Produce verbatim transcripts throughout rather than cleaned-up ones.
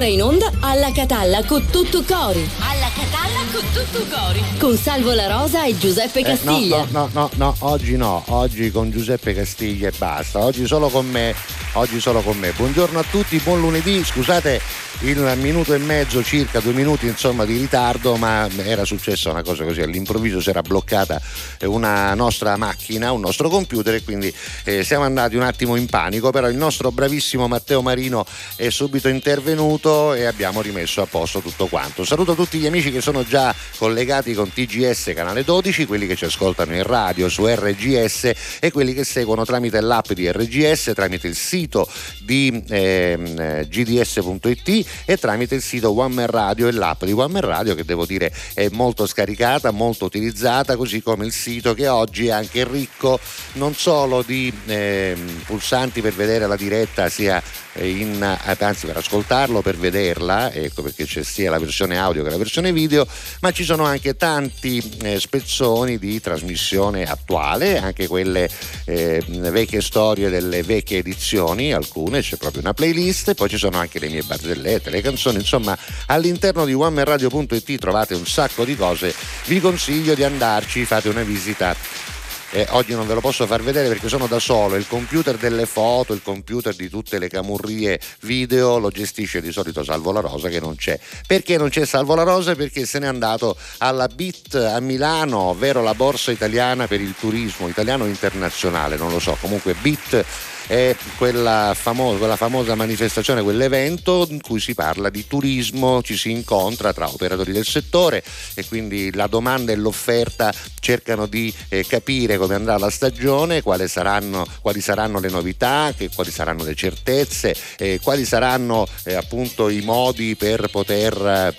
in onda Alla Catalla con tutto cori. Alla Catalla con tutto cori. Con Salvo La Rosa e Giuseppe Castiglia. Eh, no, no, no, no, oggi no, oggi con Giuseppe Castiglia e basta. Oggi solo con me, oggi solo con me. Buongiorno a tutti, buon lunedì. Scusate il minuto e mezzo, circa due minuti insomma di ritardo, ma era successa una cosa così, all'improvviso si era bloccata una nostra macchina, un nostro computer e quindi eh, siamo andati un attimo in panico, però il nostro bravissimo Matteo Marino è subito intervenuto e abbiamo rimesso a posto tutto quanto. Saluto tutti gli amici che sono già collegati con T G S canale dodici, quelli che ci ascoltano in radio su R G S e quelli che seguono tramite l'app di R G S, tramite il sito di eh, G D S punto it e tramite il sito One Man Radio e l'app di One Man Radio, che devo dire è molto scaricata, molto utilizzata, così come il sito che oggi è anche ricco non solo di eh, pulsanti per vedere la diretta, sia in, anzi per ascoltarlo, per vederla, ecco perché c'è sia la versione audio che la versione video, ma ci sono anche tanti eh, spezzoni di trasmissione attuale, anche quelle eh, vecchie storie delle vecchie edizioni, alcune c'è proprio una playlist, e poi ci sono anche le mie barzellette, le canzoni, insomma all'interno di one man radio punto it trovate un sacco di cose, vi consiglio di andarci, fate una visita. Eh, oggi non ve lo posso far vedere perché sono da solo, il computer delle foto, il computer di tutte le camurrie video lo gestisce di solito Salvo La Rosa, che non c'è. Perché non c'è Salvo La Rosa? Perché se n'è andato alla B I T a Milano, ovvero la borsa italiana per il turismo, italiano o internazionale, non lo so, comunque B I T è quella famosa, quella famosa manifestazione, quell'evento in cui si parla di turismo, ci si incontra tra operatori del settore e quindi la domanda e l'offerta cercano di eh, capire come andrà la stagione, quali saranno, quali saranno le novità, che, quali saranno le certezze, eh, quali saranno eh, appunto i modi per poter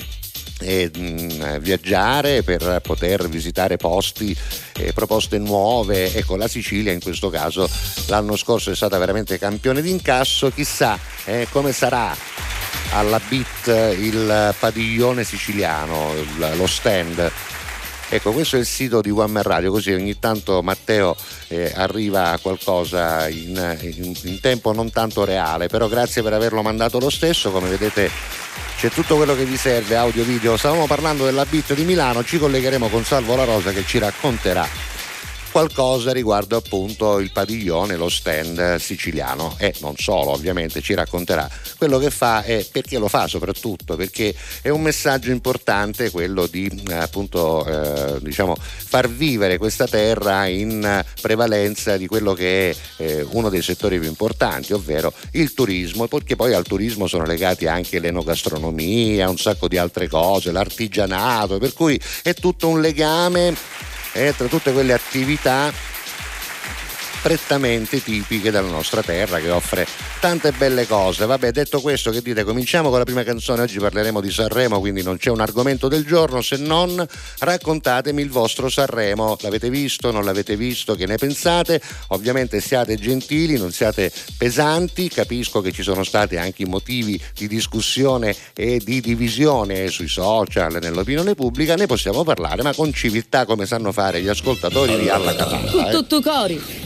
E, mh, viaggiare, per poter visitare posti, eh, proposte nuove. Ecco, la Sicilia in questo caso l'anno scorso è stata veramente campione d'incasso, chissà eh, come sarà alla B I T il padiglione siciliano, il, lo stand. Ecco, questo è il sito di One Man Radio, così ogni tanto Matteo eh, arriva a qualcosa in, in, in tempo non tanto reale, però grazie per averlo mandato lo stesso. Come vedete c'è tutto quello che vi serve, audio, video. Stavamo parlando della B I T di Milano, ci collegheremo con Salvo La Rosa che ci racconterà qualcosa riguardo appunto il padiglione, lo stand siciliano, e non solo, ovviamente ci racconterà quello che fa e perché lo fa, soprattutto perché è un messaggio importante quello di eh, appunto eh, diciamo far vivere questa terra in prevalenza di quello che è eh, uno dei settori più importanti, ovvero il turismo, perché poi al turismo sono legati anche l'enogastronomia, un sacco di altre cose, l'artigianato, per cui è tutto un legame e tra tutte quelle attività prettamente tipiche della nostra terra, che offre tante belle cose. Vabbè, detto questo, che dite? Cominciamo con la prima canzone. Oggi parleremo di Sanremo, quindi non c'è un argomento del giorno se non raccontatemi il vostro Sanremo. L'avete visto? Non l'avete visto? Che ne pensate? Ovviamente siate gentili, non siate pesanti. Capisco che ci sono stati anche motivi di discussione e di divisione sui social, nell'opinione pubblica. Ne possiamo parlare, ma con civiltà, come sanno fare gli ascoltatori di Alla Catalla. Eh? Tutto cori.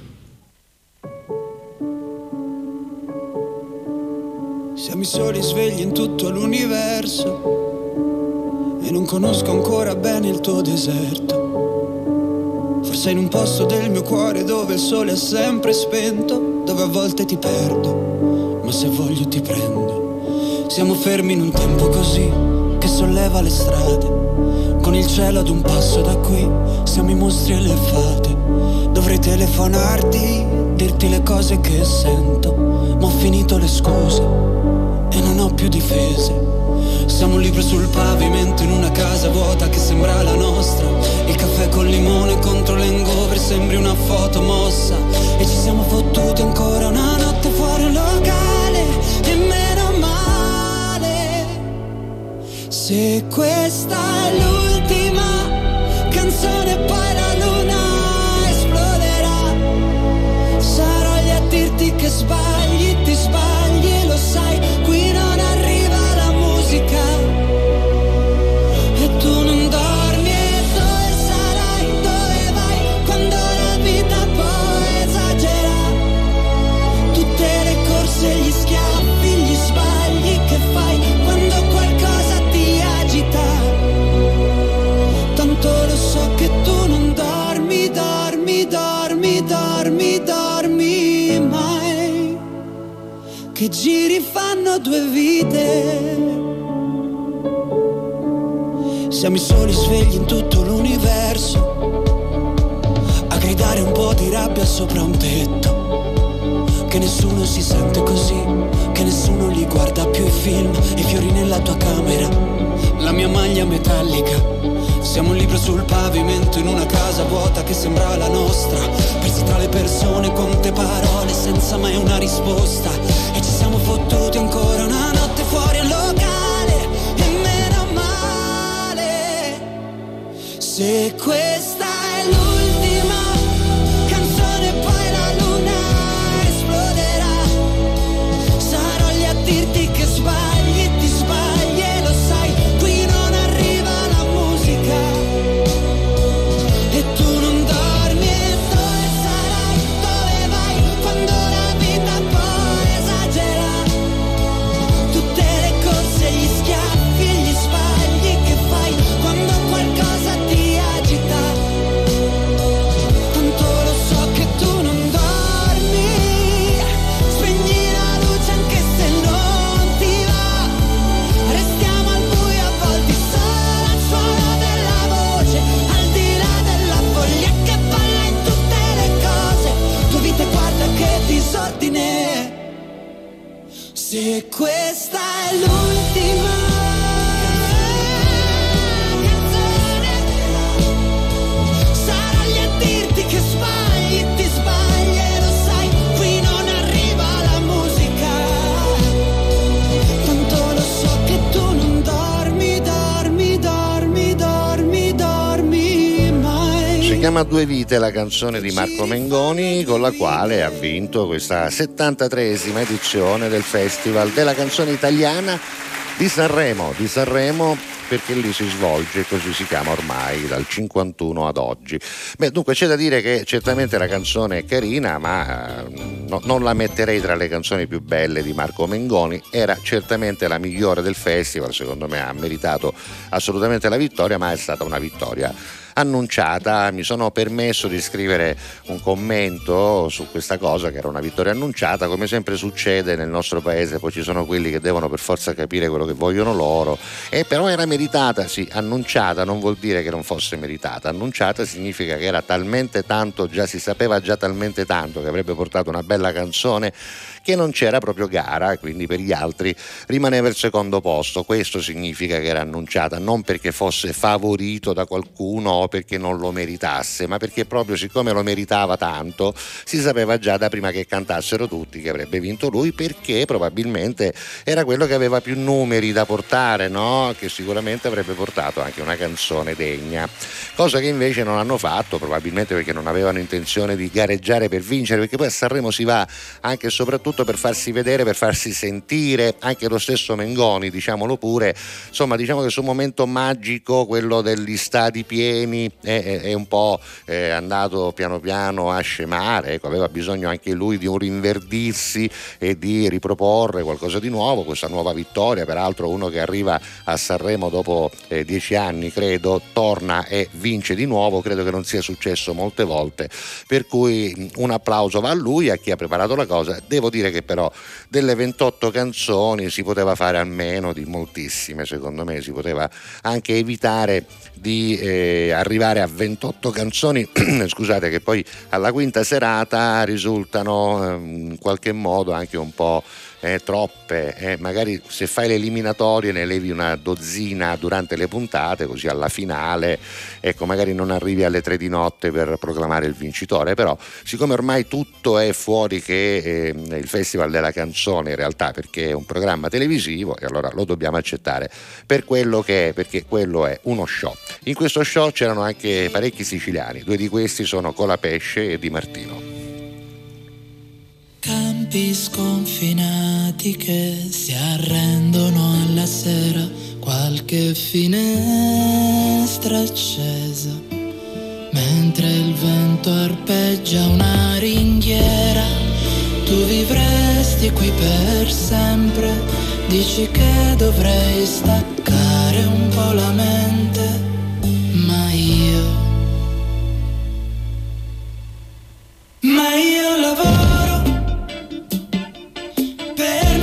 Siamo i soli svegli in tutto l'universo e non conosco ancora bene il tuo deserto. Forse in un posto del mio cuore dove il sole è sempre spento, dove a volte ti perdo, ma se voglio ti prendo. Siamo fermi in un tempo così che solleva le strade, con il cielo ad un passo da qui, siamo i mostri e le fate. Dovrei telefonarti, dirti le cose che sento, ma ho finito le scuse e non ho più difese. Siamo libri sul pavimento in una casa vuota che sembra la nostra. Il caffè col limone contro l'hangover sembri una foto mossa. E ci siamo fottuti ancora una notte fuori un locale, e meno male. Se questa è l'ultima canzone poi la luna esploderà, sarò lì a dirti che sbagli, ti sbagli e lo sai, qui non arriva la musica e tu non dormi. E dove sarai, dove vai, quando la vita poi esagera, tutte le corse, gli schiaffi, gli sbagli che fai, che giri fanno due vite. Siamo i soli svegli in tutto l'universo, a gridare un po' di rabbia sopra un tetto. Che nessuno si sente così, che nessuno li guarda più i film, i fiori nella tua camera, la mia maglia metallica. Siamo un libro sul pavimento in una casa vuota che sembrava la nostra, persi tra le persone, conte parole senza mai una risposta. E ci siamo fottuti ancora una notte fuori al locale, e meno male. Se questa è l'ultima canzone poi la luna esploderà, sarò lì a dirti che sbagli, ti sbagli e lo sai, qui non arriva la musica e tu non dormi. E dove sarai, dove vai, quando la vita poi esagera, tutte le corse, gli schiaffi e gli sbagli che fai quando qualcosa ti agita. Tanto lo so che tu non dormi, spegni la luce anche se non ti va, restiamo al buio avvolti solo al suono della voce, al di là della foglia che balla in tutte le cose. Tua vita guarda che disordine. Se questa è l'ultima canzone, sarò lì a dirti che sbagli, ti sbagli e lo sai, qui non arriva la musica. Tanto lo so che tu non dormi, dormi, dormi, dormi, dormi mai. Si chiama Due vite la canzone di Marco Mengoni, con la quale ha vinto questa settantatreesima edizione del Festival della canzone italiana di Sanremo, di Sanremo perché lì si svolge, così si chiama ormai dal cinquantuno ad oggi. Beh, dunque c'è da dire che certamente la canzone è carina, ma eh, no, non la metterei tra le canzoni più belle di Marco Mengoni. Era certamente la migliore del festival, secondo me ha meritato assolutamente la vittoria, ma è stata una vittoria annunciata. Mi sono permesso di scrivere un commento su questa cosa, che era una vittoria annunciata. Come sempre succede nel nostro paese, poi ci sono quelli che devono per forza capire quello che vogliono loro, e però era meritata. Sì, annunciata non vuol dire che non fosse meritata, annunciata significa che era talmente tanto, già si sapeva già talmente tanto che avrebbe portato una bella canzone, che non c'era proprio gara, quindi per gli altri rimaneva il secondo posto. Questo significa che era annunciata, non perché fosse favorito da qualcuno o perché non lo meritasse, ma perché proprio siccome lo meritava tanto, si sapeva già da prima che cantassero tutti che avrebbe vinto lui, perché probabilmente era quello che aveva più numeri da portare, no? Che sicuramente avrebbe portato anche una canzone degna, cosa che invece non hanno fatto, probabilmente perché non avevano intenzione di gareggiare per vincere, perché poi a Sanremo si va anche e soprattutto per farsi vedere, per farsi sentire. Anche lo stesso Mengoni, diciamolo pure, insomma, diciamo che sul momento magico, quello degli stadi pieni, è, è, è un po' è andato piano piano a scemare. Ecco, aveva bisogno anche lui di un rinverdirsi e di riproporre qualcosa di nuovo. Questa nuova vittoria, peraltro uno che arriva a Sanremo dopo eh, dieci anni, credo, torna e vince di nuovo, credo che non sia successo molte volte, per cui un applauso va a lui, a chi ha preparato la cosa. Devo dire che però delle ventotto canzoni si poteva fare almeno di moltissime, secondo me si poteva anche evitare di eh, arrivare a ventotto canzoni scusate, che poi alla quinta serata risultano eh, in qualche modo anche un po' Eh, troppe, eh, magari se fai le eliminatorie ne levi una dozzina durante le puntate, così alla finale, ecco, magari non arrivi alle tre di notte per proclamare il vincitore. Però siccome ormai tutto è fuori che eh, il Festival della canzone in realtà, perché è un programma televisivo, e allora lo dobbiamo accettare per quello che è, perché quello è uno show. In questo show c'erano anche parecchi siciliani, due di questi sono Colapesce e Di Martino. Campi sconfinati che si arrendono alla sera, qualche finestra accesa, mentre il vento arpeggia una ringhiera. Tu vivresti qui per sempre, dici che dovrei staccare un po' la mente, ma io, ma io lavoro per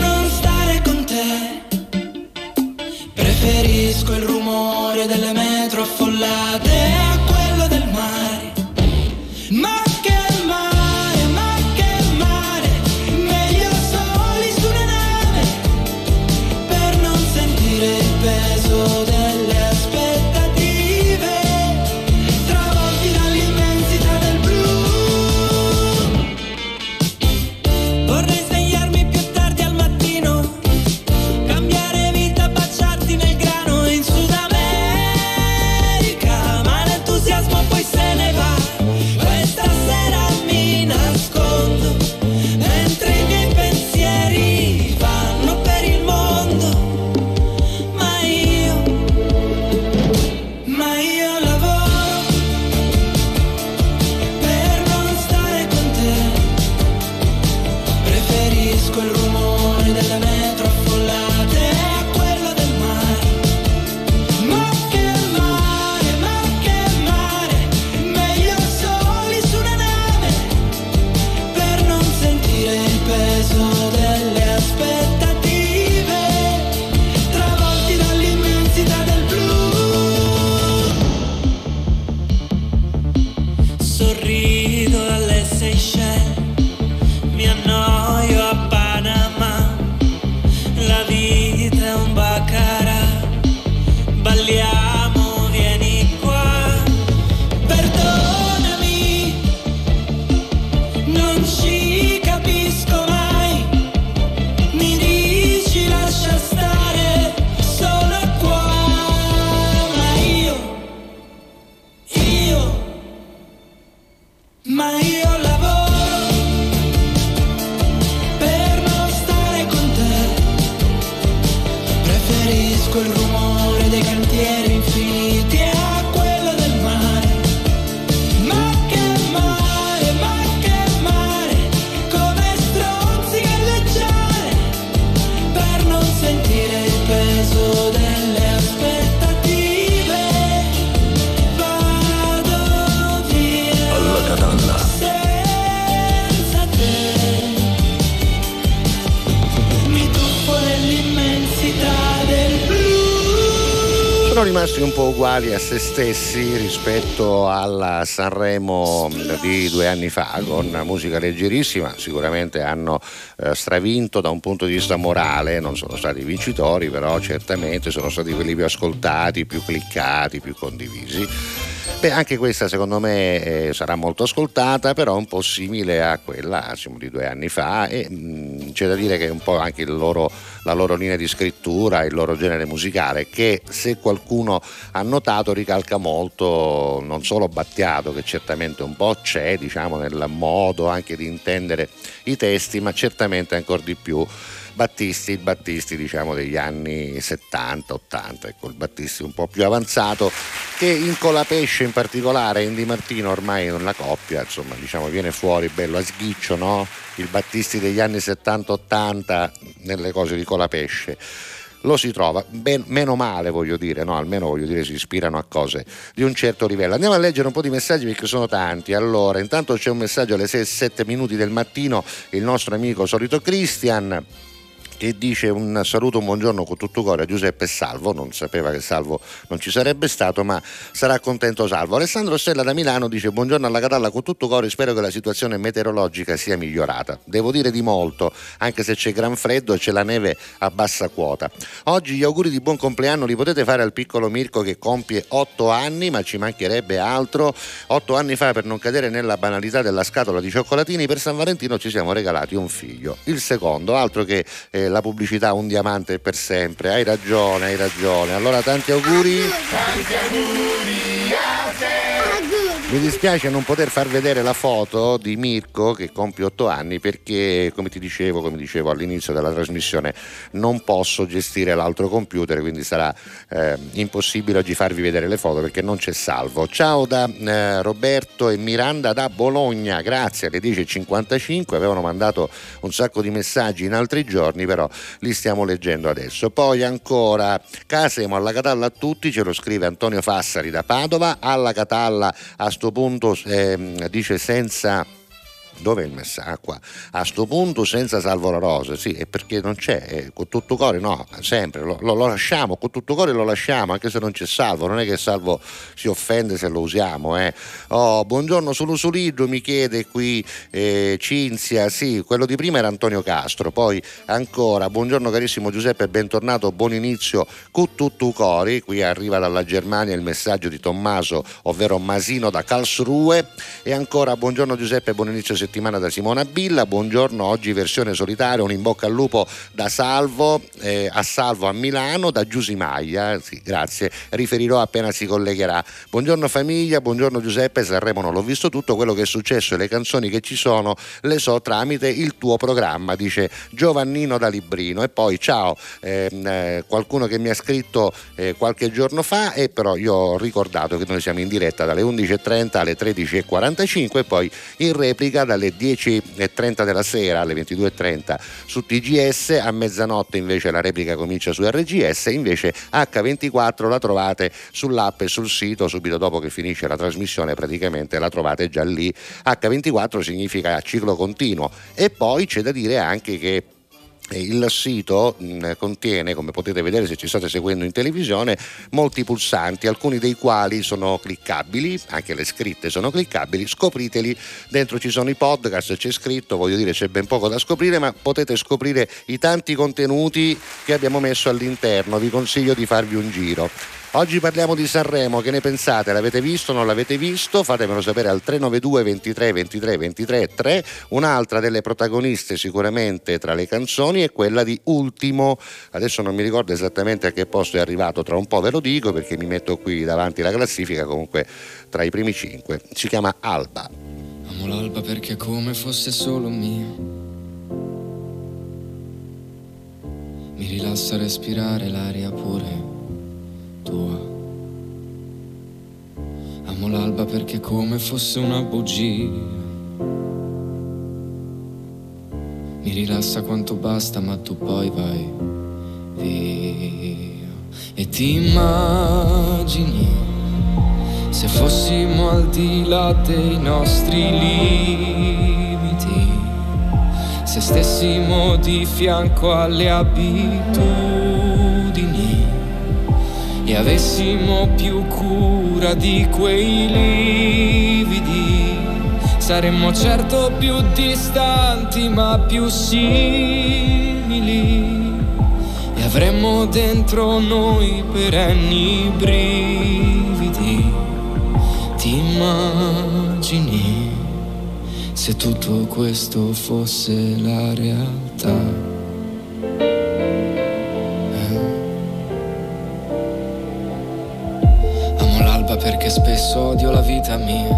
sorrido alle Seychelles, mi annoio a Panama, la vita è un baccarà, balliamo, vieni qua, perdonami, non ci capisco mai, mi dici lascia stare, sono qua, ma io, io, ma io lavoro per non stare con te, preferisco il rumore dei cantieri infiniti a quello del mare, ma che mare, ma che mare, come stronzi galleggiare, per non sentire il peso delle aspettative, vado via alla catalla senza te, mi tuffo nell'immensità del blu. Sono rimasti un po' uguali a se stessi rispetto alla Sanremo di due anni fa, con musica leggerissima. Sicuramente hanno eh, stravinto da un punto di vista morale, non sono stati vincitori, però certamente sono stati quelli più ascoltati, più cliccati, più condivisi. Beh, anche questa secondo me eh, sarà molto ascoltata, però un po' simile a quella diciamo, di due anni fa, e mh, c'è da dire che è un po' anche il loro, la loro linea di scrittura, il loro genere musicale, che se qualcuno ha notato ricalca molto non solo Battiato, che certamente un po' c'è diciamo nel modo anche di intendere i testi, ma certamente ancora di più Battisti, il Battisti diciamo degli anni settanta ottanta, ecco il Battisti un po' più avanzato, che in Colapesce in particolare, in Di Martino ormai nella coppia insomma diciamo viene fuori bello a sghiccio, no? Il Battisti degli anni settanta ottanta nelle cose di Colapesce lo si trova, ben, meno male voglio dire, no? Almeno voglio dire si ispirano a cose di un certo livello. Andiamo a leggere un po' di messaggi perché sono tanti. Allora, intanto c'è un messaggio alle sei e sette minuti del mattino, il nostro amico solito Christian, che dice un saluto, un buongiorno con tutto cuore a Giuseppe e Salvo. Non sapeva che Salvo non ci sarebbe stato, ma sarà contento Salvo. Alessandro Stella da Milano dice buongiorno alla Catalla con tutto cuore, spero che la situazione meteorologica sia migliorata. Devo dire di molto, anche se c'è gran freddo e c'è la neve a bassa quota. Oggi gli auguri di buon compleanno li potete fare al piccolo Mirko che compie otto anni, ma ci mancherebbe altro. otto anni fa, per non cadere nella banalità della scatola di cioccolatini, per San Valentino ci siamo regalati un figlio. Il secondo, altro che eh, la pubblicità un diamante per sempre. Hai ragione, hai ragione. Allora tanti auguri. Tanti auguri a te. Mi dispiace non poter far vedere la foto di Mirko che compie otto anni perché, come ti dicevo, come dicevo all'inizio della trasmissione, non posso gestire l'altro computer, quindi sarà eh, impossibile oggi farvi vedere le foto perché non c'è Salvo. Ciao da eh, Roberto e Miranda da Bologna, grazie, alle dieci e cinquantacinque, avevano mandato un sacco di messaggi in altri giorni, però li stiamo leggendo adesso. Poi ancora, Casemo alla Catalla a tutti, ce lo scrive Antonio Fassari da Padova. Alla Catalla a sto punto eh, dice senza Dov'è il messaggio? Ah, qua. A sto punto senza Salvo La Rosa, sì, è perché non c'è, è con tutto cuore, no, sempre, lo, lo, lo lasciamo, con tutto cuore lo lasciamo, anche se non c'è Salvo, non è che Salvo si offende se lo usiamo, eh. Oh, buongiorno sull'usulidro, mi chiede qui eh, Cinzia, sì, quello di prima era Antonio Castro, poi ancora, buongiorno carissimo Giuseppe, bentornato, buon inizio, con tutto cuore, qui arriva dalla Germania il messaggio di Tommaso, ovvero Masino da Karlsruhe, e ancora, buongiorno Giuseppe, buon inizio settimana da Simona Billa, buongiorno, oggi versione solitaria, un in bocca al lupo da Salvo, eh, a Salvo a Milano, da Giusimaglia, sì, grazie, riferirò appena si collegherà. Buongiorno famiglia, buongiorno Giuseppe, Sanremo non l'ho visto tutto, quello che è successo e le canzoni che ci sono le so tramite il tuo programma, dice Giovannino da Librino. E poi ciao, eh, eh, qualcuno che mi ha scritto eh, qualche giorno fa, e però io ho ricordato che noi siamo in diretta dalle undici e trenta alle tredici e quarantacinque e poi in replica dalle dieci e trenta della sera alle ventidue e trenta su T G S, a mezzanotte invece la replica comincia su R G S, invece acca ventiquattro la trovate sull'app e sul sito, subito dopo che finisce la trasmissione praticamente la trovate già lì. acca ventiquattro significa ciclo continuo. E poi c'è da dire anche che Il sito mh, contiene, come potete vedere se ci state seguendo in televisione, molti pulsanti, alcuni dei quali sono cliccabili, anche le scritte sono cliccabili, scopriteli, dentro ci sono i podcast, c'è scritto, voglio dire c'è ben poco da scoprire, ma potete scoprire i tanti contenuti che abbiamo messo all'interno, vi consiglio di farvi un giro. Oggi parliamo di Sanremo, che ne pensate? L'avete visto, non l'avete visto? Fatemelo sapere al tre nove due ventitré ventitré ventitré tre. Un'altra delle protagoniste sicuramente tra le canzoni è quella di Ultimo, adesso non mi ricordo esattamente a che posto è arrivato, tra un po' ve lo dico perché mi metto qui davanti la classifica, comunque tra i primi cinque, si chiama Alba. Amo l'alba perché è come fosse solo mia, mi rilassa respirare l'aria pure tua. Amo l'alba perché come fosse una bugia, mi rilassa quanto basta ma tu poi vai via. E ti immagini se fossimo al di là dei nostri limiti, se stessimo di fianco alle abitudini e avessimo più cura di quei lividi, saremmo certo più distanti ma più simili, e avremmo dentro noi perenni brividi. Ti immagini se tutto questo fosse la realtà? Perché spesso odio la vita mia,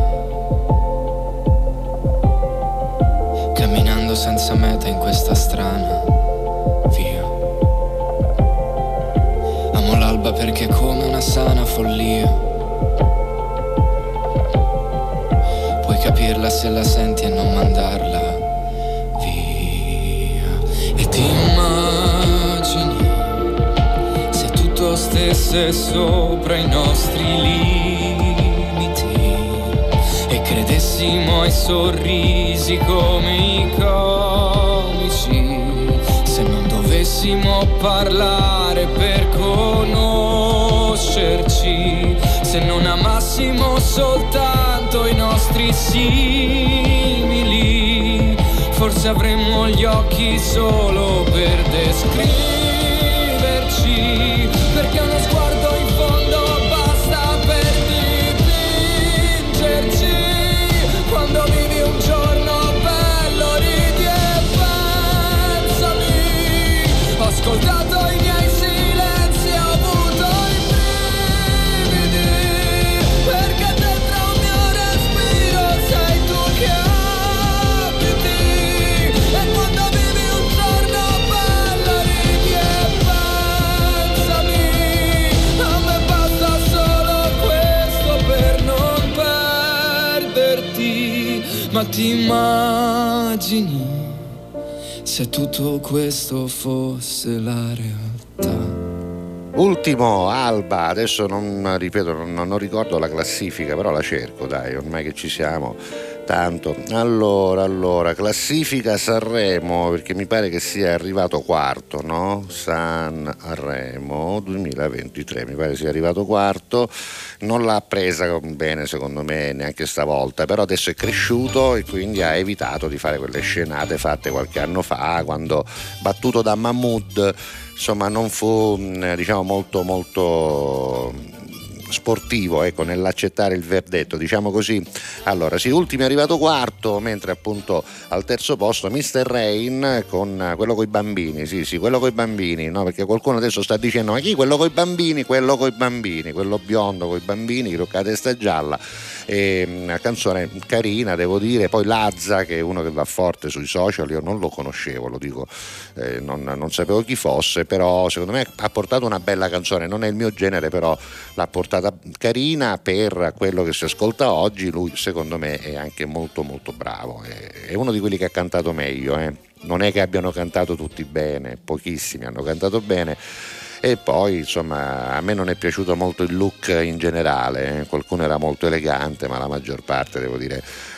camminando senza meta in questa strana via. Amo l'alba perché è come una sana follia, puoi capirla se la senti e non mandarla via. E ti immagini se tutto stesse sopra i nostri limiti e credessimo ai sorrisi come i comici, se non dovessimo parlare per conoscerci, se non amassimo soltanto i nostri simili, forse avremmo gli occhi solo per descriverci, perché uno sguardo in fondo basta per dipingerci. Quando vivi un giorno bello ridi e pensami, ho ascoltato i miei silenzi, ho avuto i brividi, perché dentro un mio respiro sei tu che abiti. E quando vivi un giorno bello ridi e pensami, a me basta solo questo per non perderti. Ma ti immagini se tutto questo fosse la realtà? Ultimo, Alba, adesso non ripeto, non, non ricordo la classifica, però la cerco, dai, ormai che ci siamo tanto. Allora, allora, classifica Sanremo, perché mi pare che sia arrivato quarto, no? Sanremo duemilaventitré, mi pare sia arrivato quarto, non l'ha presa bene secondo me neanche stavolta, però adesso è cresciuto e quindi ha evitato di fare quelle scenate fatte qualche anno fa, quando battuto da Mahmood, insomma non fu diciamo molto molto sportivo, ecco, nell'accettare il verdetto, diciamo così. Allora sì, Ultimo è arrivato quarto, mentre appunto al terzo posto mister Rain con quello coi bambini, sì sì, quello coi bambini, no? Perché qualcuno adesso sta dicendo ma chi? Quello coi bambini, quello coi bambini, quello biondo coi bambini, con la testa gialla. E una canzone carina, devo dire. Poi Lazza, che è uno che va forte sui social, io non lo conoscevo, lo dico, eh, non, non sapevo chi fosse, però secondo me ha portato una bella canzone, non è il mio genere, però l'ha portata carina per quello che si ascolta oggi. Lui secondo me è anche molto molto bravo, è, è uno di quelli che ha cantato meglio, eh. Non è che abbiano cantato tutti bene, pochissimi hanno cantato bene. E poi insomma a me non è piaciuto molto il look in generale, eh. Qualcuno era molto elegante, ma la maggior parte devo dire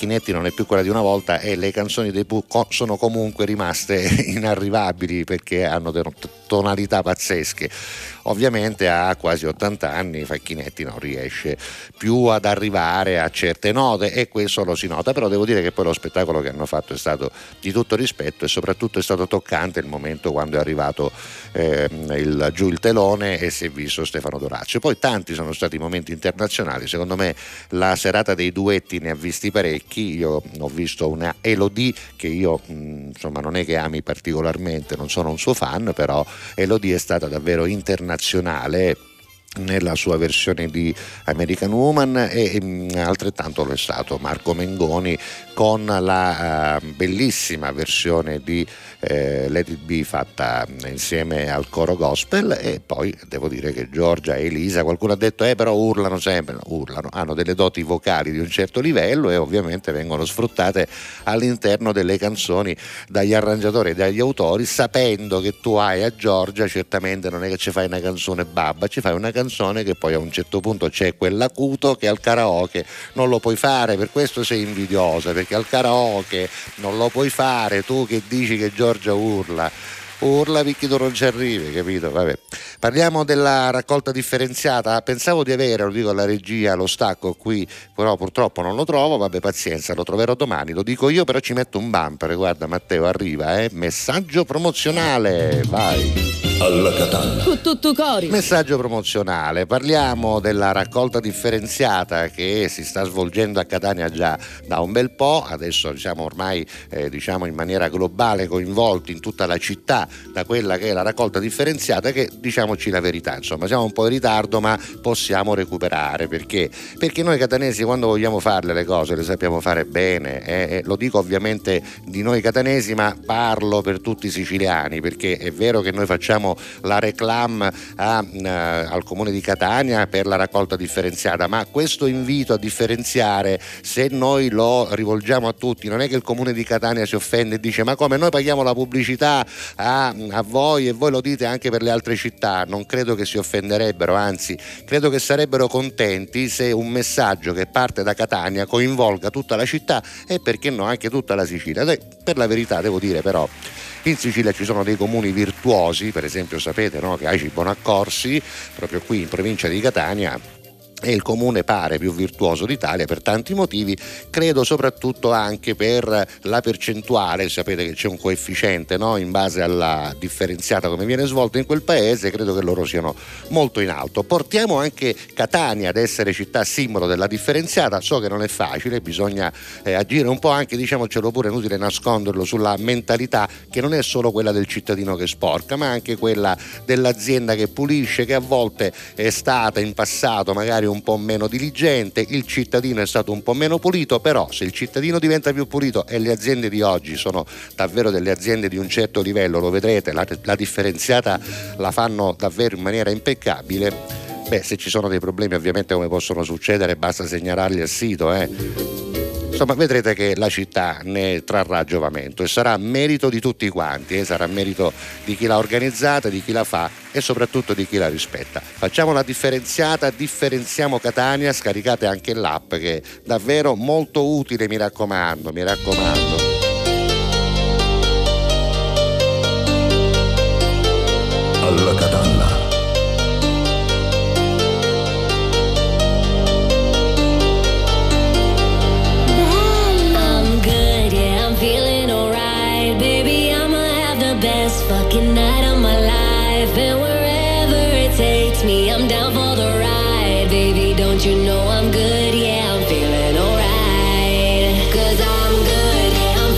Facchinetti non è più quella di una volta e le canzoni dei Pooh sono comunque rimaste inarrivabili perché hanno tonalità pazzesche. Ovviamente a quasi ottanta anni Facchinetti non riesce più ad arrivare a certe note e questo lo si nota, però devo dire che poi lo spettacolo che hanno fatto è stato di tutto rispetto e soprattutto è stato toccante il momento quando è arrivato eh, il, giù il telone e si è visto Stefano Dorazio. Poi tanti sono stati i momenti internazionali, secondo me la serata dei duetti ne ha visti parecchi. Io ho visto una Elodie che io mh, insomma non è che ami particolarmente, non sono un suo fan, però Elodie è stata davvero internazionale nella sua versione di American Woman e mh, altrettanto lo è stato Marco Mengoni con la uh, bellissima versione di eh, Let It Be fatta insieme al coro gospel. E poi devo dire che Giorgia e Elisa, qualcuno ha detto eh però urlano sempre, no, urlano, hanno delle doti vocali di un certo livello e ovviamente vengono sfruttate all'interno delle canzoni dagli arrangiatori e dagli autori, sapendo che tu hai a Giorgia, certamente non è che ci fai una canzone babba, ci fai una canzone che poi a un certo punto c'è quell'acuto che al karaoke non lo puoi fare, per questo sei invidiosa, perché al karaoke non lo puoi fare, tu che dici che Giorgia urla urla perché tu non ci arrivi, capito? Vabbè. Parliamo della raccolta differenziata. Pensavo di avere, lo dico alla regia, lo stacco qui, però purtroppo non lo trovo. Vabbè, pazienza, lo troverò domani, lo dico io, però ci metto un bumper. Guarda Matteo, arriva, eh? Messaggio promozionale, vai. Alla Catalla con tutto cori. Messaggio promozionale, parliamo della raccolta differenziata che si sta svolgendo a Catania già da un bel po', adesso diciamo ormai eh, diciamo in maniera globale coinvolti in tutta la città da quella che è la raccolta differenziata, che diciamoci la verità, insomma siamo un po' in ritardo ma possiamo recuperare, perché? Perché noi catanesi quando vogliamo farle le cose le sappiamo fare bene, eh? E lo dico ovviamente di noi catanesi ma parlo per tutti i siciliani, perché è vero che noi facciamo la reclam a, uh, al comune di Catania per la raccolta differenziata, ma questo invito a differenziare, se noi lo rivolgiamo a tutti, non è che il comune di Catania si offende e dice ma come, noi paghiamo la pubblicità a, a voi e voi lo dite anche per le altre città. Non credo che si offenderebbero, anzi credo che sarebbero contenti se un messaggio che parte da Catania coinvolga tutta la città e perché no anche tutta la Sicilia. Per la verità devo dire però, in Sicilia ci sono dei comuni virtuosi, per esempio sapete, no, che Aci Bonaccorsi, proprio qui in provincia di Catania, è il comune pare più virtuoso d'Italia per tanti motivi, credo soprattutto anche per la percentuale, sapete che c'è un coefficiente, no, in base alla differenziata come viene svolta in quel paese, credo che loro siano molto in alto. Portiamo anche Catania ad essere città simbolo della differenziata, so che non è facile, bisogna eh, agire un po' anche, diciamocelo pure, è inutile nasconderlo, sulla mentalità che non è solo quella del cittadino che sporca, ma anche quella dell'azienda che pulisce, che a volte è stata in passato magari un po' meno diligente, il cittadino è stato un po' meno pulito, però se il cittadino diventa più pulito e le aziende di oggi sono davvero delle aziende di un certo livello, lo vedrete, la, la differenziata la fanno davvero in maniera impeccabile, beh, se ci sono dei problemi ovviamente come possono succedere basta segnalarli al sito, eh. Insomma vedrete che la città ne trarrà giovamento e sarà merito di tutti quanti, eh? Sarà merito di chi l'ha organizzata, di chi la fa e soprattutto di chi la rispetta. Facciamo la differenziata, differenziamo Catania, scaricate anche l'app che è davvero molto utile, mi raccomando, mi raccomando. Alla Catalla. Best fucking night of my life, and wherever it takes me, I'm down for the ride. Baby, don't you know I'm good? Yeah, I'm feeling alright. 'Cause I'm good, yeah, I'm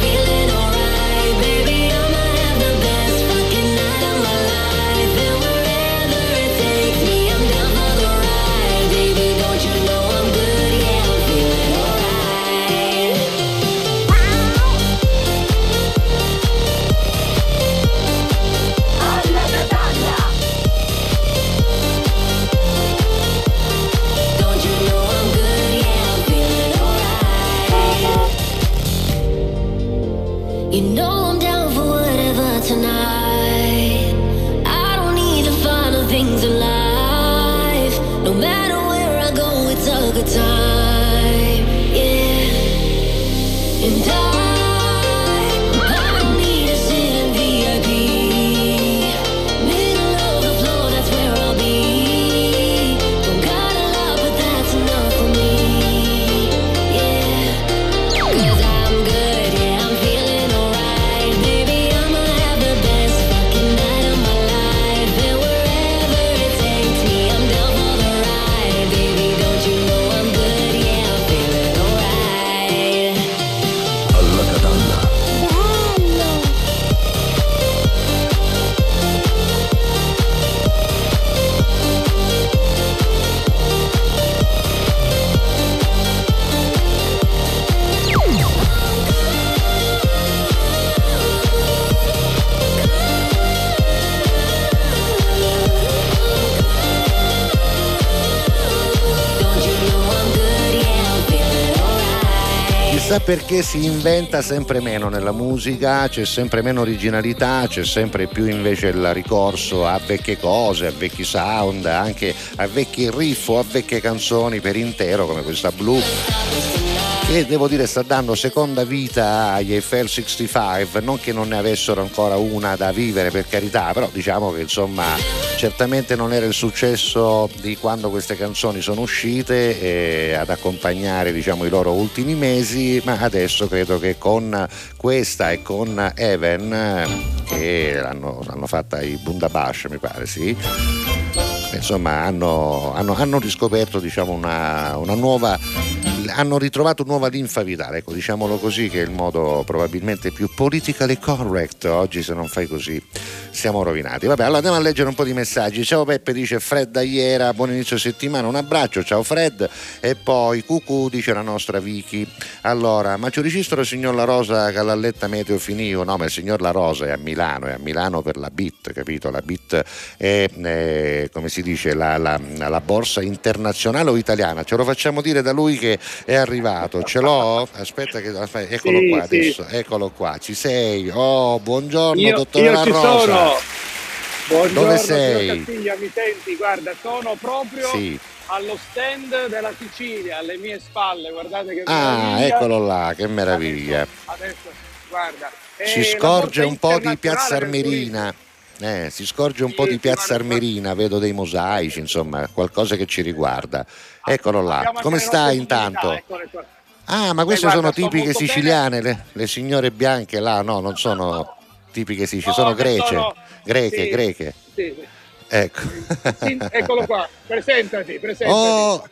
Chissà perché si inventa sempre meno nella musica, c'è sempre meno originalità, c'è sempre più invece il ricorso a vecchie cose, a vecchi sound, anche a vecchi riff o a vecchie canzoni per intero, come questa Blue, che devo dire sta dando seconda vita agli Eiffel sessantacinque, non che non ne avessero ancora una da vivere, per carità, però diciamo che insomma certamente non era il successo di quando queste canzoni sono uscite eh, ad accompagnare diciamo i loro ultimi mesi, ma adesso credo che con questa e con Even, che l'hanno, l'hanno fatta i Bundabash mi pare, sì, insomma hanno, hanno, hanno riscoperto diciamo una, una nuova, hanno ritrovato nuova linfa vitale, ecco, diciamolo così, che è il modo probabilmente più politically correct. Oggi se non fai così siamo rovinati. Vabbè, allora andiamo a leggere un po' di messaggi. Ciao Peppe, dice Fred da Iera, buon inizio settimana, un abbraccio, ciao Fred. E poi Cucù, dice la nostra Vicky. Allora, ma ci registro il signor La Rosa che all'alletta meteo finito? No, ma il signor La Rosa è a Milano, è a Milano per la B I T, capito? La B I T è, è come si dice, la, la, la borsa internazionale o italiana? Ce lo facciamo dire da lui che è arrivato. Ce l'ho? Aspetta che aspetta, eccolo sì, qua sì. adesso, eccolo qua, ci sei? Oh, buongiorno Io, dottore io La ci Rosa. sono. Buongiorno, dove signor sei? Castiglia, mi senti? Guarda, sono proprio Sì. allo stand della Sicilia, alle mie spalle, guardate che Ah, meraviglia. eccolo là, che meraviglia. Adesso, adesso guarda. Si Eh, scorge la un po' di borsa Piazza internazionale del Armerina. Eh, si scorge un Sì, po' di sì, Piazza guarda, Armerina, vedo dei mosaici, insomma, qualcosa che ci riguarda. Eccolo là. Abbiamo Come anche le stai nostre intanto? comunità, eccole qua. Ah, ma queste Eh, sono guarda, sto tipiche molto siciliane, le, le signore bianche là, no, non sono tipiche siciliane, No, sono che grece, sono- greche, sì, greche. Sì, sì. Ecco. Sì, eccolo qua, presentati, presentati. Oh.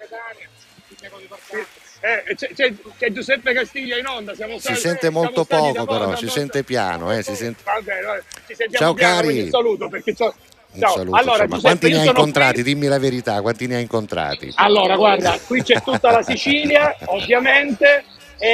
Eh, c'è, c'è- c'è Giuseppe Castiglia in onda, siamo Si stati- sente siamo molto stati poco da però, poco, si da sente piano, eh, si sente... Va bene, va bene. Ci sentiamo Ciao, piano, cari. quindi saluto perché c'ho- Un Ciao. saluto, Allora, insomma. Giuseppe, Quanti ne io hai sono incontrati? qui- Dimmi la verità, quanti ne hai incontrati? Allora, guarda, qui c'è tutta la Sicilia, ovviamente,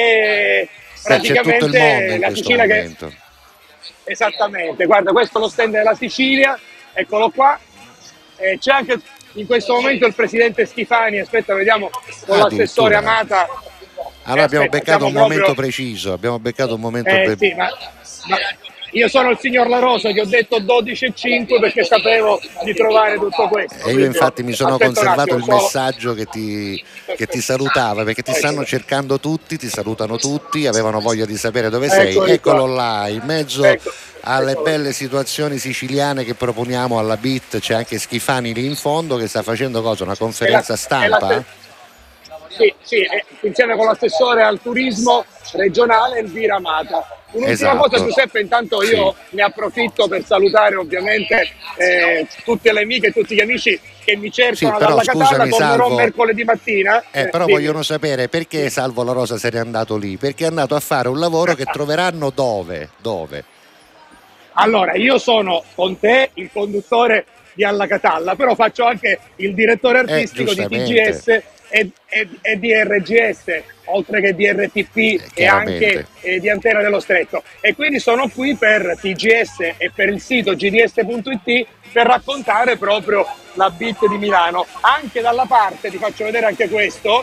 e Beh, c'è tutto il mondo praticamente in la questo Sicilia che... momento. Esattamente, guarda, questo è lo stand della Sicilia, eccolo qua. Eh, c'è anche in questo momento il presidente Schifani, aspetta, vediamo, con Ah, l'assessore addirittura. Amata. Allora abbiamo Aspetta, beccato un siamo momento proprio- preciso, abbiamo beccato un momento Eh, pre- sì, ma, ma io sono il signor La Rosa che ho detto dodici e cinque perché sapevo di trovare tutto questo. E io Quindi, infatti mi sono aspetta un conservato attimo, il solo- messaggio che ti, che ti salutava, perché ti stanno cercando tutti, ti salutano tutti, avevano voglia di sapere dove sei. Eccoli Eccolo qua. là, in mezzo Ecco, alle eccolo. belle situazioni siciliane che proponiamo alla B I T. C'è anche Schifani lì in fondo che sta facendo cosa? Una conferenza È la- è la- stampa? Sì, sì, eh, insieme con l'assessore al turismo regionale Elvira Amata. Un'ultima Esatto. cosa, Giuseppe, intanto io Sì. ne approfitto per salutare ovviamente eh, tutte le amiche e tutti gli amici che mi cercano Sì, però dalla Catalla, scusami, tornerò Salvo. mercoledì mattina. Eh, però dimmi. vogliono sapere perché Salvo La Rosa se n'è andato lì, perché è andato a fare un lavoro che troveranno dove? Dove? Allora, io sono con te il conduttore di Alla Catalla, però faccio anche il direttore artistico di T G giustamente. S e, e- e di R G S, oltre che di R T P e chiaramente. anche eh, di Antena dello Stretto. E quindi sono qui per T G S e per il sito g d s punto i t per raccontare proprio la B I T di Milano. Anche dalla parte, ti faccio vedere anche questo,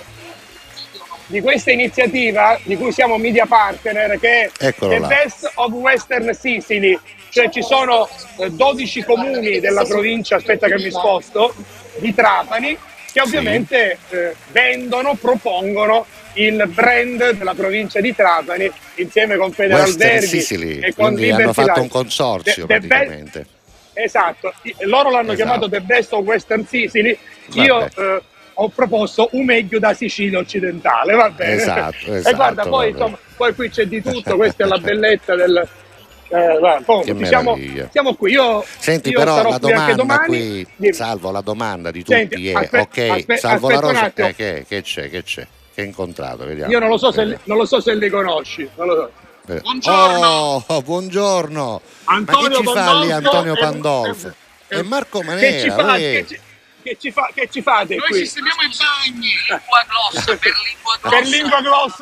di questa iniziativa di cui siamo media partner, che è Eccolo The là. Best of Western Sicily, cioè ci sono eh, dodici comuni della provincia, aspetta che mi sposto, di Trapani, che ovviamente eh, vendono, propongono il brand della provincia di Trapani insieme con Federalberghi Western Sicily, e con quindi hanno Liberty fatto Life. un consorzio The- the be- praticamente. Esatto, I- loro l'hanno Esatto. chiamato The Best of Western Sicily, io Vabbè. eh, ho proposto un meglio da Sicilia occidentale, va bene? Esatto, e esatto, guarda, poi, vabbè. insomma, poi qui c'è di tutto, questa è la bellezza del... Eh, guarda, comunque, Che siamo, meraviglia. siamo qui, io, Senti, io però sarò la qui anche domanda domani. qui, Dimmi. Salvo, la domanda di tutti Senti, è aspe- ok, aspe- Salvo La aspetta un Rosa, attimo. eh, che, che c'è, che c'è? Che hai incontrato, vediamo. Io non lo so se, Vediamo. li, non lo so se li conosci, non lo so. Eh. Buongiorno. Oh, buongiorno. Antonio Ma che ci fa lì Pandolfo Antonio e- Pandolfo? e- E Marco Che ci, Manera, fa, uè. che, ci, che, ci fa, che ci fate Noi qui? sistemiamo i bagni, lingua glossa, per lingua glossa. Per lingua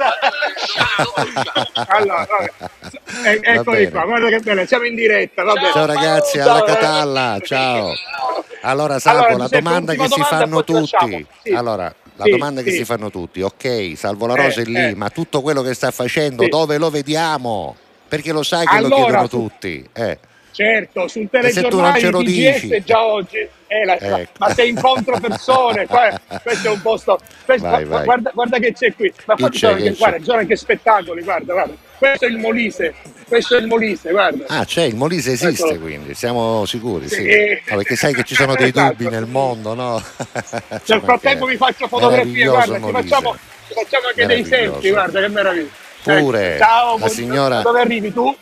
glossa. Allora, vabbè. E- Va eccoli bene. qua, guarda che bello, siamo in diretta. Vabbè. Ciao ragazzi, Ciao, alla eh. Catalla, ciao. Allora Salvo, Allora, la Giuseppe, domanda ultima che si domanda, fanno poi lasciamo. tutti. Sì. Allora, la sì, domanda che sì. si fanno tutti, ok, Salvo La Rosa Eh, è lì, eh. ma tutto quello che sta facendo Sì. dove lo vediamo? Perché lo sai che lo Allora, chiedono su- tutti. Eh. Certo, sul E se tu non ce telegiornale lo T G S dici? già oggi, eh, la- la- Ecco. ma se incontro persone, qua, questo è un posto, questo- Vai, vai. Guarda, guarda che c'è qui, ma Chi qua c'è, ci sono chi anche, c'è? guarda, ci sono anche spettacoli, guarda, guarda, questo è il Molise, questo è il Molise, guarda. Ah, c'è, il Molise esiste, Eccolo. quindi siamo sicuri, sì. Sì. No, perché sai che ci sono dei Esatto. dubbi nel mondo, no? Nel frattempo vi faccio fotografie, guarda, ci facciamo, ci facciamo anche dei Meraviglioso. selfie, guarda che meraviglia. Pure, Ecco. Ciao, la buon- signora- dove arrivi tu?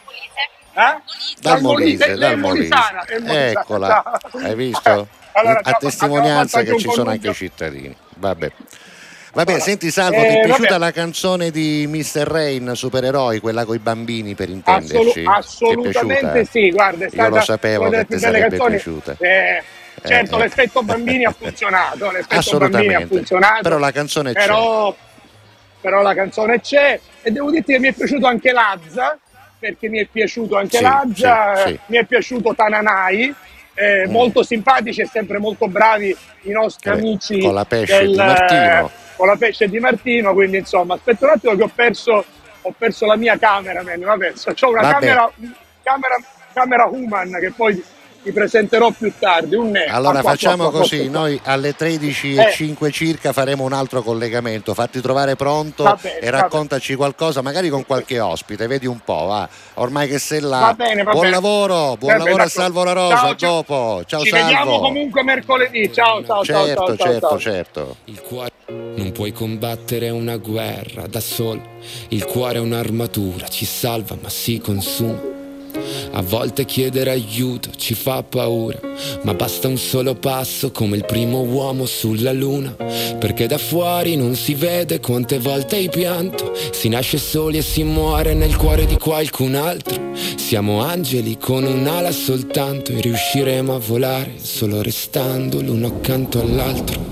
Eh? Dal Molise, lei è dal Molise. molisana, è molisana. Eccola, Ciao. hai visto? Allora, a abbiamo- testimonianza abbiamo che fatto ci anche sono un anche i connubio. cittadini. Vabbè. Vabbè, Allora, senti Salvo, eh, ti è piaciuta vabbè. la canzone di mister Rain, Supereroi, quella coi bambini per Assolu- intenderci? Ti è assolutamente piaciuta? sì, guarda, è stata Io lo sapevo una delle che più ti belle sarebbe canzoni. piaciuta. Eh, certo, Eh, eh. l'effetto bambini ha funzionato, l'effetto bambini ha Assolutamente. funzionato. Però la canzone c'è. però, però la canzone c'è e devo dirti che mi è piaciuto anche Lazza, perché mi è piaciuto anche Sì, Lazza, sì, sì. mi è piaciuto Tananai, eh, Mm. molto simpatici e sempre molto bravi i nostri Eh, amici con la pesce del- di Martino. con la pesce di Martino, quindi insomma aspetta un attimo che ho perso, ho perso la mia camera, man, l'ho perso. C'ho una Vabbè. camera, camera, camera human che poi ti presenterò più tardi. Un ne- Allora ah, qua, facciamo qua, qua, così, qua, qua. noi alle tredici e Eh. cinque circa faremo un altro collegamento, fatti trovare pronto Va bene, e va raccontaci qualcosa, magari con qualche ospite, vedi un po', va. Ormai che sei là. Va bene, va buon bene. lavoro, buon Va bene, lavoro a d'accordo. Salvo La Rosa, Ciao, a ci- dopo. Ciao Ci Salvo. vediamo comunque mercoledì. Ciao, ciao, ciao, Certo, ciao, ciao, certo, ciao. certo. Il cuore non puoi combattere una guerra da solo. Il cuore è un'armatura, ci salva ma si consuma. A volte chiedere aiuto ci fa paura, ma basta un solo passo come il primo uomo sulla luna. Perché da fuori non si vede quante volte hai pianto. Si nasce soli e si muore nel cuore di qualcun altro. Siamo angeli con un'ala soltanto e riusciremo a volare solo restando l'uno accanto all'altro.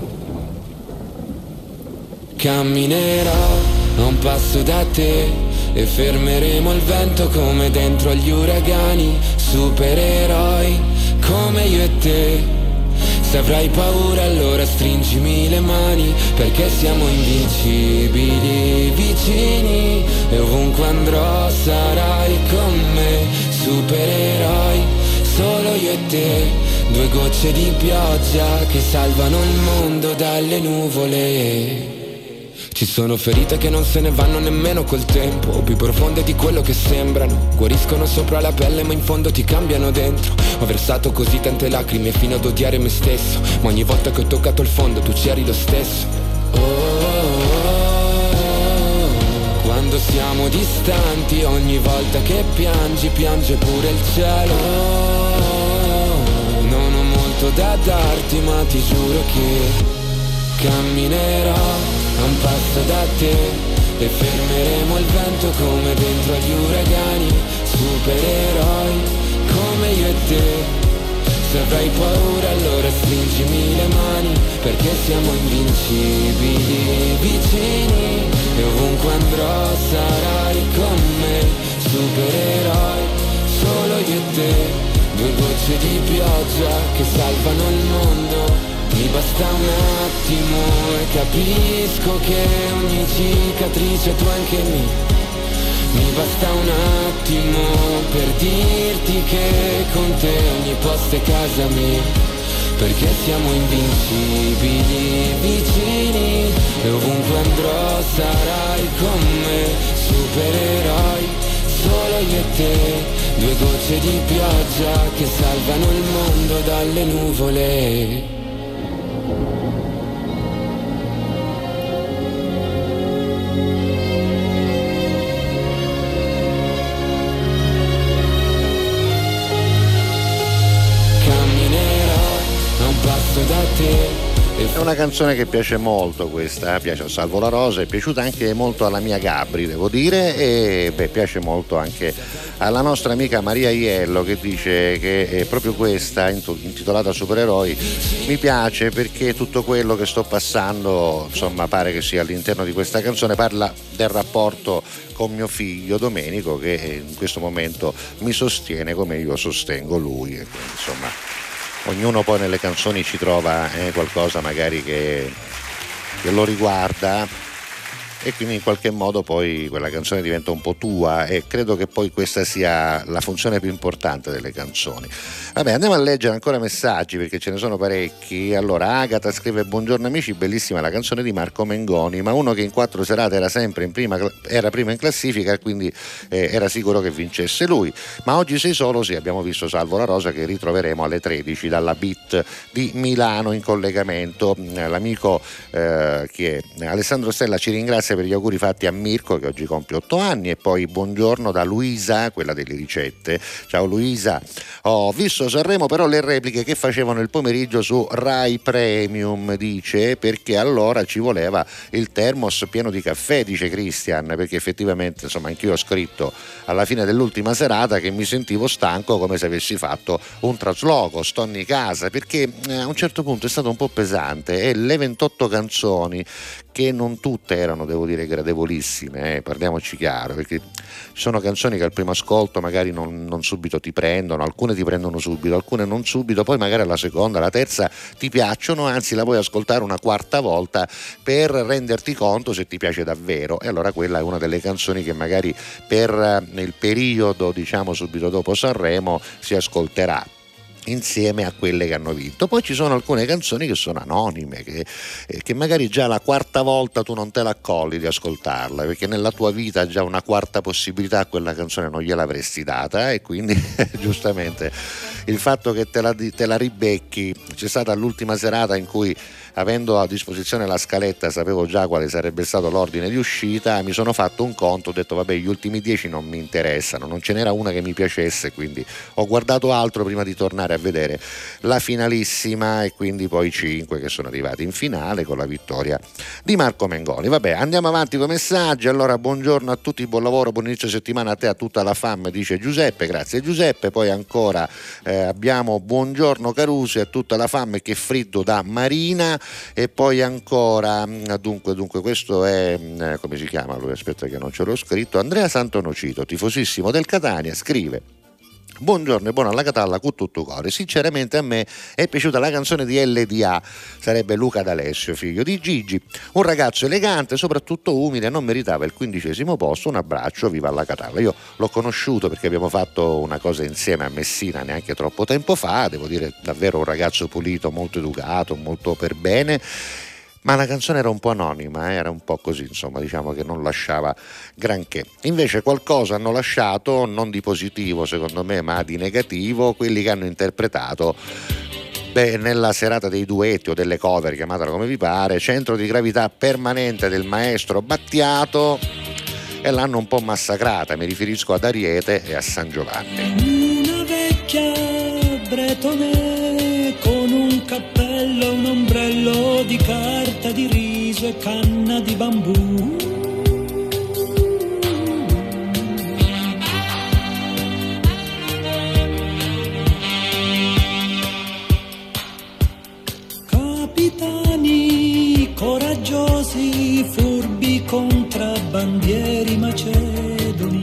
Camminerò a un passo da te e fermeremo il vento come dentro agli uragani. Supereroi come io e te. Se avrai paura allora stringimi le mani, perché siamo invincibili, vicini, e ovunque andrò sarai con me. Supereroi, solo io e te, due gocce di pioggia che salvano il mondo dalle nuvole. Ci sono ferite che non se ne vanno nemmeno col tempo, più profonde di quello che sembrano. Guariscono sopra la pelle ma in fondo ti cambiano dentro. Ho versato così tante lacrime fino ad odiare me stesso, ma ogni volta che ho toccato il fondo tu c'eri lo stesso. Oh, oh, oh. Quando siamo distanti ogni volta che piangi piange pure il cielo. Oh, non ho molto da darti ma ti giuro che camminerò a un passo da te e fermeremo il vento come dentro agli uragani. Supereroi come io e te. Se avrai paura allora stringimi le mani, perché siamo invincibili, vicini, e ovunque andrò sarai con me. Supereroi, solo io e te, due gocce di pioggia che salvano il mondo. Mi basta un attimo e capisco che ogni cicatrice tu anche mi. Mi basta un attimo per dirti che con te ogni posto è casa mia. Perché siamo invincibili, vicini, e ovunque andrò sarai con me. Supereroi, solo io e te, due gocce di pioggia che salvano il mondo dalle nuvole. Da te. È una canzone che piace molto questa, piace a Salvo La Rosa, è piaciuta anche molto alla mia Gabri, devo dire, e beh, piace molto anche alla nostra amica Maria Iello, che dice che è proprio questa, intitolata Supereroi, mi piace perché tutto quello che sto passando, insomma, pare che sia all'interno di questa canzone, parla del rapporto con mio figlio Domenico, che in questo momento mi sostiene come io sostengo lui, e quindi, insomma, ognuno poi nelle canzoni ci trova eh, qualcosa magari che che lo riguarda, e quindi in qualche modo poi quella canzone diventa un po' tua, e credo che poi questa sia la funzione più importante delle canzoni. Vabbè, andiamo a leggere ancora messaggi perché ce ne sono parecchi. Allora, Agata scrive: buongiorno amici, bellissima la canzone di Marco Mengoni, ma uno che in quattro serate era sempre in prima, era prima in classifica, e quindi eh, era sicuro che vincesse lui. Ma oggi sei solo, sì, abbiamo visto Salvo la Rosa, che ritroveremo alle tredici dalla Beat di Milano in collegamento. L'amico eh, che è Alessandro Stella ci ringrazia per gli auguri fatti a Mirko, che oggi compie otto anni, e poi buongiorno da Luisa, quella delle ricette. Ciao Luisa, ho visto Sanremo, però le repliche che facevano il pomeriggio su Rai Premium, dice, perché allora ci voleva il termos pieno di caffè, dice Christian, perché effettivamente, insomma, anch'io ho scritto alla fine dell'ultima serata che mi sentivo stanco come se avessi fatto un trasloco, stonni casa, perché eh, a un certo punto è stato un po' pesante, e le ventotto canzoni, che non tutte erano, devo dire, gradevolissime, eh, parliamoci chiaro, perché ci sono canzoni che al primo ascolto magari non, non subito ti prendono, alcune ti prendono subito, alcune non subito, poi magari alla seconda, alla terza ti piacciono, anzi la puoi ascoltare una quarta volta per renderti conto se ti piace davvero, e allora quella è una delle canzoni che magari per il periodo, diciamo, subito dopo Sanremo si ascolterà insieme a quelle che hanno vinto. Poi ci sono alcune canzoni che sono anonime, che, eh, che magari già la quarta volta tu non te la accogli di ascoltarla, perché nella tua vita già una quarta possibilità a quella canzone non gliel'avresti data, e quindi giustamente il fatto che te la, te la ribecchi. C'è stata l'ultima serata in cui, avendo a disposizione la scaletta, sapevo già quale sarebbe stato l'ordine di uscita, mi sono fatto un conto, ho detto vabbè, gli ultimi dieci non mi interessano, non ce n'era una che mi piacesse, quindi ho guardato altro prima di tornare a vedere la finalissima, e quindi poi i cinque che sono arrivati in finale con la vittoria di Marco Mengoni. Vabbè, andiamo avanti con i messaggi. Allora, buongiorno a tutti, buon lavoro, buon inizio settimana a te, a tutta la fam, dice Giuseppe. Grazie Giuseppe. Poi ancora eh, abbiamo buongiorno Carusi a tutta la fam, che freddo da Marina. E poi ancora, dunque dunque questo è, come si chiama lui, aspetta che non ce l'ho scritto, Andrea Santonocito, tifosissimo del Catania, scrive: buongiorno e buona alla Catalla con tutto cuore. Sinceramente a me è piaciuta la canzone di L D A, sarebbe Luca D'Alessio, figlio di Gigi, un ragazzo elegante, soprattutto umile, non meritava il quindicesimo posto. Un abbraccio, viva alla Catalla. Io l'ho conosciuto perché abbiamo fatto una cosa insieme a Messina neanche troppo tempo fa, devo dire davvero un ragazzo pulito, molto educato, molto per bene. Ma la canzone era un po' anonima, eh? Era un po' così, insomma, diciamo che non lasciava granché. Invece qualcosa hanno lasciato, non di positivo secondo me, ma di negativo, quelli che hanno interpretato, beh, nella serata dei duetti o delle cover, chiamatela come vi pare, Centro di gravità permanente del maestro Battiato, e l'hanno un po' massacrata. Mi riferisco ad Ariete e a San Giovanni. Una vecchia bretone con un cappello, un ombrello di carta di riso e canna di bambù. Capitani coraggiosi, furbi contrabbandieri macedoni.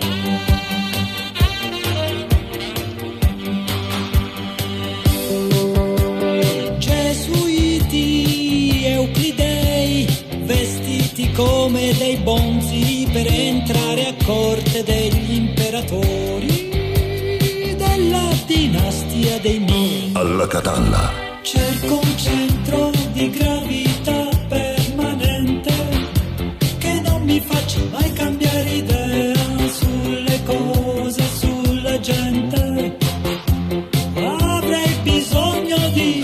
Come dei bonzi per entrare a corte degli imperatori della dinastia dei Ming. Alla Catalla. Cerco un centro di gravità permanente che non mi faccia mai cambiare idea sulle cose, sulla gente. Avrei bisogno di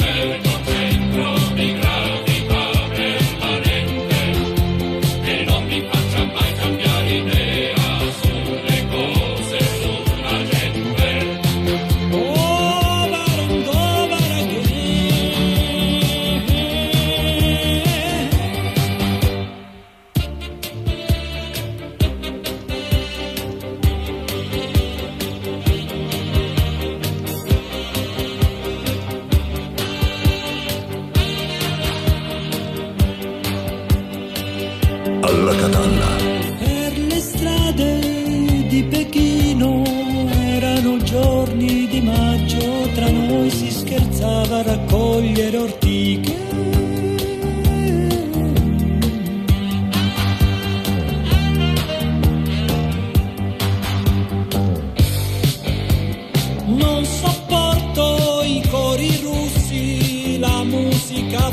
alla Catalla. Per le strade di Pechino erano giorni di maggio, tra noi si scherzava a raccogliere ortiche.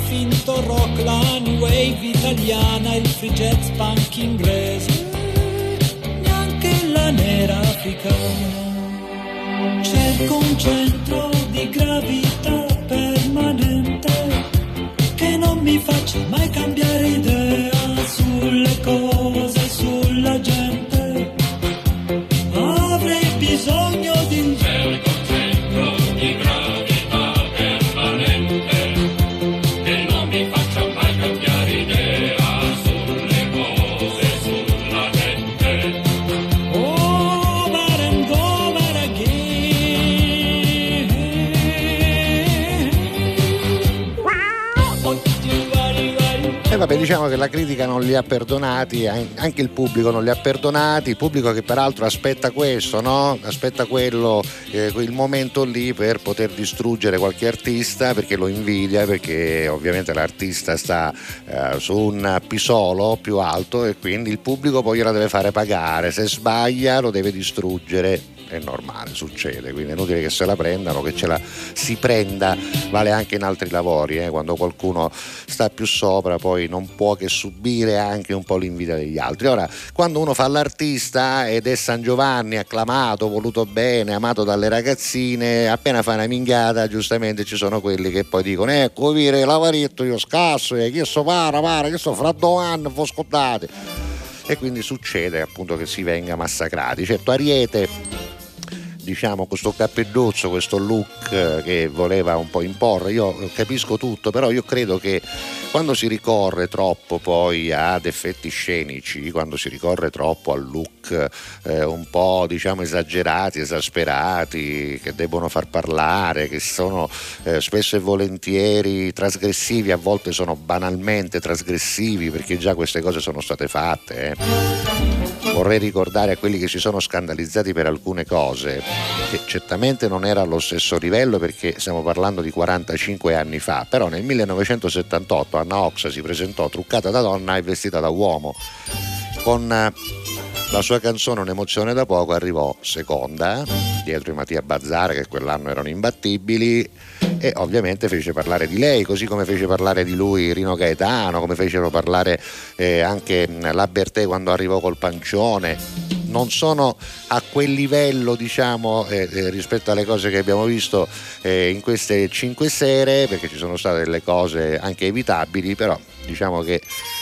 finto rock, la new wave italiana, il free jazz punk inglese, neanche la nera africana. Cerco un centro di gravità permanente che non mi faccia mai cambiare idea sulle cose, sulla gente. Avrei bisogno di un cerco centro di gravità permanente che non mi faccia mai cambiare idea sulle cose, sulla gente. Over and over again. E vabbè, diciamo che la critica non li ha perdonati, anche il pubblico non li ha perdonati, il pubblico che peraltro aspetta questo, no? Aspetta quello, eh, quel momento lì per poter distruggere qualche artista, perché lo invidia, perché ovviamente l'artista sta eh, su un pisolo più alto e quindi il pubblico poi gliela deve fare pagare, se sbaglia lo deve distruggere. È normale, succede, quindi è inutile che se la prendano, che ce la si prenda, vale anche in altri lavori, eh? Quando qualcuno sta più sopra poi non può che subire anche un po' l'invidia degli altri. Ora, quando uno fa l'artista ed è San Giovanni, acclamato, voluto bene, amato dalle ragazzine, appena fa una minchiata giustamente ci sono quelli che poi dicono ecco vire lavaretto io scasso e che so para para che so fra due anni fu scordate, e quindi succede appunto che si venga massacrati. Certo, Ariete, diciamo, questo cappelluzzo, questo look che voleva un po' imporre, io capisco tutto, però io credo che quando si ricorre troppo poi ad effetti scenici, quando si ricorre troppo al look eh, un po' diciamo esagerati, esasperati, che debbono far parlare, che sono eh, spesso e volentieri trasgressivi, a volte sono banalmente trasgressivi perché già queste cose sono state fatte, eh. Vorrei ricordare a quelli che si sono scandalizzati per alcune cose che certamente non era allo stesso livello perché stiamo parlando di quarantacinque anni fa, però nel millenovecentosettantotto Anna Ox si presentò truccata da donna e vestita da uomo. Con la sua canzone Un'emozione da poco arrivò seconda dietro i Mattia Bazzara, che quell'anno erano imbattibili, e ovviamente fece parlare di lei, così come fece parlare di lui Rino Gaetano, come fecero parlare eh, anche la Bertè quando arrivò col pancione. Non sono a quel livello, diciamo, eh, eh, rispetto alle cose che abbiamo visto eh, in queste cinque sere, perché ci sono state delle cose anche evitabili, però diciamo che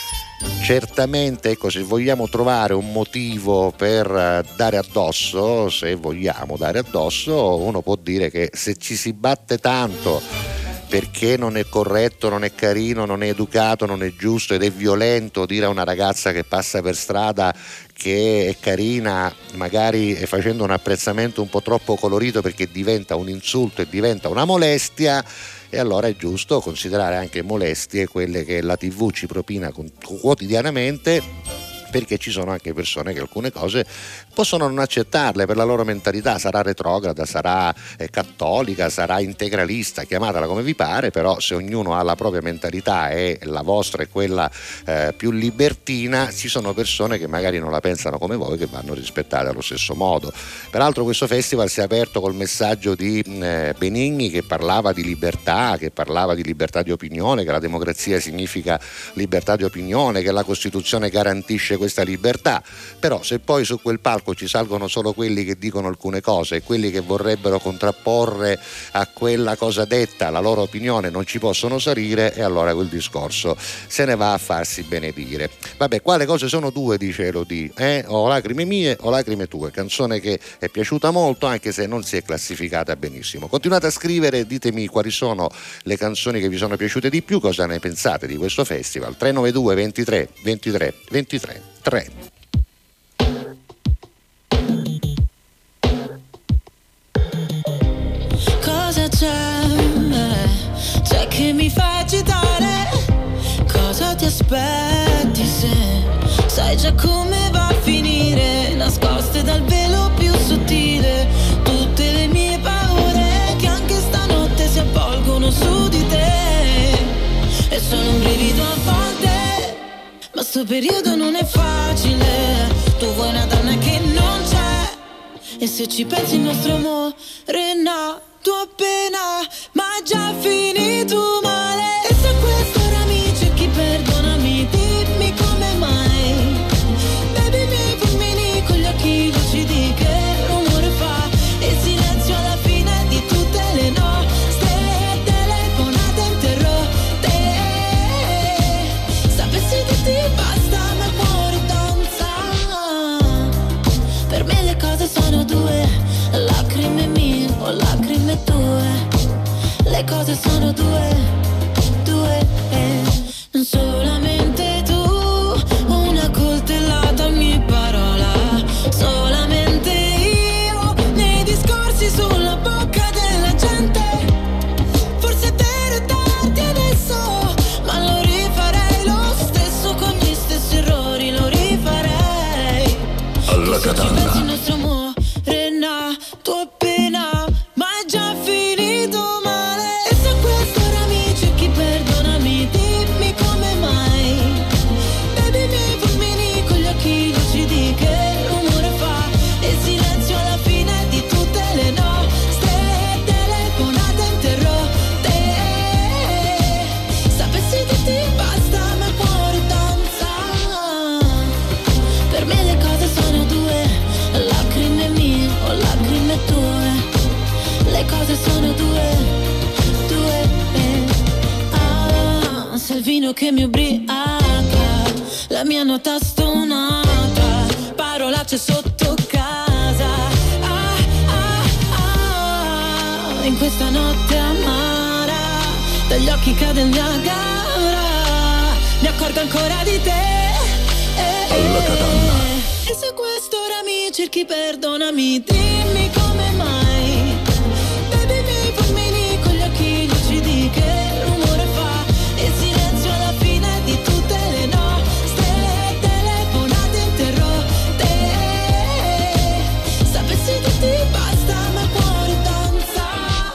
certamente, ecco, se vogliamo trovare un motivo per dare addosso, se vogliamo dare addosso, uno può dire che se ci si batte tanto perché non è corretto, non è carino, non è educato, non è giusto ed è violento dire a una ragazza che passa per strada che è carina, magari facendo un apprezzamento un po' troppo colorito, perché diventa un insulto e diventa una molestia, e allora è giusto considerare anche molestie quelle che la tivù ci propina quotidianamente, perché ci sono anche persone che alcune cose possono non accettarle per la loro mentalità, sarà retrograda, sarà eh, cattolica, sarà integralista, chiamatela come vi pare, però se ognuno ha la propria mentalità e la vostra è quella eh, più libertina, ci sono persone che magari non la pensano come voi, che vanno rispettate allo stesso modo. Peraltro questo festival si è aperto col messaggio di eh, Benigni, che parlava di libertà, che parlava di libertà di opinione, che la democrazia significa libertà di opinione, che la Costituzione garantisce questa libertà, però se poi su quel palco ci salgono solo quelli che dicono alcune cose e quelli che vorrebbero contrapporre a quella cosa detta la loro opinione non ci possono salire, e allora quel discorso se ne va a farsi benedire. Vabbè, qua le cose sono due, dice Elodie, eh? o lacrime mie o lacrime tue, canzone che è piaciuta molto anche se non si è classificata benissimo. Continuate a scrivere, ditemi quali sono le canzoni che vi sono piaciute di più, cosa ne pensate di questo festival. Tre nove due ventitré ventitré ventitré tre. Cosa c'è? C'è che mi fa agitare? Cosa ti aspetti se sai già come va a finire? Nascoste dal velo più sottile tutte le mie paure che anche stanotte si avvolgono su di te, e sono un brivido a volte. Ma sto periodo non è facile, tu vuoi una donna che non c'è, e se ci pensi il nostro amore è nato appena, ma è già finito male. E se questo vino che mi ubriaca, la mia nota stonata, parolacce sotto casa. Ah, ah, ah, in questa notte amara, dagli occhi cade il Niagara, mi accorgo ancora di te. Eh, Alla Catalla. E se a quest'ora mi cerchi, perdonami, dimmi come mai. Baby, mi fulmini con gli occhi lucidi, che rumore fa il silenzio alla fine di tutte le nostre telefonate interrotte. Sapessi che ti basta, ma il cuore danza.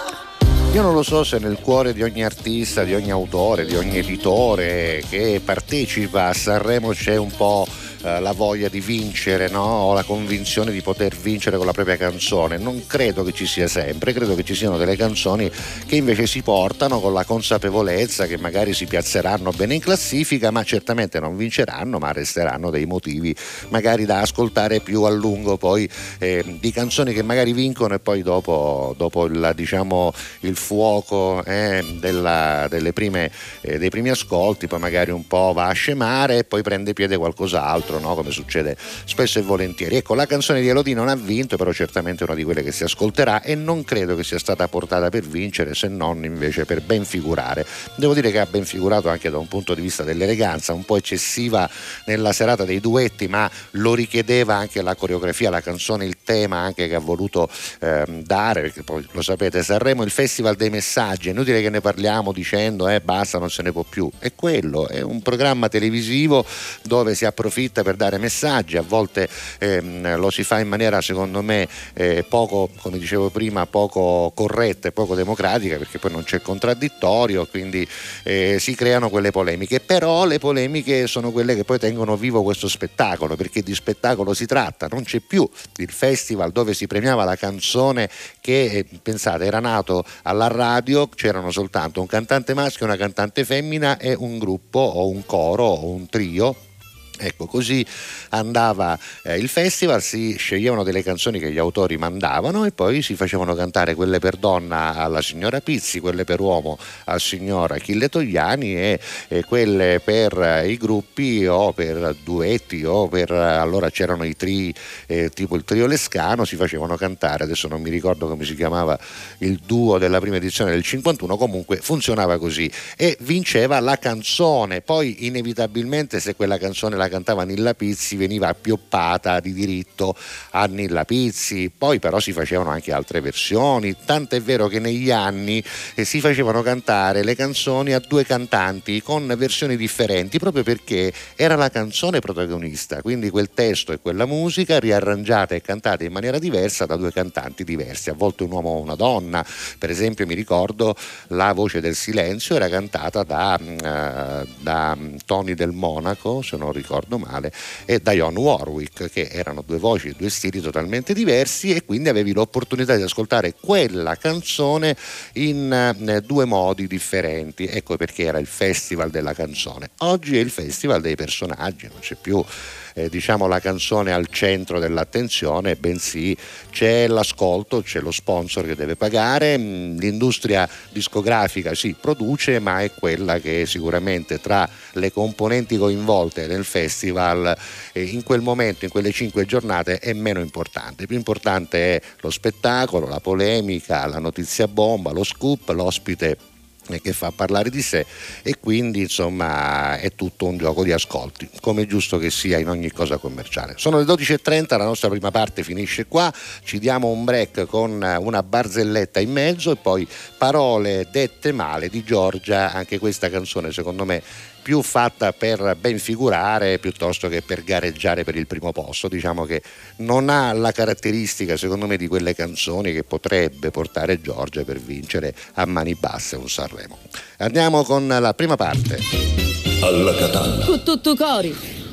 Io non lo so se nel cuore di ogni artista, di ogni autore, di ogni editore che partecipa a Sanremo c'è un po' la voglia di vincere, no? O la convinzione di poter vincere con la propria canzone. Non credo che ci sia sempre, credo che ci siano delle canzoni che invece si portano con la consapevolezza che magari si piazzeranno bene in classifica, ma certamente non vinceranno, ma resteranno dei motivi magari da ascoltare più a lungo, poi eh, di canzoni che magari vincono e poi dopo, dopo il, diciamo, il fuoco eh, della, delle prime, eh, dei primi ascolti poi magari un po' va a scemare e poi prende piede qualcos'altro, no? Come succede spesso e volentieri. Ecco, la canzone di Elodie non ha vinto, però certamente è una di quelle che si ascolterà e non credo che sia stata portata per vincere, se non invece per ben figurare. Devo dire che ha ben figurato anche da un punto di vista dell'eleganza, un po' eccessiva nella serata dei duetti, ma lo richiedeva anche la coreografia, la canzone, il tema anche che ha voluto ehm, dare, perché poi lo sapete, Sanremo è il festival dei messaggi, è inutile che ne parliamo dicendo eh basta, non se ne può più. È quello, è un programma televisivo dove si approfitta per dare messaggi, a volte ehm, lo si fa in maniera secondo me eh, poco, come dicevo prima, poco corretta e poco democratica, perché poi non c'è contraddittorio, quindi eh, si creano quelle polemiche, però le polemiche sono quelle che poi tengono vivo questo spettacolo, perché di spettacolo si tratta. Non c'è più il festival dove si premiava la canzone che eh, pensate era nato alla radio, c'erano soltanto un cantante maschio, una cantante femmina e un gruppo o un coro o un trio. Ecco, così andava eh, il festival, si sceglievano delle canzoni che gli autori mandavano e poi si facevano cantare quelle per donna alla signora Pizzi, quelle per uomo al signor Achille Togliani e, e quelle per eh, i gruppi o per duetti o per eh, allora c'erano i tri, eh, tipo il trio Lescano, si facevano cantare, adesso non mi ricordo come si chiamava il duo della prima edizione del cinquantuno, comunque funzionava così e vinceva la canzone. Poi inevitabilmente, se quella canzone la cantava Nilla Pizzi, veniva appioppata di diritto a Nilla Pizzi. Poi però si facevano anche altre versioni, tant'è vero che negli anni eh, si facevano cantare le canzoni a due cantanti con versioni differenti, proprio perché era la canzone protagonista, quindi quel testo e quella musica riarrangiata e cantata in maniera diversa da due cantanti diversi, a volte un uomo o una donna. Per esempio mi ricordo La voce del silenzio era cantata da, uh, da Tony del Monaco, se non ricordo male, e Dionne Warwick, che erano due voci, due stili totalmente diversi, e quindi avevi l'opportunità di ascoltare quella canzone in eh, due modi differenti. Ecco perché era il festival della canzone. Oggi è il festival dei personaggi, non c'è più eh, diciamo la canzone al centro dell'attenzione, bensì c'è l'ascolto, c'è lo sponsor che deve pagare, l'industria discografica si produce, ma è quella che sicuramente tra le componenti coinvolte nel festival eh, in quel momento, in quelle cinque giornate, è meno importante. Più importante è lo spettacolo, la polemica, la notizia bomba, lo scoop, l'ospite che fa parlare di sé, e quindi insomma è tutto un gioco di ascolti, come è giusto che sia in ogni cosa commerciale. Sono le dodici e trenta, la nostra prima parte finisce qua, ci diamo un break con una barzelletta in mezzo e poi Parole dette male di Giorgia, anche questa canzone secondo me più fatta per ben figurare piuttosto che per gareggiare per il primo posto. Diciamo che non ha la caratteristica secondo me di quelle canzoni che potrebbe portare Giorgia per vincere a mani basse un Sanremo. Andiamo con la prima parte. Alla Catalla. Con tutto cori.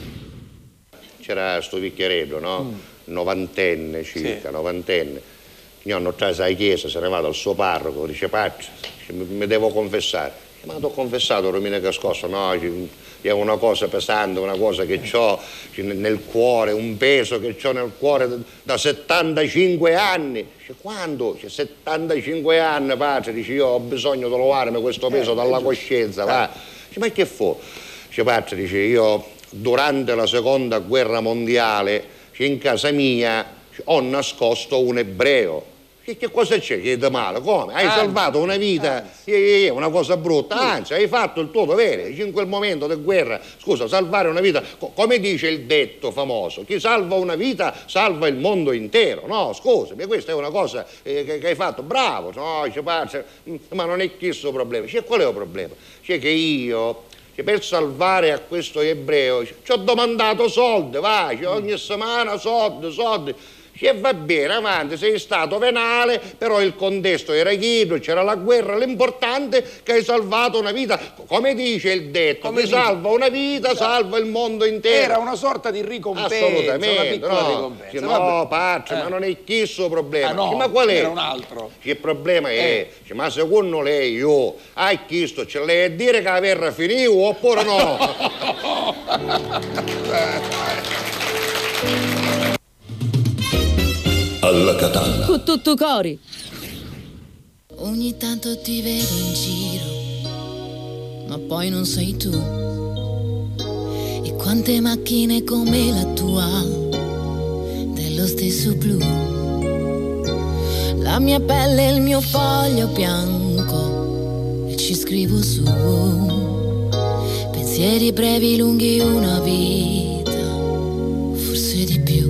C'era sto vecchierello, no? Mm. Novantenne circa, sì. novantenne. Io hanno preso alla chiesa, se ne va dal suo parroco, dice padre, mi devo confessare. Ma ti ho confessato, Romina Cascosso, no, è una cosa pesante, una cosa che ho nel cuore, un peso che ho nel cuore da settantacinque anni. Dice, quando? Dice, settantacinque anni, padre, dice, io ho bisogno di levarmi questo peso dalla coscienza, va. Ma che fu? Dice, padre, dice, io durante la seconda guerra mondiale in casa mia ho nascosto un ebreo. Che, che cosa c'è che è da male? Come? Hai anzi, salvato una vita, è una cosa brutta, anzi hai fatto il tuo dovere in quel momento di guerra. Scusa, salvare una vita, come dice il detto famoso, chi salva una vita salva il mondo intero. No, scusami, questa è una cosa eh, che, che hai fatto, bravo, no, dice, ma non è questo il problema. Cioè, qual è il problema? Cioè che io per salvare a questo ebreo ci ho domandato soldi, vai, ogni settimana soldi, soldi. Che va bene, avanti, sei stato venale, però il contesto era chiaro, c'era la guerra, l'importante è che hai salvato una vita. Come dice il detto, chi salva una vita salva il mondo intero. Era una sorta di ricompensa, assolutamente, una piccola no. ricompensa. Sì, no, padre, eh. ma non è questo il problema. Ah, no, ma qual è? Era un altro. Il problema è, eh. ma secondo lei io, hai chiesto, ce lei a dire che la guerra finì oppure no? Alla Catalla. Con tutto cori. Ogni tanto ti vedo in giro, ma poi non sei tu. E quante macchine come la tua, dello stesso blu. La mia pelle è il mio foglio bianco e ci scrivo su. Pensieri brevi, lunghi, una vita, forse di più.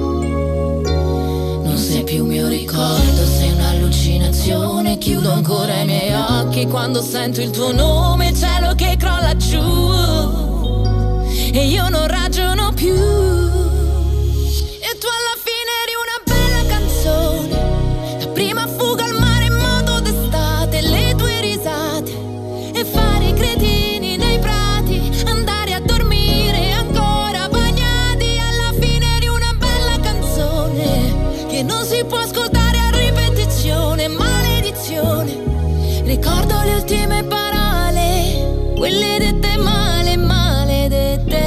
Sei più mio ricordo, sei un'allucinazione. Chiudo ancora i miei occhi quando sento il tuo nome. Il cielo che crolla giù e io non ragiono più. E tu alla fine eri una bella canzone, la prima fuga al mare in modo d'estate. Le tue risate e fare i cretini nei prati, andare a dormire ancora bagnati. Alla fine eri una bella canzone che non si può ascoltare a ripetizione, maledizione. Ricordo le ultime parole, quelle dette male, maledette.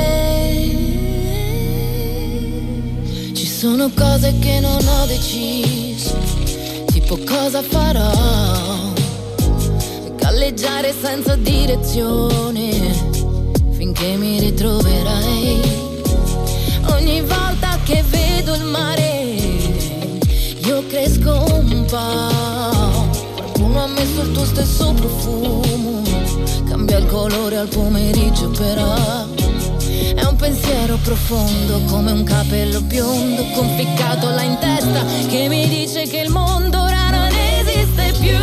Ci sono cose che non ho deciso, tipo cosa farò. Galleggiare senza direzione, finché mi ritroverai. Ogni volta che vedo il mare io cresco un po'. Qualcuno ha messo il tuo stesso profumo, cambia il colore al pomeriggio però. È un pensiero profondo come un capello biondo conficcato là in testa, che mi dice che il mondo ora non esiste più.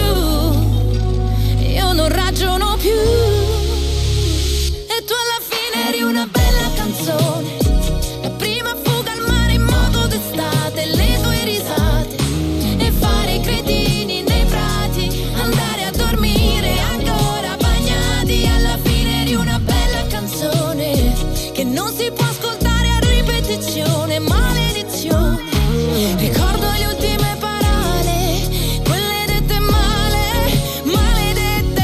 Io non ragiono più. E tu alla fine eri una bella canzone, la prima fuga al mare in modo d'estate. Le tue risate e fare i cretini nei prati, andare a dormire ancora bagnati. Alla fine eri una bella canzone che non si può ascoltare a ripetizione, maledizione. Ricordo le ultime parole, quelle dette male, maledette.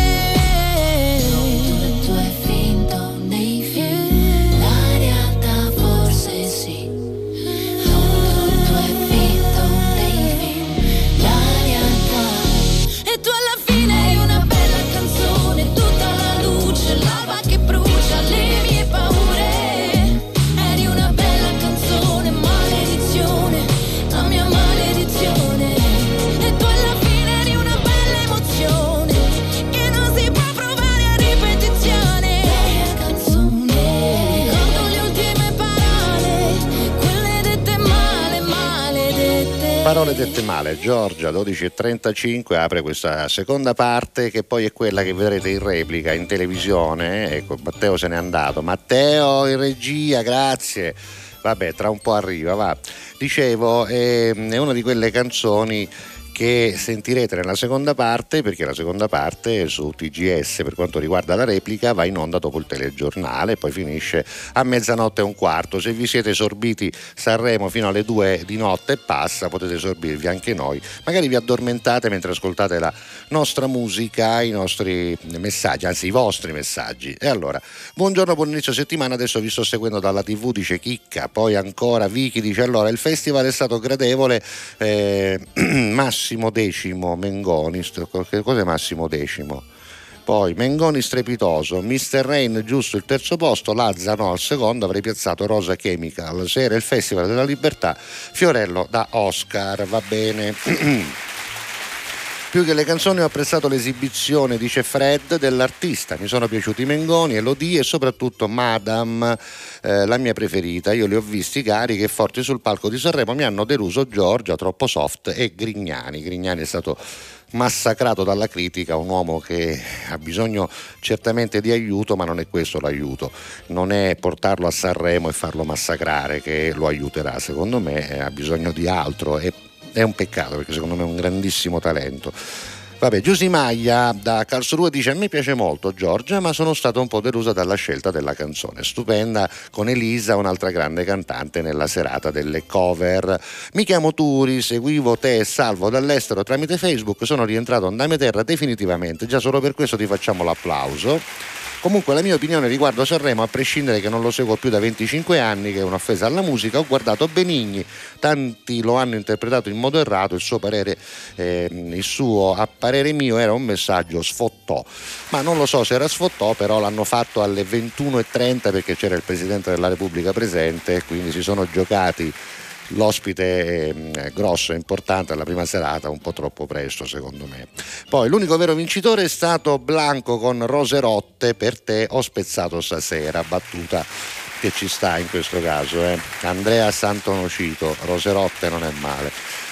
Tutto è finto nei film, la realtà forse sì. Tutto è finto nei film, la realtà. E tu alla fine eri una bella canzone, tutta la luce, l'alba che brucia le mie paure. Eri una bella canzone, maledizione, la mia maledizione. E tu alla fine eri una bella emozione che non si può provare a ripetizione. Bella canzone. Ricordo le ultime parole, quelle dette male, maledette. Parole dette male. Giorgia dodici e trentacinque apre questa seconda parte, che poi è quella che vedrete in replica in televisione. Ecco, Matteo se n'è andato. Matteo in regia, grazie. Vabbè, tra un po' arriva, va. Dicevo, è, è una di quelle canzoni che sentirete nella seconda parte, perché la seconda parte su T G S per quanto riguarda la replica va in onda dopo il telegiornale e poi finisce a mezzanotte e un quarto. Se vi siete sorbiti Sanremo fino alle due di notte e passa, potete sorbirvi anche noi, magari vi addormentate mentre ascoltate la nostra musica, i nostri messaggi, anzi i vostri messaggi. E allora, buongiorno, buon inizio settimana, adesso vi sto seguendo dalla tivù, dice Chicca. Poi ancora Vicky dice, allora il festival è stato gradevole, eh, Massimo Decimo Mengoni, che cos'è Massimo Decimo? Poi Mengoni strepitoso, mister Rain giusto il terzo posto, Lazza no al secondo, avrei piazzato Rosa Chemical. Se era il Festival della Libertà, Fiorello da Oscar, va bene. Più che le canzoni ho apprezzato l'esibizione, dice Fred, dell'artista, mi sono piaciuti Mengoni, Elodie e soprattutto Madame, eh, la mia preferita. Io li ho visti carichi e forti sul palco di Sanremo, mi hanno deluso Giorgia, troppo soft, e Grignani. Grignani è stato massacrato dalla critica, un uomo che ha bisogno certamente di aiuto, ma non è questo l'aiuto, non è portarlo a Sanremo e farlo massacrare che lo aiuterà, secondo me ha bisogno di altro e è un peccato perché secondo me è un grandissimo talento. Vabbè, Giusy Maglia da Karlsruhe dice: a me piace molto Giorgia, ma sono stata un po' delusa dalla scelta della canzone, stupenda con Elisa, un'altra grande cantante nella serata delle cover. Mi chiamo Turi, seguivo te e Salvo dall'estero tramite Facebook, sono rientrato nella mia terra definitivamente, già solo per questo ti facciamo l'applauso. Comunque la mia opinione riguardo Sanremo, a prescindere che non lo seguo più da venticinque anni, che è un'offesa alla musica, ho guardato Benigni, tanti lo hanno interpretato in modo errato, il suo parere, eh, il suo a parere mio era un messaggio sfottò, ma non lo so se era sfottò, però l'hanno fatto alle ventuno e trenta perché c'era il Presidente della Repubblica presente, quindi si sono giocati l'ospite eh, grosso e importante alla prima serata un po' troppo presto secondo me. Poi l'unico vero vincitore è stato Blanco con Rose rotte, per te ho spezzato stasera, battuta che ci sta in questo caso, eh. Andrea Santonocito, Rose rotte non è male.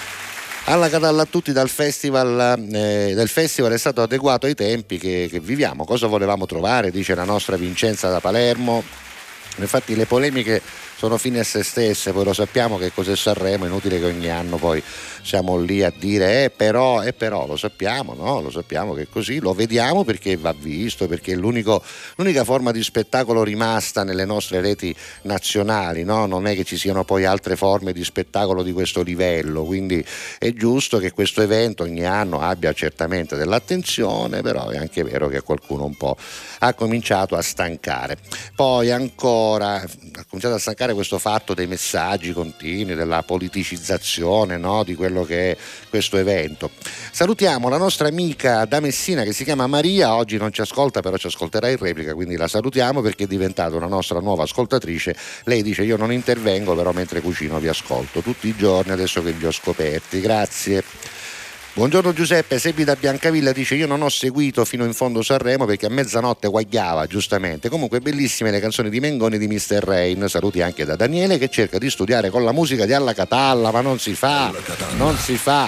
Alla Catalla a tutti dal festival, eh, del festival è stato adeguato ai tempi che, che viviamo, cosa volevamo trovare, dice la nostra Vincenza da Palermo. Infatti le polemiche sono fine a se stesse, poi lo sappiamo che cos'è Sanremo, è inutile che ogni anno poi siamo lì a dire eh però, eh però, lo sappiamo, no? Lo sappiamo che è così, lo vediamo perché va visto, perché è l'unico, l'unica forma di spettacolo rimasta nelle nostre reti nazionali, no? Non è che ci siano poi altre forme di spettacolo di questo livello, quindi è giusto che questo evento ogni anno abbia certamente dell'attenzione, però è anche vero che qualcuno un po' ha cominciato a stancare. Poi ancora ha cominciato a stancare questo fatto dei messaggi continui, della politicizzazione, no? Di quello che è questo evento. Salutiamo la nostra amica da Messina che si chiama Maria, oggi non ci ascolta però ci ascolterà in replica, quindi la salutiamo perché è diventata una nostra nuova ascoltatrice. Lei dice: io non intervengo però mentre cucino vi ascolto tutti i giorni adesso che vi ho scoperti, grazie. Buongiorno Giuseppe, Sebi da Biancavilla dice: io non ho seguito fino in fondo Sanremo perché a mezzanotte guagliava, giustamente. Comunque bellissime le canzoni di Mengoni e di mister Rain. Saluti anche da Daniele che cerca di studiare con la musica di Alla Catalla, ma non si fa, non si fa,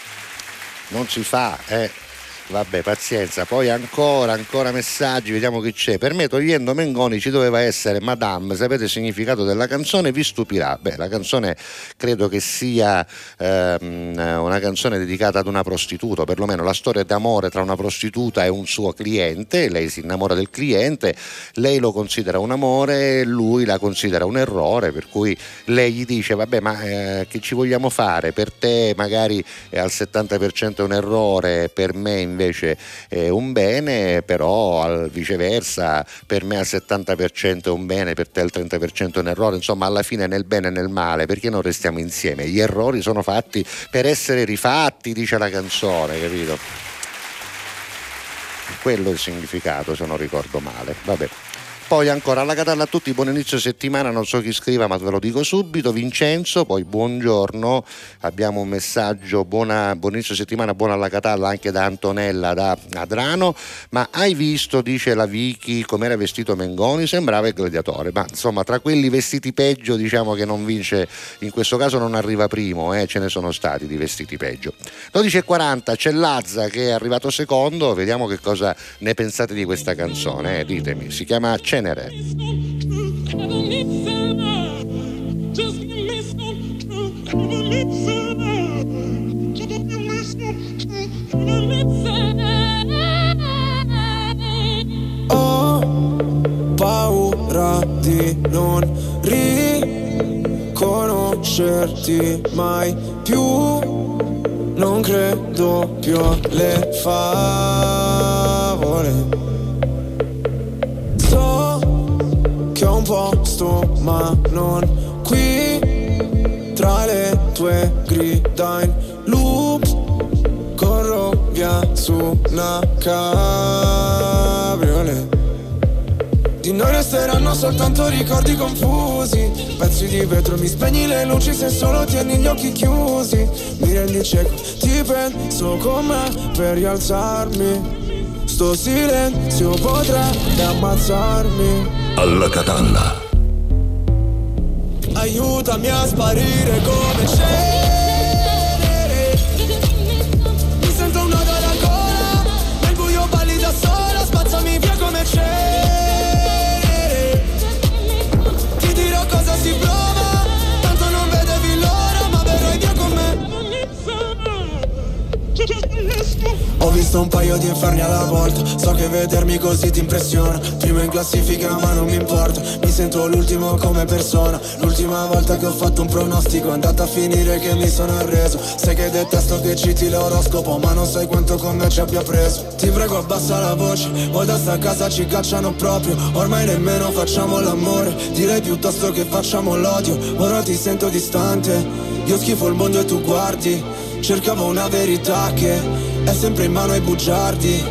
non si fa, eh. Vabbè, pazienza. Poi ancora, ancora messaggi, vediamo chi c'è. Per me togliendo Mengoni ci doveva essere Madame, sapete il significato della canzone? Vi stupirà. Beh, la canzone credo che sia ehm, una canzone dedicata ad una prostituta, perlomeno la storia d'amore tra una prostituta e un suo cliente. Lei si innamora del cliente, lei lo considera un amore, lui la considera un errore, per cui lei gli dice: vabbè, ma eh, che ci vogliamo fare? Per te magari è al settanta per cento un errore, per me invece è un bene, però al viceversa per me al settanta per cento è un bene, per te al trenta per cento è un errore, insomma alla fine nel bene e nel male, perché non restiamo insieme? Gli errori sono fatti per essere rifatti, dice la canzone, capito? Quello è il significato, se non ricordo male. Vabbè. Poi ancora alla Catalla a tutti, buon inizio settimana, non so chi scriva ma ve lo dico subito, Vincenzo. Poi buongiorno, abbiamo un messaggio, buona, buon inizio settimana, buona alla Catalla anche da Antonella da Adrano. Ma hai visto, dice la Vicky, com'era vestito Mengoni? Sembrava il gladiatore, ma insomma tra quelli vestiti peggio diciamo che non vince, in questo caso non arriva primo, eh, ce ne sono stati di vestiti peggio. dodici e quaranta c'è Lazza che è arrivato secondo, vediamo che cosa ne pensate di questa canzone, eh, ditemi, si chiama Cenere. Ho paura di non riconoscerti mai più, non credo più alle favole. Che ho un posto ma non qui, tra le tue grida in loop, corro via su una casa. cabriolet. Di noi resteranno soltanto ricordi confusi, pezzi di vetro, mi spegni le luci se solo tieni gli occhi chiusi. Mi rendi cieco, ti penso con me per rialzarmi. Sto silenzio potrebbe ammazzarmi. Alla Catalla. Aiutami a sparire come cenere. Mi sento un nodo alla gola, nel buio balli da sola, spazzami via come cenere. Ti dirò cosa si prova, tanto non vedevi l'ora, ma verrai via con me. Ho visto un paio di inferni alla volta, so che vedermi così ti impressiona. Primo in classifica ma non mi importa, mi sento l'ultimo come persona. L'ultima volta che ho fatto un pronostico è andata a finire che mi sono arreso. Sai che detesto che citi l'oroscopo, ma non sai quanto con me ci abbia preso. Ti prego abbassa la voce, poi da sta casa ci cacciano proprio. Ormai nemmeno facciamo l'amore, direi piuttosto che facciamo l'odio. Ora ti sento distante, io schifo il mondo e tu guardi. Cercavo una verità che è sempre in mano ai bugiardi.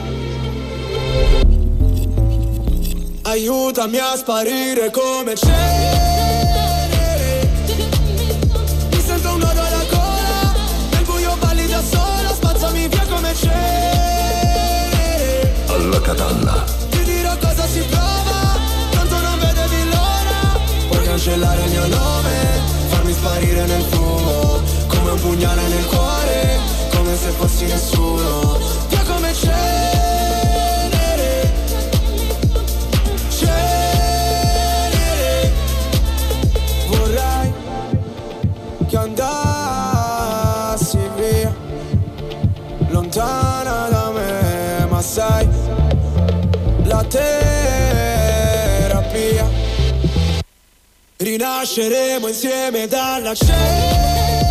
Aiutami a sparire come cenere. Mi sento un nodo alla gola, nel buio balli da sola, spazzami via come cenere. Alla Catalla. Ti dirò cosa si prova, tanto non vedevi l'ora. Puoi cancellare il mio nome, farmi sparire nel fumo, come un pugnale nel cuore, come se fossi nessuno. Via come cenere, cenere. Vorrei che andassi via, lontana da me, ma sai, la terapia. Rinasceremo insieme dalla cenere.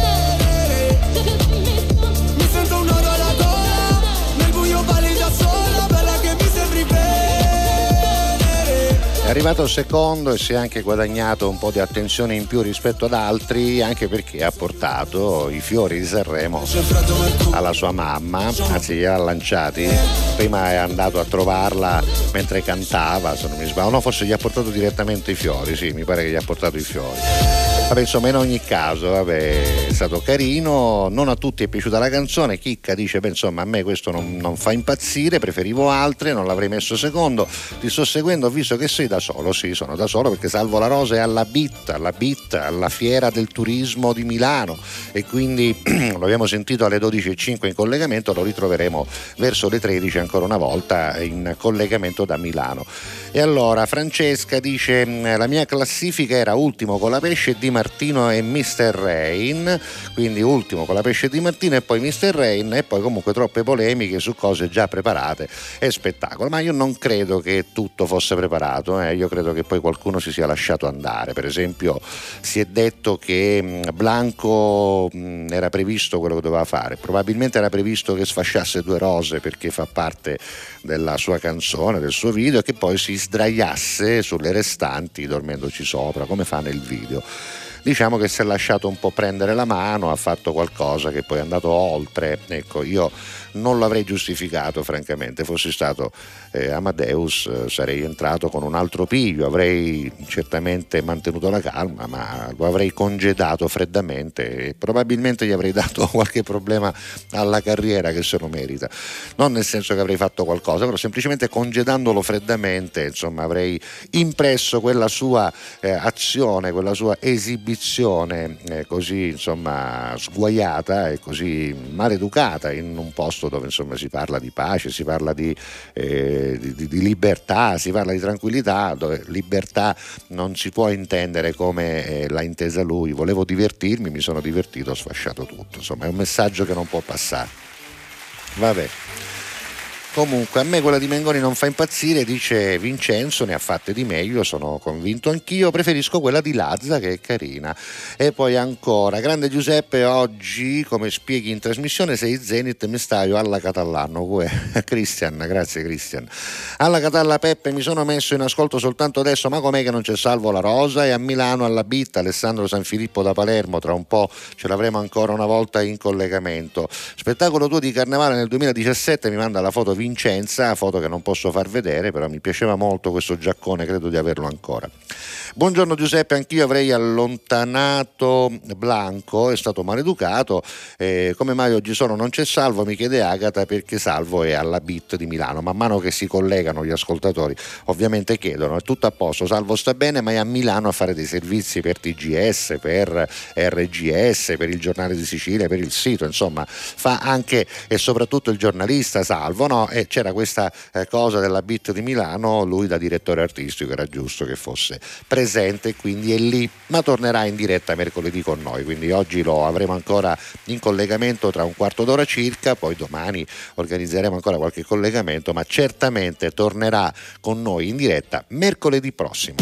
È arrivato secondo e si è anche guadagnato un po' di attenzione in più rispetto ad altri, anche perché ha portato i fiori di Sanremo alla sua mamma, anzi li ha lanciati. Prima è andato a trovarla mentre cantava, se non mi sbaglio, no, forse gli ha portato direttamente i fiori, sì, mi pare che gli ha portato i fiori. Vabbè, insomma, in ogni caso, vabbè, è stato carino, non a tutti è piaciuta la canzone. Chicca dice, beh, insomma, a me questo non, non fa impazzire, preferivo altre, non l'avrei messo secondo. Ti sto seguendo, ho visto che sei da solo. Sì, sono da solo perché Salvo La Rosa è alla B I T, alla B I T, alla Fiera del Turismo di Milano, e quindi lo abbiamo sentito alle dodici e cinque in collegamento, lo ritroveremo verso le tredici ancora una volta in collegamento da Milano. E allora Francesca dice, la mia classifica era ultimo con la Pesce, Di Martino e mister Rain, quindi ultimo con la Pesce Di Martino e poi mister Rain, e poi comunque troppe polemiche su cose già preparate e spettacolo. Ma io non credo che tutto fosse preparato, eh. Io credo che poi qualcuno si sia lasciato andare. Per esempio si è detto che Blanco era previsto quello che doveva fare, probabilmente era previsto che sfasciasse Due Rose perché fa parte della sua canzone, del suo video, e che poi si sdraiasse sulle restanti dormendoci sopra come fa nel video. Diciamo che si è lasciato un po' prendere la mano, ha fatto qualcosa che poi è andato oltre. Ecco, io non l'avrei giustificato, francamente. Fossi stato eh, Amadeus, eh, sarei entrato con un altro piglio, avrei certamente mantenuto la calma, ma lo avrei congedato freddamente e probabilmente gli avrei dato qualche problema alla carriera che se lo merita. Non nel senso che avrei fatto qualcosa, però semplicemente congedandolo freddamente, insomma, avrei impresso quella sua eh, azione, quella sua esibizione eh, così, insomma, sguaiata e così maleducata in un posto dove, insomma, si parla di pace, si parla di, eh, di, di libertà, si parla di tranquillità, dove libertà non si può intendere come eh, l'ha intesa lui. Volevo divertirmi, mi sono divertito, ho sfasciato tutto. Insomma, è un messaggio che non può passare. Vabbè. Comunque a me quella di Mengoni non fa impazzire, dice Vincenzo, ne ha fatte di meglio, sono convinto anch'io, preferisco quella di Lazza che è carina. E poi ancora, grande Giuseppe, oggi come spieghi in trasmissione sei Zenit, mi staio alla Catallano, Cristian, grazie Cristian. Alla Catalla Peppe, mi sono messo in ascolto soltanto adesso, ma com'è che non c'è Salvo La Rosa? E a Milano alla B I T, Alessandro Sanfilippo da Palermo, tra un po' ce l'avremo ancora una volta in collegamento. Spettacolo tuo di Carnevale nel duemiladiciassette, mi manda la foto Vincenza, foto che non posso far vedere, però mi piaceva molto questo giaccone, credo di averlo ancora. Buongiorno Giuseppe, anch'io avrei allontanato Blanco, è stato maleducato, eh, come mai oggi sono non c'è Salvo, mi chiede Agata, perché Salvo è alla Beat di Milano. Man mano che si collegano gli ascoltatori ovviamente chiedono, è tutto a posto, Salvo sta bene, ma è a Milano a fare dei servizi per T G S, per R G S, per il Giornale di Sicilia, per il sito, insomma fa anche e soprattutto il giornalista Salvo, no? E c'era questa eh, cosa della Beat di Milano, lui da direttore artistico era giusto che fosse presente, quindi è lì, ma tornerà in diretta mercoledì con noi, quindi oggi lo avremo ancora in collegamento tra un quarto d'ora circa, poi domani organizzeremo ancora qualche collegamento, ma certamente tornerà con noi in diretta mercoledì prossimo.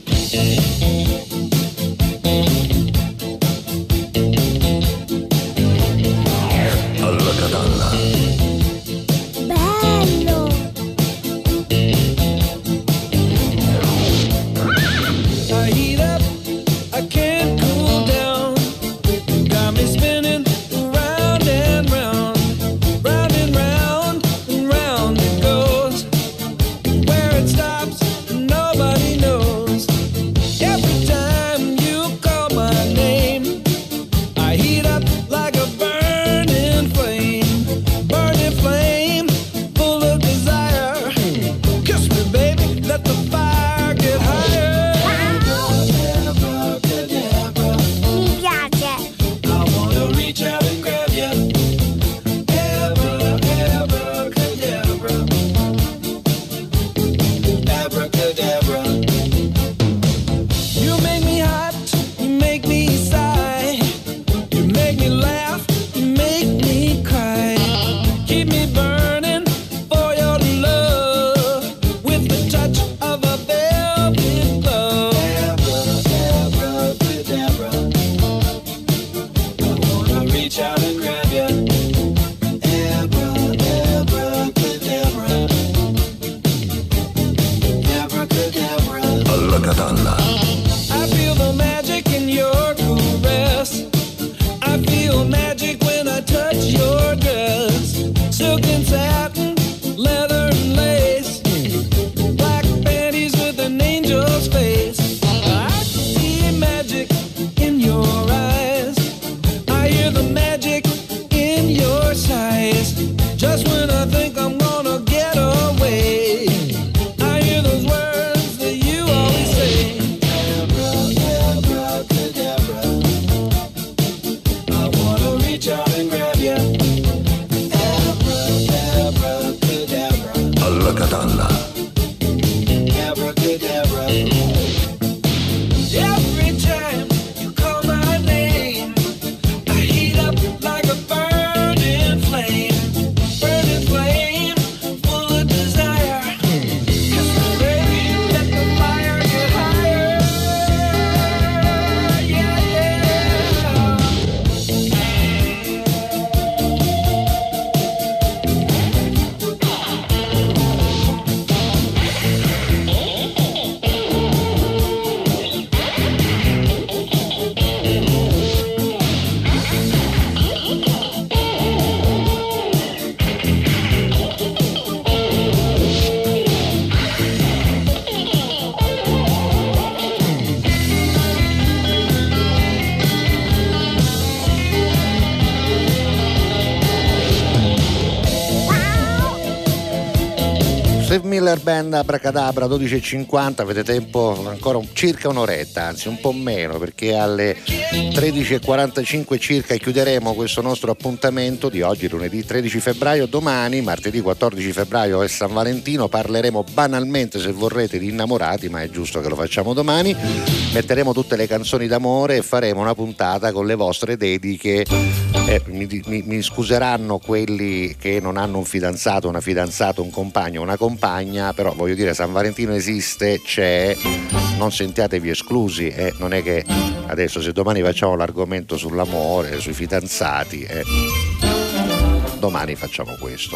Alla Catalla. Bello! I heat up, I can't cool down. Got me spinning round and round, round and round and round it goes. Where it stops, nobody knows. Every time you call my name, I heat up like a burning flame, burning flame, full of desire. Kiss me, baby, let the fire get higher. Mi piace! I wanna reach out and grab you. Abra, abracadabra. Abracadabra. You make me hot, you make me sigh. You make me laugh, you make me cry. Keep me burning for your love with the touch of a velvet glove. Abracadabra. I wanna reach out and grab you. Abra, abracadabra. Abracadabra. Alla Catalla. I feel the magic in your caress. I feel magic when I touch your dress. Silk and satin, leather and lace. Black panties with an angel's face. I see magic in your eyes. I hear the magic in your sighs. Just when I think I'm gonna get away, I hear those words that you always say. Abracadabra. I wanna reach out and grab you. Abracadabra. Alla Catalla. Abracadabra. Every time you call my name, I heat up like a burning flame, burning flame, full of desire. Kiss me, baby, let the fire get higher. Yeah, yeah. Steve Miller Band, Abracadabra, dodici e cinquanta, avete tempo ancora un, circa un'oretta, anzi un po' meno, perché alle tredici e quarantacinque circa chiuderemo questo nostro appuntamento di oggi, lunedì tredici febbraio. Domani, martedì quattordici febbraio, è San Valentino, parleremo banalmente, se vorrete, di innamorati, ma è giusto che lo facciamo domani. Metteremo tutte le canzoni d'amore e faremo una puntata con le vostre dediche. Eh, mi, mi, mi scuseranno quelli che non hanno un fidanzato, una fidanzata, un compagno, una compagna, però voglio dire, San Valentino esiste, c'è, non sentiatevi esclusi, eh, non è che adesso se domani facciamo l'argomento sull'amore, sui fidanzati, eh, domani facciamo questo.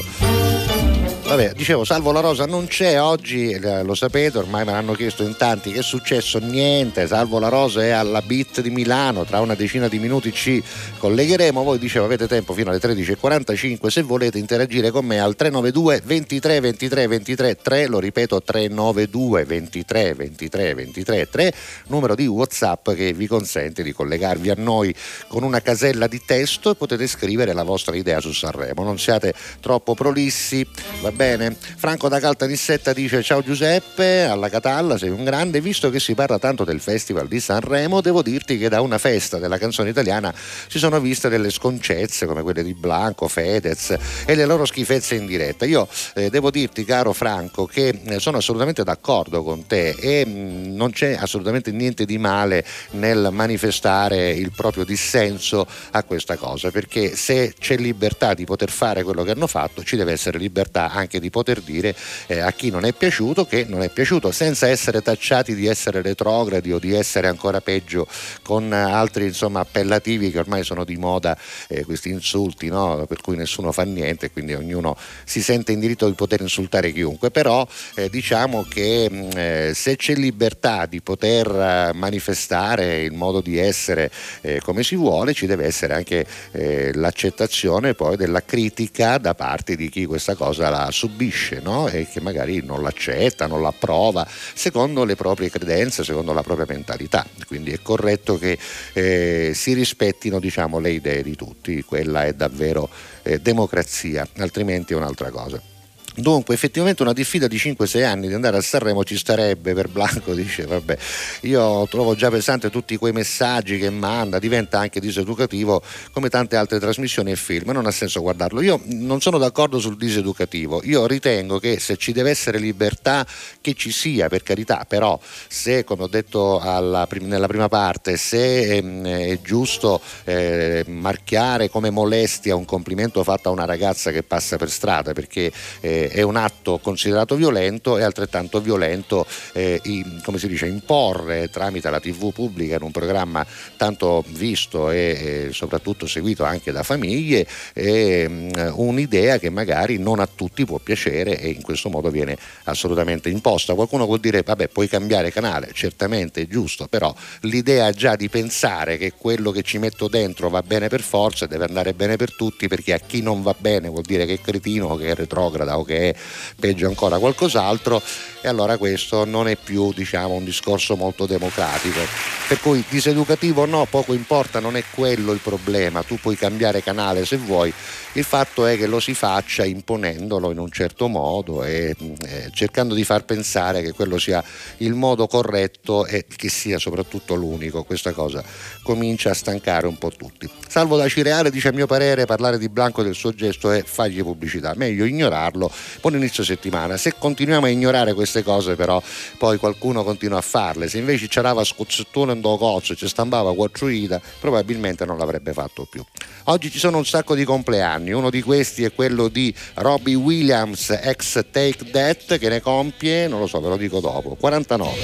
Vabbè, dicevo, Salvo La Rosa non c'è oggi, lo sapete, ormai me l'hanno chiesto in tanti, che è successo? Niente, Salvo La Rosa è alla Beat di Milano, tra una decina di minuti ci collegheremo. Voi, dicevo, avete tempo fino alle tredici e quarantacinque se volete interagire con me al tre nove due ventitré ventitré ventitré tre, lo ripeto, tre nove due ventitré ventitré ventitré tre, numero di WhatsApp che vi consente di collegarvi a noi con una casella di testo e potete scrivere la vostra idea su Sanremo. Non siate troppo prolissi, va bene? Franco da Caltanissetta dice: ciao Giuseppe, alla Catalla sei un grande. Visto che si parla tanto del Festival di Sanremo, devo dirti che da una festa della canzone italiana si sono viste delle sconcezze come quelle di Blanco, Fedez e le loro schifezze in diretta. Io eh, devo dirti, caro Franco, che eh, sono assolutamente d'accordo con te e mh, non c'è assolutamente niente di male nel manifestare il proprio dissenso a questa cosa, perché se c'è libertà di poter fare quello che hanno fatto, ci deve essere libertà anche di poter dire eh, a chi non è piaciuto che non è piaciuto, senza essere tacciati di essere retrogradi o di essere ancora peggio con altri, insomma, appellativi che ormai sono di moda, eh, questi insulti, no? Per cui nessuno fa niente, quindi ognuno si sente in diritto di poter insultare chiunque. Però eh, diciamo che mh, eh, se c'è libertà di poter uh, manifestare il modo di essere eh, come si vuole, ci deve essere anche eh, l'accettazione poi della critica da parte di chi questa cosa la subisce, no? E che magari non l'accetta, non l'approva secondo le proprie credenze, secondo la propria mentalità. Quindi è corretto che eh, si rispettino, diciamo, le idee di tutti. Quella è davvero eh, democrazia, altrimenti è un'altra cosa. Dunque, effettivamente una diffida di cinque sei anni di andare a Sanremo ci starebbe. Per Blanco dice: vabbè, io trovo già pesante tutti quei messaggi che manda, diventa anche diseducativo come tante altre trasmissioni e film, non ha senso guardarlo. Io non sono d'accordo sul diseducativo, io ritengo che se ci deve essere libertà che ci sia, per carità, però se, come ho detto alla, nella prima parte, se ehm, è giusto eh, marchiare come molestia un complimento fatto a una ragazza che passa per strada perché eh, è un atto considerato violento, è altrettanto violento eh, in, come si dice, imporre tramite la tivù pubblica in un programma tanto visto e, e soprattutto seguito anche da famiglie eh, un'idea che magari non a tutti può piacere e in questo modo viene assolutamente imposta. Qualcuno può dire: vabbè, puoi cambiare canale, certamente è giusto, però l'idea già di pensare che quello che ci metto dentro va bene per forza deve andare bene per tutti, perché a chi non va bene vuol dire che è cretino, che è retrograda o che è peggio ancora qualcos'altro, e allora questo non è più, diciamo, un discorso molto democratico. Per cui diseducativo no, poco importa, non è quello il problema, tu puoi cambiare canale se vuoi, il fatto è che lo si faccia imponendolo in un certo modo e eh, cercando di far pensare che quello sia il modo corretto e che sia soprattutto l'unico. Questa cosa comincia a stancare un po' tutti. Salvo da Cireale dice: a mio parere parlare di Blanco e del suo gesto è fargli pubblicità, meglio ignorarlo. Buon inizio settimana. Se continuiamo a ignorare queste cose, però poi qualcuno continua a farle. Se invece c'erava scozzettone in do cozzo e ci stampava quattro ida, probabilmente non l'avrebbe fatto più. Oggi ci sono un sacco di compleanni, uno di questi è quello di Robbie Williams, ex Take That, che ne compie, non lo so, ve lo dico dopo, quarantanove.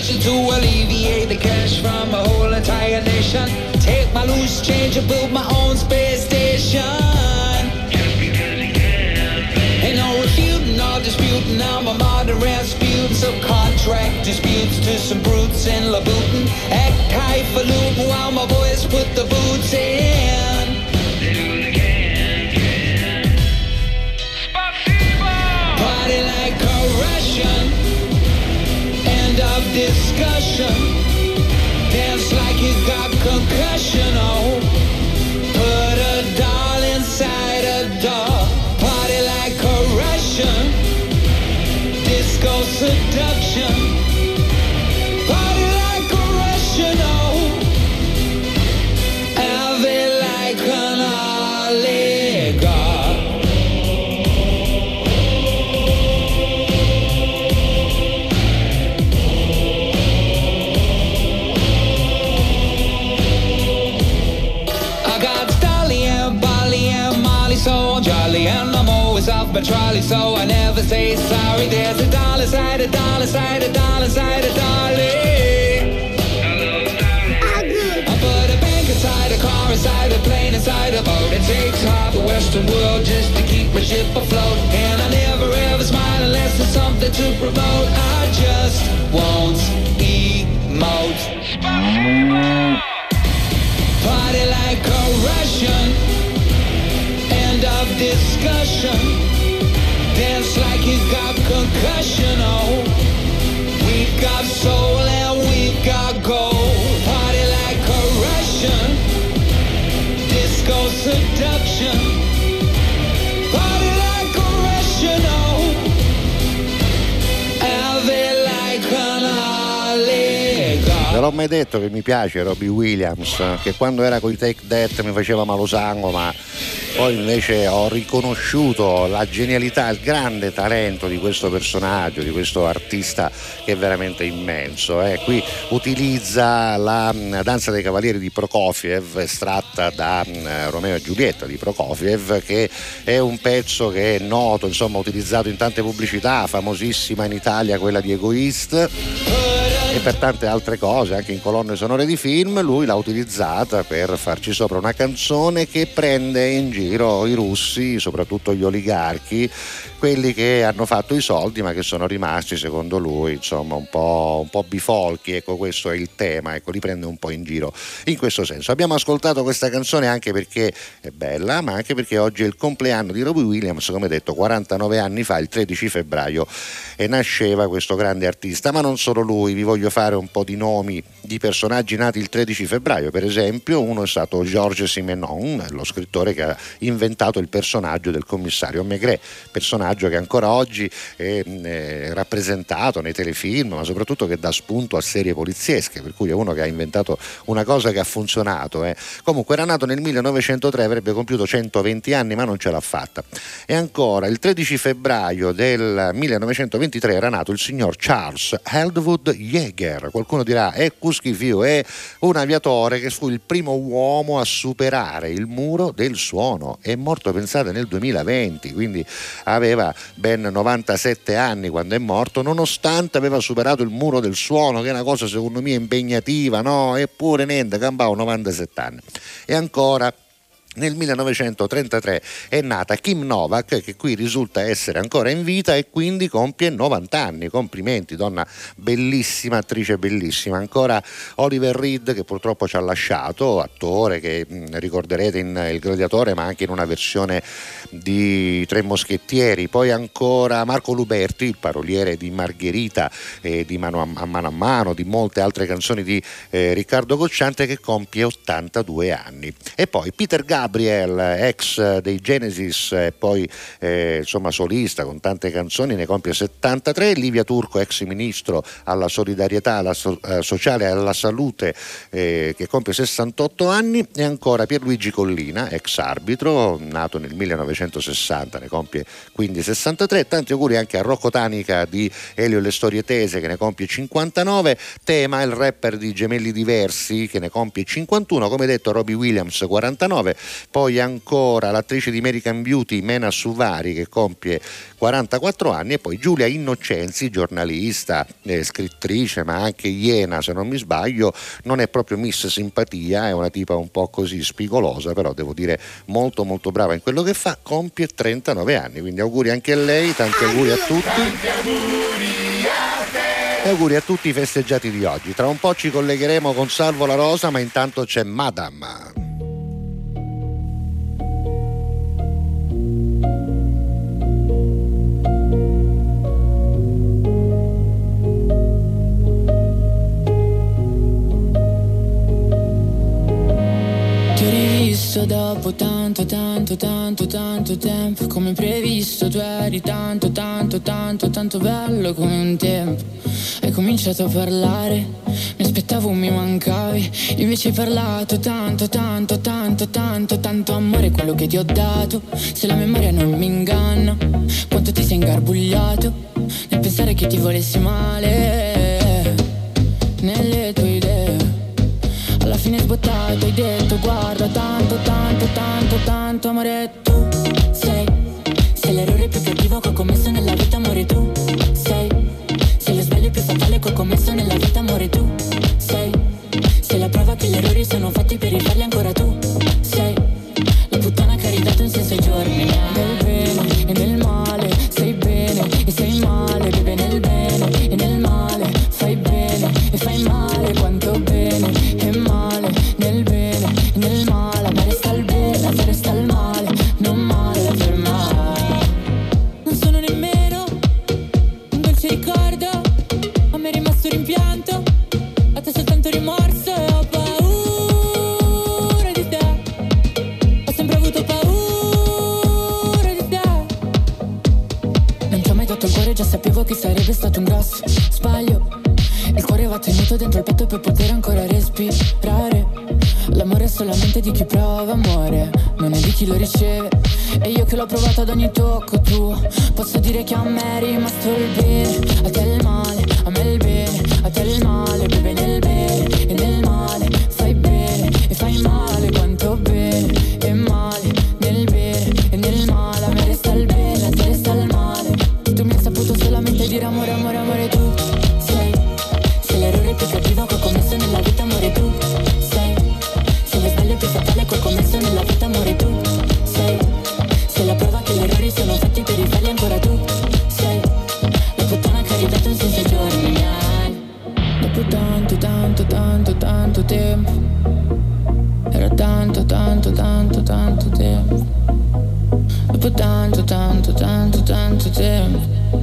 Disputing, I'm a modern Rasputin, some contract disputes to some brutes in Louboutin. Act highfalutin while my boys put the boots in. Party like a Russian, end of discussion. Dance like you got concussion, oh. Put a doll inside a doll. Party like a Russian. Disco seduction, party like a Russian, oh, have it like an oligarch. I got Dolly and Bolly and Molly, so jolly, and I'm always off my trolley, so I never say sorry. There's a dollar side, a dollar side, a dollar side, a dolly. I put a bank inside a car, inside a plane, inside a boat. It takes half the Western world just to keep me ship afloat. And I never ever smile unless there's something to promote. I just won't emote. Party like a Russian. End of discussion. Dance like you got concussion. Oh, we've got soul and we've got gold. Party like a Russian. Disco seduction. Party like a Russian. Oh, have it like an oligarch. Non l'ho mai detto che mi piace Robbie Williams, che quando era con i Take That mi faceva malo sangue, ma poi invece ho riconosciuto la genialità, il grande talento di questo personaggio, di questo artista che è veramente immenso. Eh. Qui utilizza la danza dei cavalieri di Prokofiev, estratta da Romeo e Giulietta di Prokofiev, che è un pezzo che è noto, insomma, utilizzato in tante pubblicità, famosissima in Italia quella di Egoist, e per tante altre cose, anche in colonne sonore di film. Lui l'ha utilizzata per farci sopra una canzone che prende in giro i russi, soprattutto gli oligarchi, quelli che hanno fatto i soldi ma che sono rimasti, secondo lui, insomma, un po', un po' bifolchi. Ecco, questo è il tema, ecco, li prende un po' in giro in questo senso. Abbiamo ascoltato questa canzone anche perché è bella, ma anche perché oggi è il compleanno di Robbie Williams, come detto, quarantanove anni fa, il tredici febbraio, e nasceva questo grande artista. Ma non solo lui, vi voglio fare un po' di nomi di personaggi nati il tredici febbraio. Per esempio, uno è stato Georges Simenon, lo scrittore che ha inventato il personaggio del commissario Maigret, personaggio che ancora oggi è, è rappresentato nei telefilm, ma soprattutto che dà spunto a serie poliziesche, per cui è uno che ha inventato una cosa che ha funzionato. Eh. Comunque era nato nel millenovecentotre, avrebbe compiuto centoventi anni, ma non ce l'ha fatta. E ancora, il tredici febbraio del millenovecentoventitré era nato il signor Charles Eldwood Yeager. Qualcuno dirà, è Cuschifio, è un aviatore che fu il primo uomo a superare il muro del suono. È morto, pensate, nel duemilaventi, quindi aveva ben novantasette anni quando è morto, nonostante aveva superato il muro del suono, che è una cosa secondo me impegnativa, no? Eppure niente, campava novantasette anni. E ancora, nel millenovecentotrentatré è nata Kim Novak, che qui risulta essere ancora in vita e quindi compie novanta anni. Complimenti, donna bellissima, attrice bellissima. Ancora Oliver Reed, che purtroppo ci ha lasciato, attore che mh, ricorderete in Il Gladiatore, ma anche in una versione di Tre Moschettieri. Poi ancora Marco Luberti, il paroliere di Margherita, eh, di Mano a, a Mano a Mano, di molte altre canzoni di eh, Riccardo Cocciante, che compie ottantadue anni. E poi Peter Gabriel, ex dei Genesis e poi eh, insomma solista con tante canzoni, ne compie settantatré. Livia Turco, ex ministro alla solidarietà alla so- eh, sociale e alla salute, eh, che compie sessantotto anni. E ancora Pierluigi Collina, ex arbitro, nato nel millenovecentosessanta, ne compie quindi sessantatré. Tanti auguri anche a Rocco Tanica di Elio e le Storie Tese, che ne compie cinquantanove. Tema, il rapper di Gemelli Diversi, che ne compie cinquantuno. Come detto, Robbie Williams quarantanove. Poi ancora l'attrice di American Beauty Mena Suvari, che compie quarantaquattro anni. E poi Giulia Innocenzi, giornalista, eh, scrittrice, ma anche iena se non mi sbaglio. Non è proprio Miss Simpatia, è una tipa un po' così spigolosa, però devo dire molto molto brava in quello che fa. Compie trentanove anni, quindi auguri anche a lei, tanti auguri a tutti. E auguri a tutti i festeggiati di oggi. Tra un po' ci collegheremo con Salvo La Rosa, ma intanto c'è Madame. Dopo tanto, tanto, tanto, tanto tempo, come previsto, tu eri tanto, tanto, tanto, tanto bello come un tempo. Hai cominciato a parlare, mi aspettavo, mi mancavi, invece hai parlato tanto, tanto, tanto, tanto, tanto amore, quello che ti ho dato. Se la memoria non mi inganna, quanto ti sei ingarbugliato nel pensare che ti volessi male nelle tue idee. Alla fine sbottato, hai detto guarda tanto, tanto, tanto, tanto amore. Tu sei, sei l'errore più cattivo che ho commesso nella vita, amore. Tu sei, sei lo sbaglio più fatale che ho commesso nella vita, amore. Tu sei, sei la prova che gli errori sono fatti per rifarli ancora. Tu sei la puttana che ha ridato un senso ai giorni del velo. e fai male, quanto bene e male, nel bene e nel male, a me resta il bene, a te resta il male, non male per mai. Non sono nemmeno un dolce ricordo, a me è rimasto rimpianto, a te soltanto rimorso e ho paura di te, ho sempre avuto paura di te. Non ti ho mai dato il cuore, già sapevo che sarebbe stato un grosso sbaglio. Il cuore va tenuto dentro il petto per poter ancora respirare. L'amore è solamente di chi prova amore, non è di chi lo riceve. E io che l'ho provato ad ogni tocco tuo, posso dire che a me è rimasto il bene, a te il male, a me il bene, a te il male, beve nel bene e nel male, fai bene e fai male, quanto bene e male, nel bene e nel male, a me resta il bene, a te resta il male. Tu mi hai saputo solamente dire amore, amore, amore, tu sei, sei l'errore più cattivo che ho commesso nella vita, amore, tu sei, sei lo sbaglio più fatale che ho commesso nella vita, amore, tu sei, sei la prova che gli errori sono fatti per rifarli ancora, tu sei la puttana che ha ridato un senso ai giorni miei. Dopo tanto, tanto, tanto, tanto tempo, era tanto, tanto, tanto, tanto tempo. Dopo tanto, tanto, tanto, tanto tempo,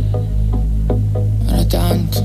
era tanto.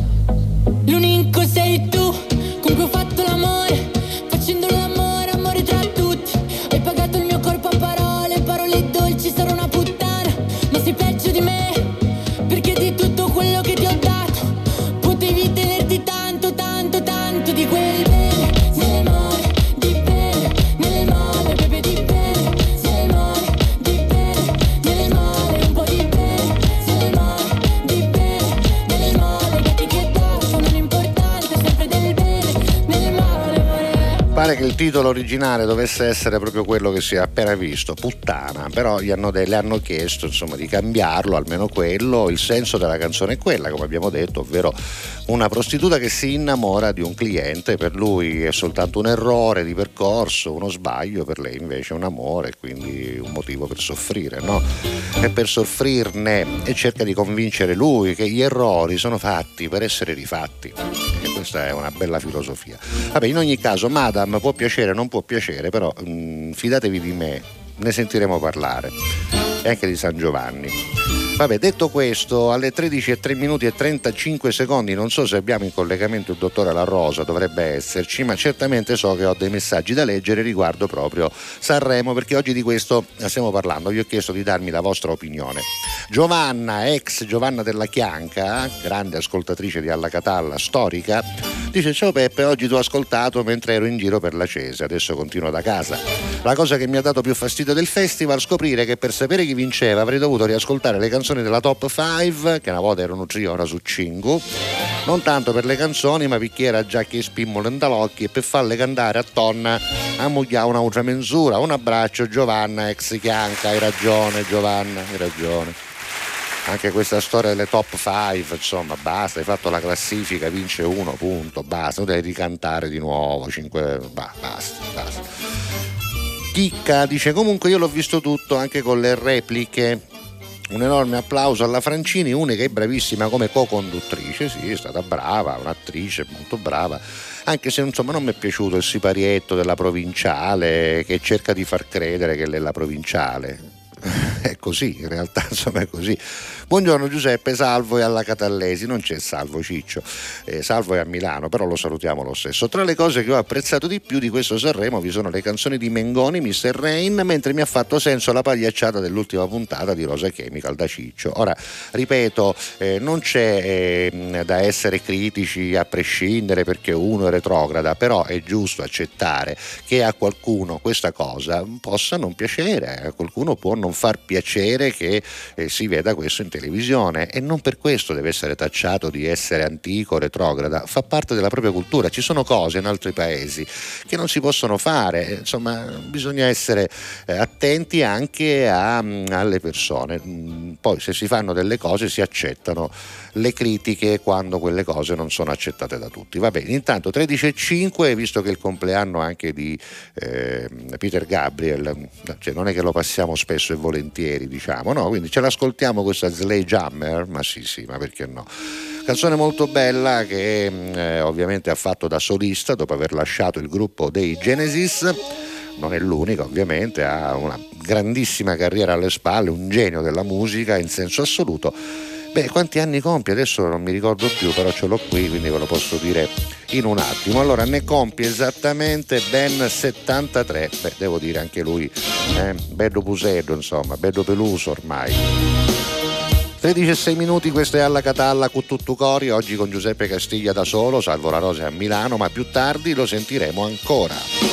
L'unico sei tu, con cui ho fatto l'amore, facendo l'amore, amore tra tutti. Hai pagato il mio corpo a parole, parole dolci, sarò una puttana, ma sei peggio di me, perché di tutto quello che ti ho dato potevi tenerti tanto, tanto, tanto di quel bene, nel male, di bene, nel male, bebe di bene, nel male, di bene, nel male, un po' di bene, nel male, di bene, nel male, che ti che dato, non importante, sempre del bene, nel male, amore. Pare che il titolo originale dovesse essere proprio quello che si è appena visto, puttana, però gli hanno de- le hanno chiesto insomma di cambiarlo, almeno quello. Il senso della canzone è quella, come abbiamo detto, ovvero una prostituta che si innamora di un cliente, per lui è soltanto un errore di percorso, uno sbaglio, per lei invece è un amore, quindi un motivo per soffrire, no? E per soffrirne e cerca di convincere lui che gli errori sono fatti per essere rifatti. E questa è una bella filosofia. Vabbè, in ogni caso, Madame può piacere, non può piacere, però mh, fidatevi di me, ne sentiremo parlare, e anche di San Giovanni. Vabbè, detto questo, alle tredici e tre minuti e trentacinque secondi, non so se abbiamo in collegamento il dottore La Rosa, dovrebbe esserci, ma certamente so che ho dei messaggi da leggere riguardo proprio Sanremo, perché oggi di questo stiamo parlando. Vi ho chiesto di darmi la vostra opinione. Giovanna, ex Giovanna della Chianca, grande ascoltatrice di Alla Catalla, storica, dice: ciao Peppe, oggi ti ho ascoltato mentre ero in giro per la Cese, adesso continuo da casa. La cosa che mi ha dato più fastidio del festival, scoprire che per sapere chi vinceva avrei dovuto riascoltare le canzoni della top cinque, che una volta erano tre ora su cinque, non tanto per le canzoni ma perché era già che spimmolo in talocchi, e per farle cantare a tonna a mugliare un'altra mensura. Un abbraccio Giovanna, ex Chianca. Hai ragione Giovanna, hai ragione. Anche questa storia delle top cinque, insomma, basta, hai fatto la classifica, vince uno, punto, basta, non devi ricantare di nuovo, cinque, bah, basta, basta. Chicca dice: comunque io l'ho visto tutto, anche con le repliche. Un enorme applauso alla Francini, unica e bravissima come co-conduttrice. Sì, è stata brava, un'attrice molto brava, anche se insomma non mi è piaciuto il siparietto della provinciale che cerca di far credere che lei è la provinciale. È così, in realtà insomma è così. Buongiorno Giuseppe, Salvo e alla Catallesi. Non c'è Salvo Ciccio, eh, Salvo è a Milano, però lo salutiamo lo stesso. Tra le cose che ho apprezzato di più di questo Sanremo vi sono le canzoni di Mengoni, mister Rain, mentre mi ha fatto senso la pagliacciata dell'ultima puntata di Rosa Chemical da Ciccio. Ora, ripeto, eh, non c'è eh, da essere critici a prescindere perché uno è retrograda, però è giusto accettare che a qualcuno questa cosa possa non piacere, a qualcuno può non far piacere che eh, si veda questo in televisione, e non per questo deve essere tacciato di essere antico, retrograda. Fa parte della propria cultura. Ci sono cose in altri paesi che non si possono fare, insomma bisogna essere eh, attenti anche a, alle persone. Poi se si fanno delle cose si accettano le critiche quando quelle cose non sono accettate da tutti. Va bene, intanto tredici e cinque, visto che è il compleanno anche di eh, Peter Gabriel, cioè non è che lo passiamo spesso e volentieri, diciamo, no, quindi ce l'ascoltiamo questa Sledgehammer, ma sì sì, ma perché no? Canzone molto bella che eh, ovviamente ha fatto da solista dopo aver lasciato il gruppo dei Genesis. Non è l'unica, ovviamente, ha una grandissima carriera alle spalle, un genio della musica in senso assoluto. Beh, quanti anni compie? Adesso non mi ricordo più, però ce l'ho qui, quindi ve lo posso dire in un attimo. Allora, ne compie esattamente ben settantatré. Beh, devo dire anche lui, eh, bello puseddo, insomma, bello peluso ormai. tredici e sei minuti, questo è Alla Catalla con tutto cori, oggi con Giuseppe Castiglia da solo, salvo la Rosa a Milano, ma più tardi lo sentiremo ancora.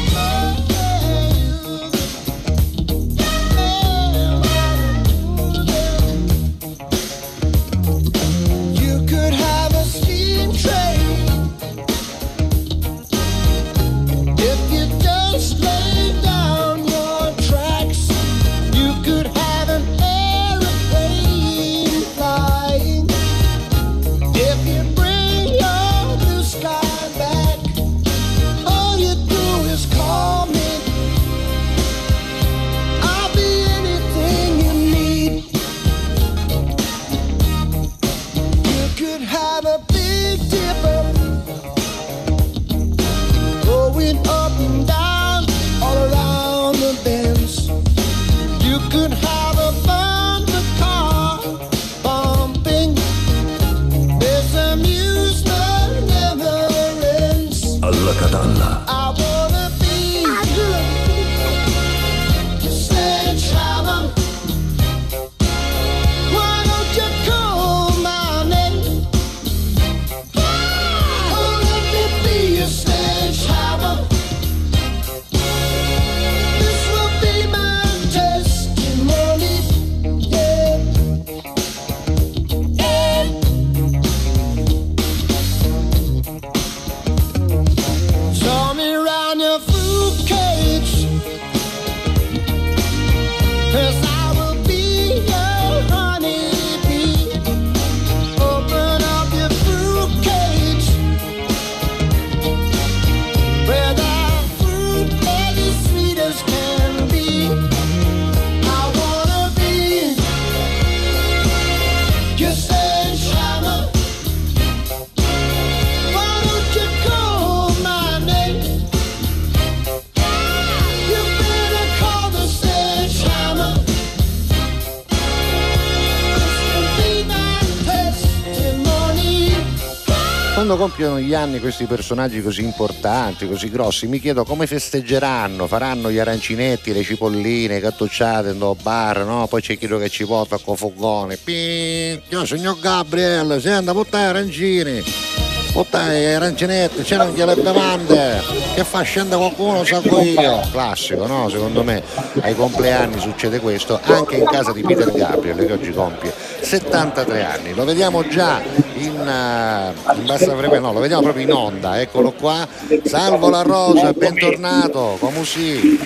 Quando compiono gli anni questi personaggi così importanti, così grossi, mi chiedo come festeggeranno, faranno gli arancinetti, le cipolline, cattucciate no bar, no? Poi c'è chi che ci porta con fogone. Pii, io signor Gabriele, se anda a portare arancini, portare arancinetti, c'erano anche le bevande, che fa scendere qualcuno, so io. Classico, no? Secondo me ai compleanni succede questo, anche in casa di Peter Gabriel, che oggi compie settantatré anni. Lo vediamo già in, uh, in bassa frequenza, no, lo vediamo proprio in onda, eccolo qua. Salvo la Rosa, bentornato, come si?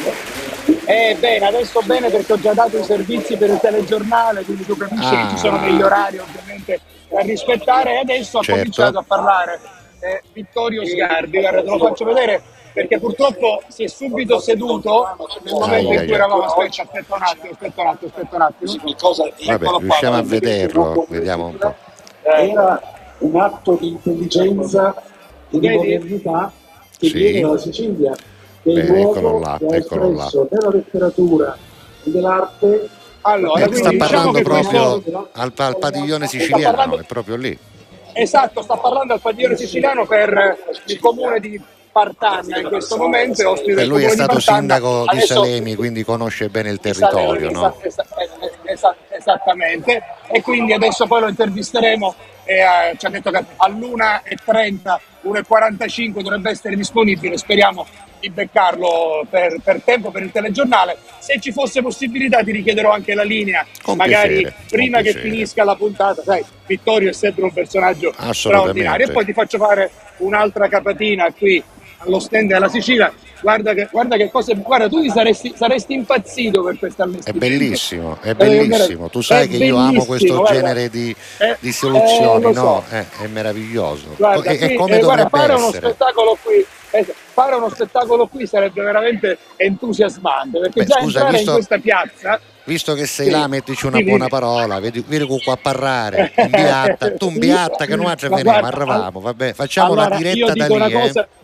Eh bene, adesso bene perché ho già dato i servizi per il telegiornale, quindi tu capisci ah. che ci sono degli orari ovviamente da rispettare, e adesso certo. ha cominciato a parlare eh, Vittorio Sgarbi. Guarda, te lo faccio vedere perché purtroppo si è subito seduto nel momento in cui eravamo. Aspetta, aspetta un attimo, aspetta un attimo, aspetta un attimo. Vabbè, riusciamo a vederlo, vediamo un po'. Era un atto di intelligenza e di modernità che sì. viene dalla Sicilia, che è il luogo là, che ha espresso nella letteratura e nell'arte. Allora, eh, sta parlando diciamo proprio questo... al, al padiglione siciliano, parlando... è proprio lì. Esatto, sta parlando al padiglione siciliano per il comune di Partanna in questo momento. E lui è stato sindaco di Adesso... Salemi, quindi conosce bene il territorio, Salemi, no? Esa- esa- esa- esattamente, e quindi adesso poi lo intervisteremo e eh, ci ha detto che all'una e trenta, una e quarantacinque dovrebbe essere disponibile, speriamo di beccarlo per, per tempo per il telegiornale. Se ci fosse possibilità ti richiederò anche la linea, con magari piacere, prima che piacere. finisca la puntata, sai, Vittorio è sempre un personaggio straordinario. E poi ti faccio fare un'altra capatina qui allo stand della Sicilia. Guarda che, guarda che cose, guarda, tu ti saresti, saresti impazzito per questa allestimento. È bellissimo, è bellissimo. Tu sai è che io amo questo guarda, genere di, eh, di soluzioni, eh, so. no? Eh, è meraviglioso. Guarda, e, qui, e come eh, dovrebbe guarda, fare essere. Uno spettacolo qui, eh, fare uno spettacolo qui sarebbe veramente entusiasmante, perché Beh, già scusa, entrare visto... in questa piazza. visto che sei là, mettici una buona parola, vedi, vedi qua a parlare, in biatta, tu in biatta che noi ci veniamo, arriviamo, vabbè, facciamo allora, la diretta da lì. Una cosa, eh.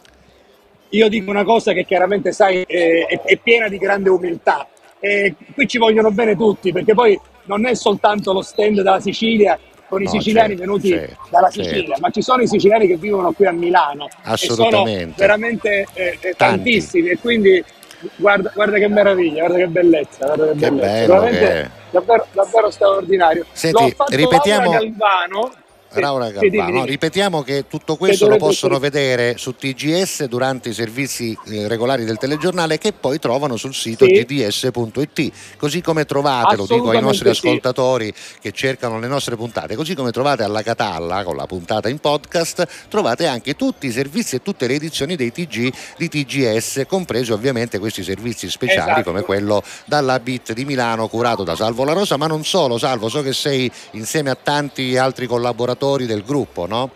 Io dico una cosa che chiaramente sai eh, è, è piena di grande umiltà. Eh, qui ci vogliono bene tutti, perché poi non è soltanto lo stand della Sicilia con i no, siciliani certo, venuti certo, dalla Sicilia, certo. ma ci sono i siciliani che vivono qui a Milano e sono veramente eh, eh, tantissimi e quindi guarda, guarda che meraviglia, guarda che bellezza, guarda che, che bellezza. bello veramente che... davvero, davvero straordinario. Senti, L'ho fatto ripetiamo... Laura Galvano. Laura Galvano, no, ripetiamo che tutto questo lo possono vedere su T G S durante i servizi eh, regolari del telegiornale, che poi trovano sul sito sì. g d s punto i t, così come trovate, lo dico ai nostri ascoltatori sì. che cercano le nostre puntate, così come trovate alla Catalla con la puntata in podcast, trovate anche tutti i servizi e tutte le edizioni dei T G di T G S, compresi ovviamente questi servizi speciali esatto. come quello dalla Beat di Milano curato da Salvo La Rosa, ma non solo. Salvo, so che sei insieme a tanti altri collaboratori del gruppo, no?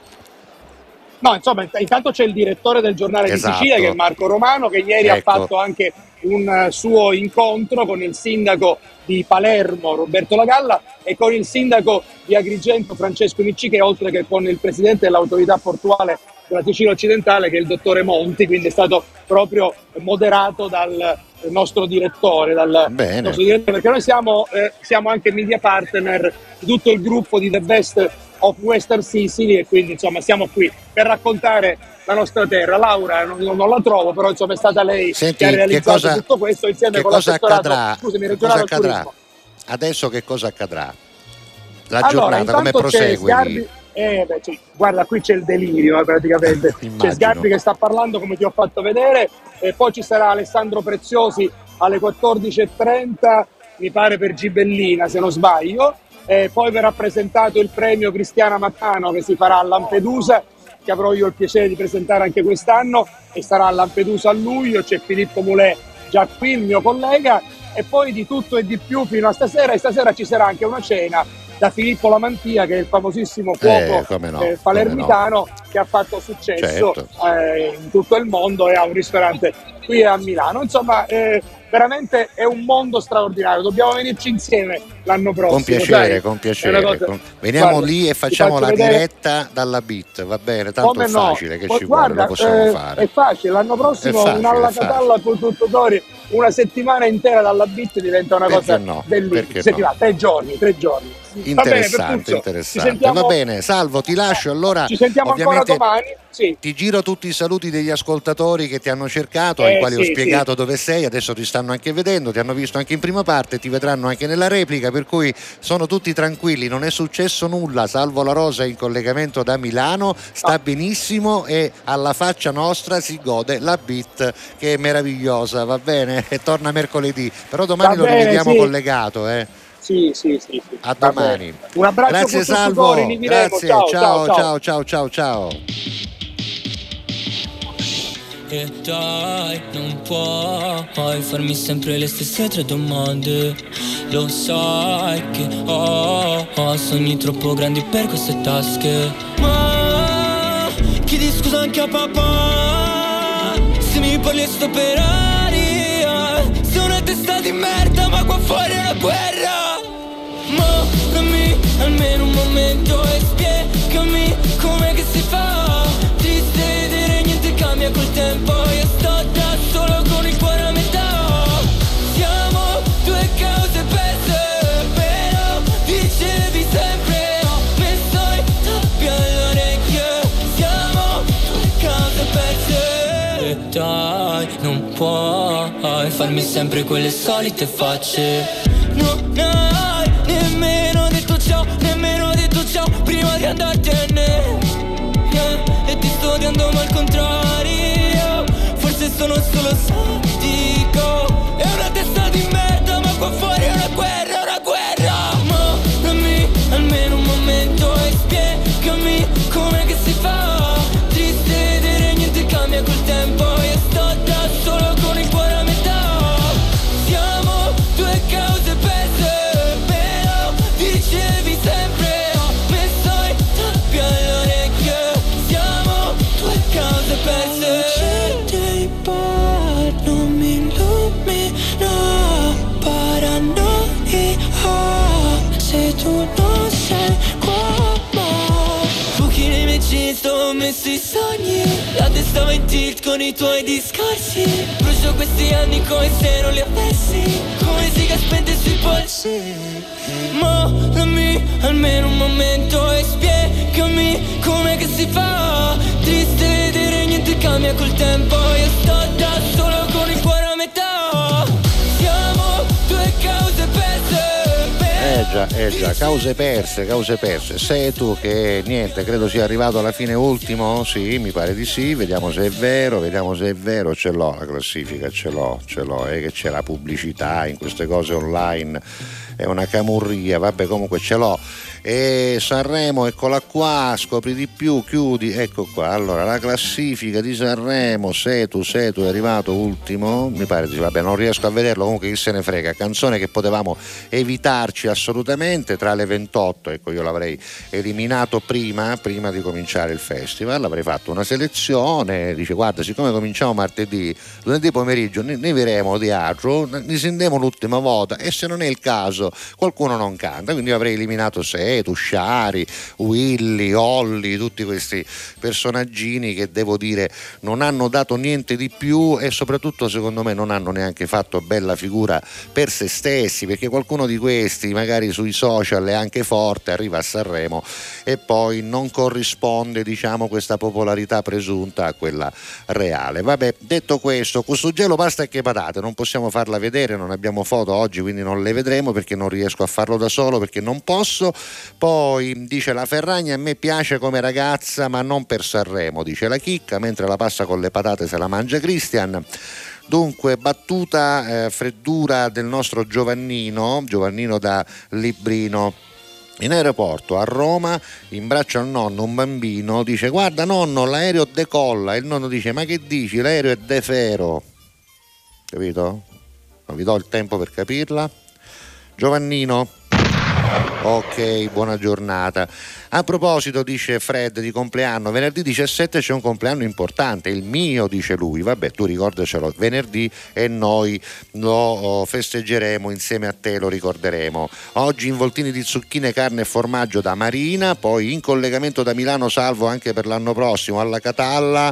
No, insomma, intanto c'è il direttore del giornale esatto. di Sicilia che è Marco Romano, che ieri ecco. ha fatto anche un suo incontro con il sindaco di Palermo Roberto Lagalla e con il sindaco di Agrigento Francesco Nicci, che oltre che con il presidente dell'autorità portuale della Sicilia occidentale che è il dottore Monti, quindi è stato proprio moderato dal nostro direttore, dal Bene. nostro direttore perché noi siamo, eh, siamo anche media partner di tutto il gruppo di The Best of Western Sicily e quindi insomma siamo qui per raccontare la nostra terra. Laura non, non la trovo, però insomma è stata lei Senti, che ha realizzato che cosa, tutto questo insieme che con cosa l'assessorato accadrà, scusami, che cosa regionale accadrà? turismo. Adesso che cosa accadrà? La allora, giornata come prosegue? Sgarbi, eh, beh, cioè, guarda, qui c'è il delirio eh, praticamente. C'è Sgarbi che sta parlando come ti ho fatto vedere e poi ci sarà Alessandro Preziosi alle quattordici e trenta, mi pare per Gibellina se non sbaglio. E poi verrà presentato il premio Cristiana Mattano che si farà a Lampedusa, che avrò io il piacere di presentare anche quest'anno e sarà a Lampedusa a luglio. C'è Filippo Mulè già qui, il mio collega, e poi di tutto e di più fino a stasera. E stasera ci sarà anche una cena da Filippo Lamantia, che è il famosissimo cuoco eh, no, eh, palermitano no. che ha fatto successo certo. eh, in tutto il mondo e ha un ristorante qui a Milano. Insomma, eh, veramente è un mondo straordinario, dobbiamo venirci insieme l'anno prossimo. Con piacere, dai. con piacere. Cosa... Con... Veniamo guarda, lì e facciamo la vedere... diretta dalla Beat, va bene? Tanto Come è no? facile che Poi, ci guarda, vuole, lo possiamo eh, fare. È facile, l'anno prossimo facile, un'alla Catalla con tuttori, una settimana intera dalla Beat diventa una Perché cosa no? bellissima. No? Tre giorni, tre giorni. Interessante, va bene, interessante. sentiamo... Va bene, Salvo, ti lascio allora. Ci sentiamo ancora domani. Sì. Ti giro tutti i saluti degli ascoltatori che ti hanno cercato, eh, ai quali sì, ho spiegato sì. dove sei, adesso ti stanno anche vedendo, ti hanno visto anche in prima parte, ti vedranno anche nella replica, per cui sono tutti tranquilli, non è successo nulla. Salvo La Rosa è in collegamento da Milano, sta no. benissimo e alla faccia nostra si gode la Beat, che è meravigliosa, va bene? E torna mercoledì, però domani va lo bene, rivediamo sì. collegato, eh. Sì, sì, sì, sì. A domani. Un abbraccio. Grazie Salvo. Grazie. Ciao, ciao, ciao, ciao, ciao, ciao. E dai, non puoi farmi sempre le stesse tre domande. Lo sai che ho, ho sogni troppo grandi per queste tasche. Ma chiedi scusa anche a papà se mi parli e sto per aria. Sono una testa di merda ma qua fuori è una guerra. Mollami almeno un momento e spiegami com'è che si fa. Triste vedere niente cambia col tempo. Io sto da solo con il cuore a metà. Siamo due cause perse, però dicevi sempre ho messo i tappi alle orecchie. Siamo due cause perse. E dai, non puoi farmi sempre quelle solite facce. Non hai nemmeno detto ciao, nemmeno detto ciao prima di andartene. Yeah, e ti sto odiando ma al contrario, forse sono solo sadico. È una testa di merda ma qua fuori è una guerra, una guerra. Mollami almeno un momento e spiegami com'è che si fa. Triste vedere niente cambia col tempo. Io sto da solo con il cuore a metà. Siamo due cause perse, però dicevi sempre ho messo i tappi alle orecchie. Siamo due cause perse. Non c'è dei bar, di sogni, la testa va in tilt con i tuoi discorsi. Brucio questi anni come se non li avessi, come siga spente sui polsi. Mollami almeno un momento e spiegami com'è che si fa. Triste vedere niente cambia col tempo, io sto da solo con il cuore a metà. Siamo due cause perse. Eh già, eh già, cause perse, cause perse. Sei tu che niente, credo sia arrivato alla fine ultimo? Sì, mi pare di sì, vediamo se è vero, vediamo se è vero, ce l'ho la classifica, ce l'ho, ce l'ho, è che c'è la pubblicità in queste cose online, è una camurria, vabbè comunque ce l'ho. E Sanremo, eccola qua, scopri di più, chiudi, ecco qua. Allora, la classifica di Sanremo, Setu, Setu è arrivato ultimo, mi pare di vabbè, non riesco a vederlo, comunque chi se ne frega, canzone che potevamo evitarci assolutamente tra le ventotto, ecco io l'avrei eliminato prima, prima di cominciare il festival, avrei fatto una selezione, dice guarda siccome cominciamo martedì, lunedì pomeriggio ne, ne vedremo di altro, ne sendiamo l'ultima volta e se non è il caso qualcuno non canta, quindi io avrei eliminato Setu, Sciari, Willy, Olli, tutti questi personaggini che devo dire non hanno dato niente di più e soprattutto secondo me non hanno neanche fatto bella figura per se stessi, perché qualcuno di questi magari sui social è anche forte, arriva a Sanremo e poi non corrisponde diciamo questa popolarità presunta a quella reale. Vabbè, detto questo, questo gelo pasta e che patate non possiamo farla vedere, non abbiamo foto oggi quindi non le vedremo perché non riesco a farlo da solo, perché non posso. Poi dice la Ferragni a me piace come ragazza ma non per Sanremo, dice la Chicca, mentre la pasta con le patate se la mangia Christian. Dunque battuta eh, freddura del nostro Giovannino, Giovannino da Librino. In aeroporto a Roma, in braccio al nonno un bambino dice guarda nonno l'aereo decolla e il nonno dice ma che dici l'aereo è defero, capito? Non vi do il tempo per capirla. Giovannino. Ok, buona giornata. A proposito, dice Fred, di compleanno, venerdì diciassette c'è un compleanno importante, il mio, dice lui, vabbè tu ricordacelo venerdì e noi lo festeggeremo insieme a te, lo ricorderemo. Oggi involtini di zucchine, carne e formaggio da Marina, poi in collegamento da Milano Salvo anche per l'anno prossimo alla Catalla,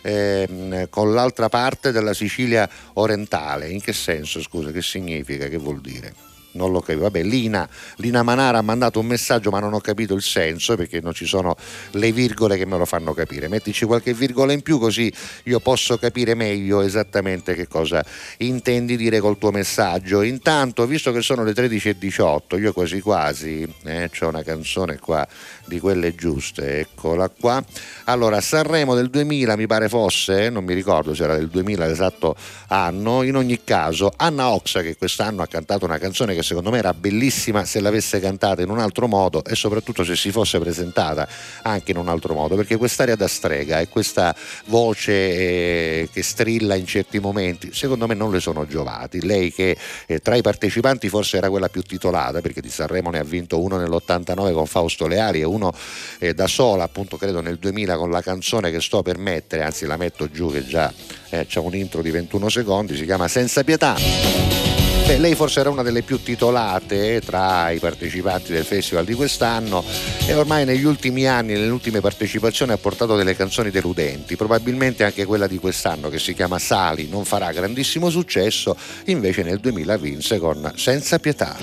ehm, con l'altra parte della Sicilia orientale. In che senso, scusa, che significa, che vuol dire? Non lo capisco, vabbè Lina, Lina Manara ha mandato un messaggio ma non ho capito il senso perché non ci sono le virgole che me lo fanno capire, mettici qualche virgola in più così io posso capire meglio esattamente che cosa intendi dire col tuo messaggio. Intanto visto che sono le tredici e diciotto io quasi quasi eh, c'ho una canzone qua di quelle giuste, eccola qua. Allora Sanremo del duemila mi pare fosse, non mi ricordo se era del duemila l'esatto anno, in ogni caso Anna Oxa che quest'anno ha cantato una canzone che secondo me era bellissima se l'avesse cantata in un altro modo e soprattutto se si fosse presentata anche in un altro modo, perché quest'aria da strega e questa voce eh, che strilla in certi momenti secondo me non le sono giovati. Lei che eh, tra i partecipanti forse era quella più titolata perché di Sanremo ne ha vinto uno nell'ottantanove con Fausto Leali e uno eh, da sola appunto credo nel duemila con la canzone che sto per mettere, anzi la metto giù che già eh, c'è un intro di ventuno secondi, si chiama Senza Pietà. Beh, lei forse era una delle più titolate tra i partecipanti del festival di quest'anno e ormai negli ultimi anni, nelle ultime partecipazioni ha portato delle canzoni deludenti, probabilmente anche quella di quest'anno che si chiama Sali non farà grandissimo successo, invece nel duemila vinse con Senza Pietà.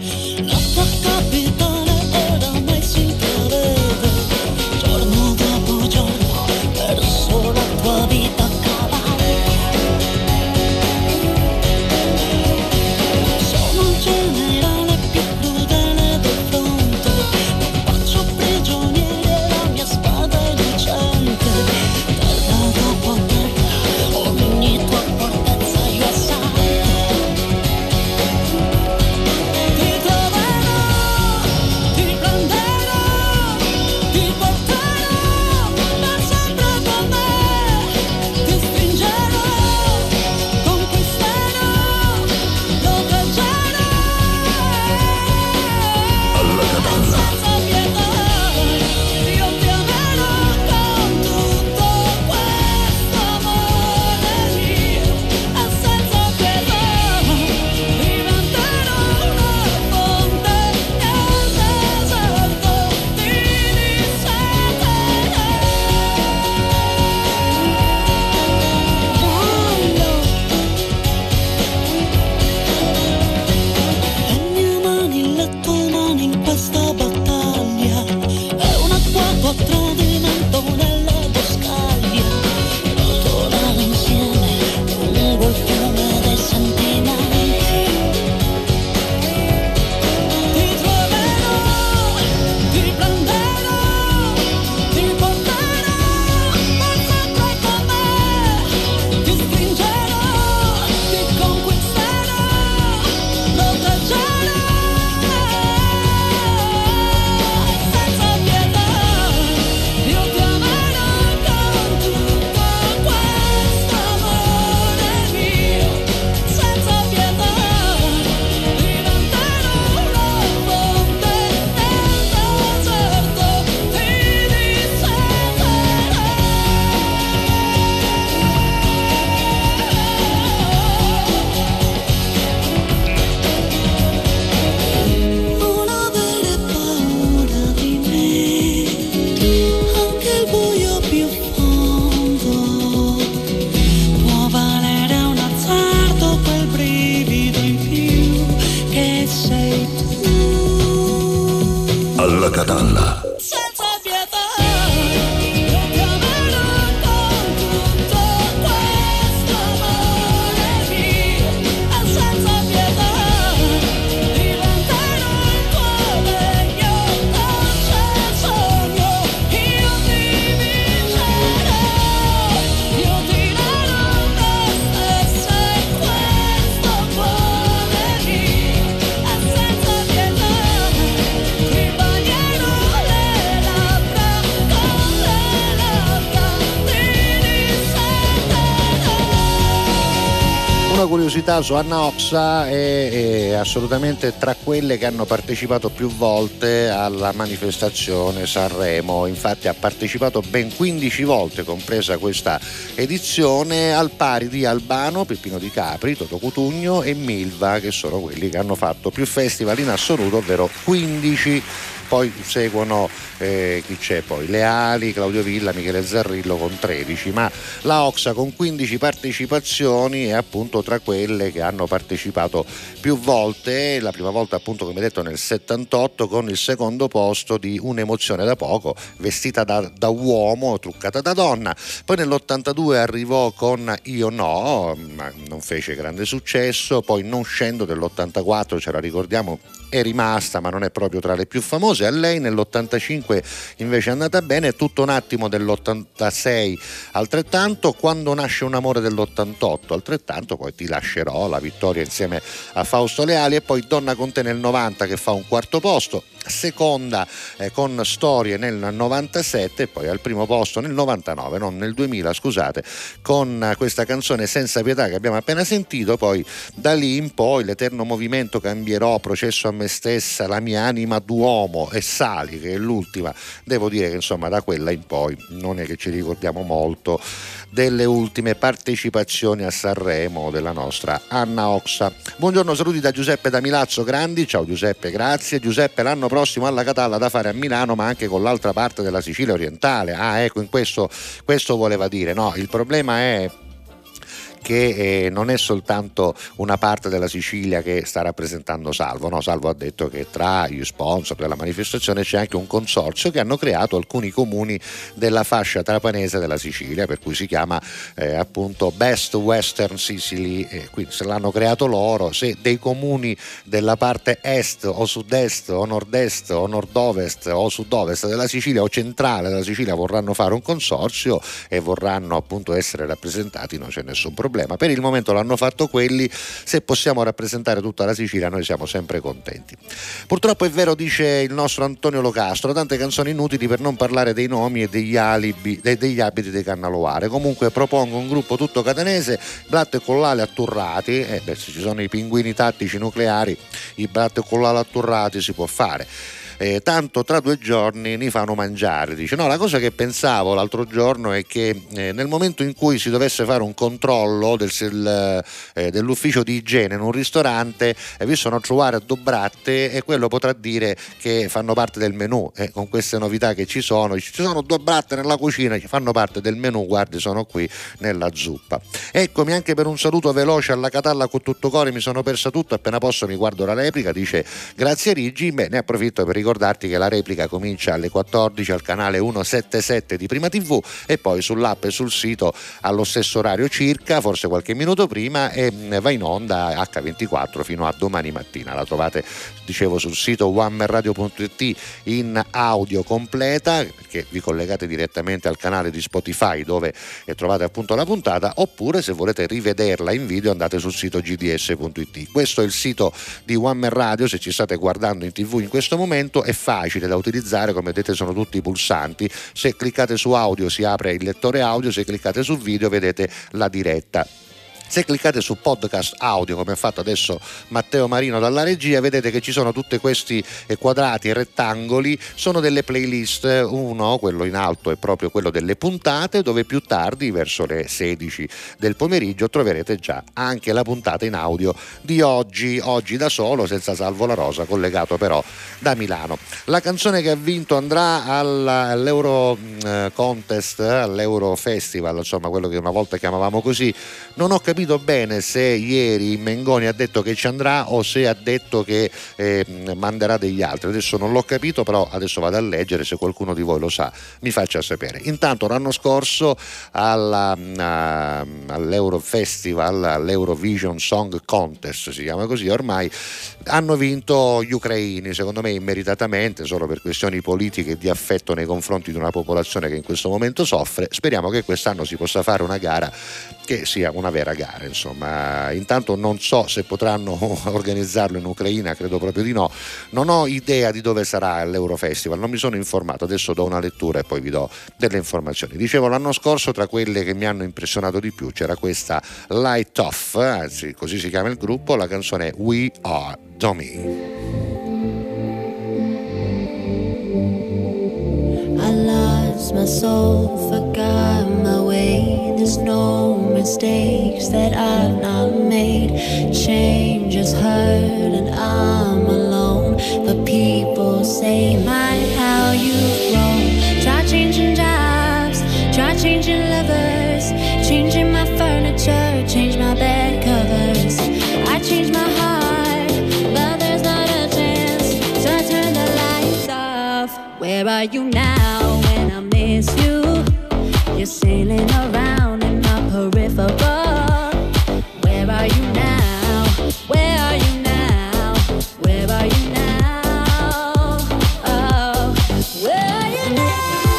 Ti troverò una curiosità su Anna Oxa, è, è assolutamente tra quelle che hanno partecipato più volte alla manifestazione Sanremo. Infatti ha partecipato ben quindici volte, compresa questa edizione, al pari di Albano, Peppino Di Capri, Toto Cutugno e Milva, che sono quelli che hanno fatto più festival in assoluto, ovvero quindici. Poi seguono eh, chi c'è poi? Leali, Claudio Villa, Michele Zarrillo con tredici, ma la Oxa con quindici partecipazioni è appunto tra quelle che hanno partecipato più volte. La prima volta appunto, come detto, nel settantotto, con il secondo posto di Un'emozione da poco, vestita da, da uomo, truccata da donna. Poi nell'ottantadue arrivò con Io no, ma non fece grande successo. Poi Non scendo dell'ottantaquattro, ce la ricordiamo, è rimasta, ma non è proprio tra le più famose. A lei nell'ottantacinque invece è andata bene. Tutto un attimo dell'ottantasei altrettanto, Quando nasce un amore dell'ottantotto altrettanto, poi Ti lascerò, la vittoria insieme a Fausto Leali, e poi Donna con te nel novanta che fa un quarto posto, seconda eh, con Storie nel novantasette, e poi al primo posto nel novantanove, non nel duemila scusate, con eh, questa canzone Senza pietà che abbiamo appena sentito. Poi da lì in poi L'eterno movimento, Cambierò, Processo a me stessa, La mia anima d'uomo e Sali, che è l'ultima. Devo dire che insomma da quella in poi non è che ci ricordiamo molto delle ultime partecipazioni a Sanremo della nostra Anna Oxa. Buongiorno, saluti da Giuseppe da Milazzo Grandi. Ciao Giuseppe, grazie. Giuseppe, l'anno prossimo alla Catalla da fare a Milano, ma anche con l'altra parte della Sicilia orientale. Ah, ecco, in questo, questo voleva dire. No, il problema è che eh, non è soltanto una parte della Sicilia che sta rappresentando Salvo, no? Salvo ha detto che tra gli sponsor della manifestazione c'è anche un consorzio che hanno creato alcuni comuni della fascia trapanese della Sicilia, per cui si chiama eh, appunto Best Western Sicily, eh, quindi se l'hanno creato loro. Se dei comuni della parte est o sud-est o nord-est o nord-ovest o sud-ovest della Sicilia o centrale della Sicilia vorranno fare un consorzio e vorranno appunto essere rappresentati, non c'è nessun problema. Per il momento l'hanno fatto quelli. Se possiamo rappresentare tutta la Sicilia noi siamo sempre contenti. Purtroppo è vero, dice il nostro Antonio Locastro, tante canzoni inutili per non parlare dei nomi e degli alibi, de, degli abiti dei Cannaloare. Comunque propongo un gruppo tutto catanese, Blatto e Collale atturrati. Eh beh, se ci sono i pinguini tattici nucleari, i Blatto e Collale atturrati si può fare. Eh, tanto tra due giorni ne fanno mangiare. Dice no, la cosa che pensavo l'altro giorno è che eh, nel momento in cui si dovesse fare un controllo del, del, eh, dell'ufficio di igiene in un ristorante, eh, vi sono a trovare a Dobratte e quello potrà dire che fanno parte del menù. Eh, con queste novità che ci sono, ci sono due bratte nella cucina che fanno parte del menù, guardi, sono qui nella zuppa. Eccomi anche per un saluto veloce alla Catalla con tutto cuore, mi sono persa tutto, appena posso mi guardo la replica, dice grazie Rigi. Beh, ne approfitto per ricordarti che la replica comincia alle quattordici al canale centosettantasette di Prima tivù e poi sull'app e sul sito allo stesso orario circa, forse qualche minuto prima, e va in onda acca ventiquattro fino a domani mattina. La trovate, dicevo, sul sito one man radio punto it in audio completa, perché vi collegate direttamente al canale di Spotify dove trovate appunto la puntata, oppure se volete rivederla in video andate sul sito gi di esse punto it. Questo è il sito di One Man Radio, se ci state guardando in tv in questo momento è facile da utilizzare, come vedete sono tutti pulsanti. Se cliccate su audio si apre il lettore audio, se cliccate su video vedete la diretta. Se cliccate su podcast audio, come ha fatto adesso Matteo Marino dalla regia, vedete che ci sono tutti questi quadrati e rettangoli, sono delle playlist. Uno, quello in alto, è proprio quello delle puntate, dove più tardi, verso le sedici del pomeriggio, troverete già anche la puntata in audio di oggi, oggi da solo, senza Salvo La Rosa, collegato però da Milano. La canzone che ha vinto andrà all'Euro Contest, all'Euro Festival, insomma quello che una volta chiamavamo così. Non ho capito bene se ieri Mengoni ha detto che ci andrà o se ha detto che eh, manderà degli altri. Adesso non l'ho capito, però adesso vado a leggere, se qualcuno di voi lo sa mi faccia sapere. Intanto l'anno scorso alla, uh, all'Euro Festival, all'Eurovision Song Contest si chiama così ormai, hanno vinto gli ucraini, secondo me immeritatamente, solo per questioni politiche e di affetto nei confronti di una popolazione che in questo momento soffre. Speriamo che quest'anno si possa fare una gara che sia una vera gara, insomma. Intanto non so se potranno organizzarlo in Ucraina, credo proprio di no. Non ho idea di dove sarà l'Eurofestival, non mi sono informato, adesso do una lettura e poi vi do delle informazioni. Dicevo, l'anno scorso tra quelle che mi hanno impressionato di più c'era questa Light Off, anzi così si chiama il gruppo, la canzone We Are Dummy. I lost my soul, forgot my way. There's no mistakes that I've not made. Change has hurt and I'm alone. But people say, my, how you've grown. Try changing jobs, try changing lovers, changing my furniture, change my bed covers. I changed my heart, but there's not a chance. So I turn the lights off. Where are you now when I miss you? You're sailing around in my peripheral. Where are you now? Where are you now? Where are you now? Oh, where are you now?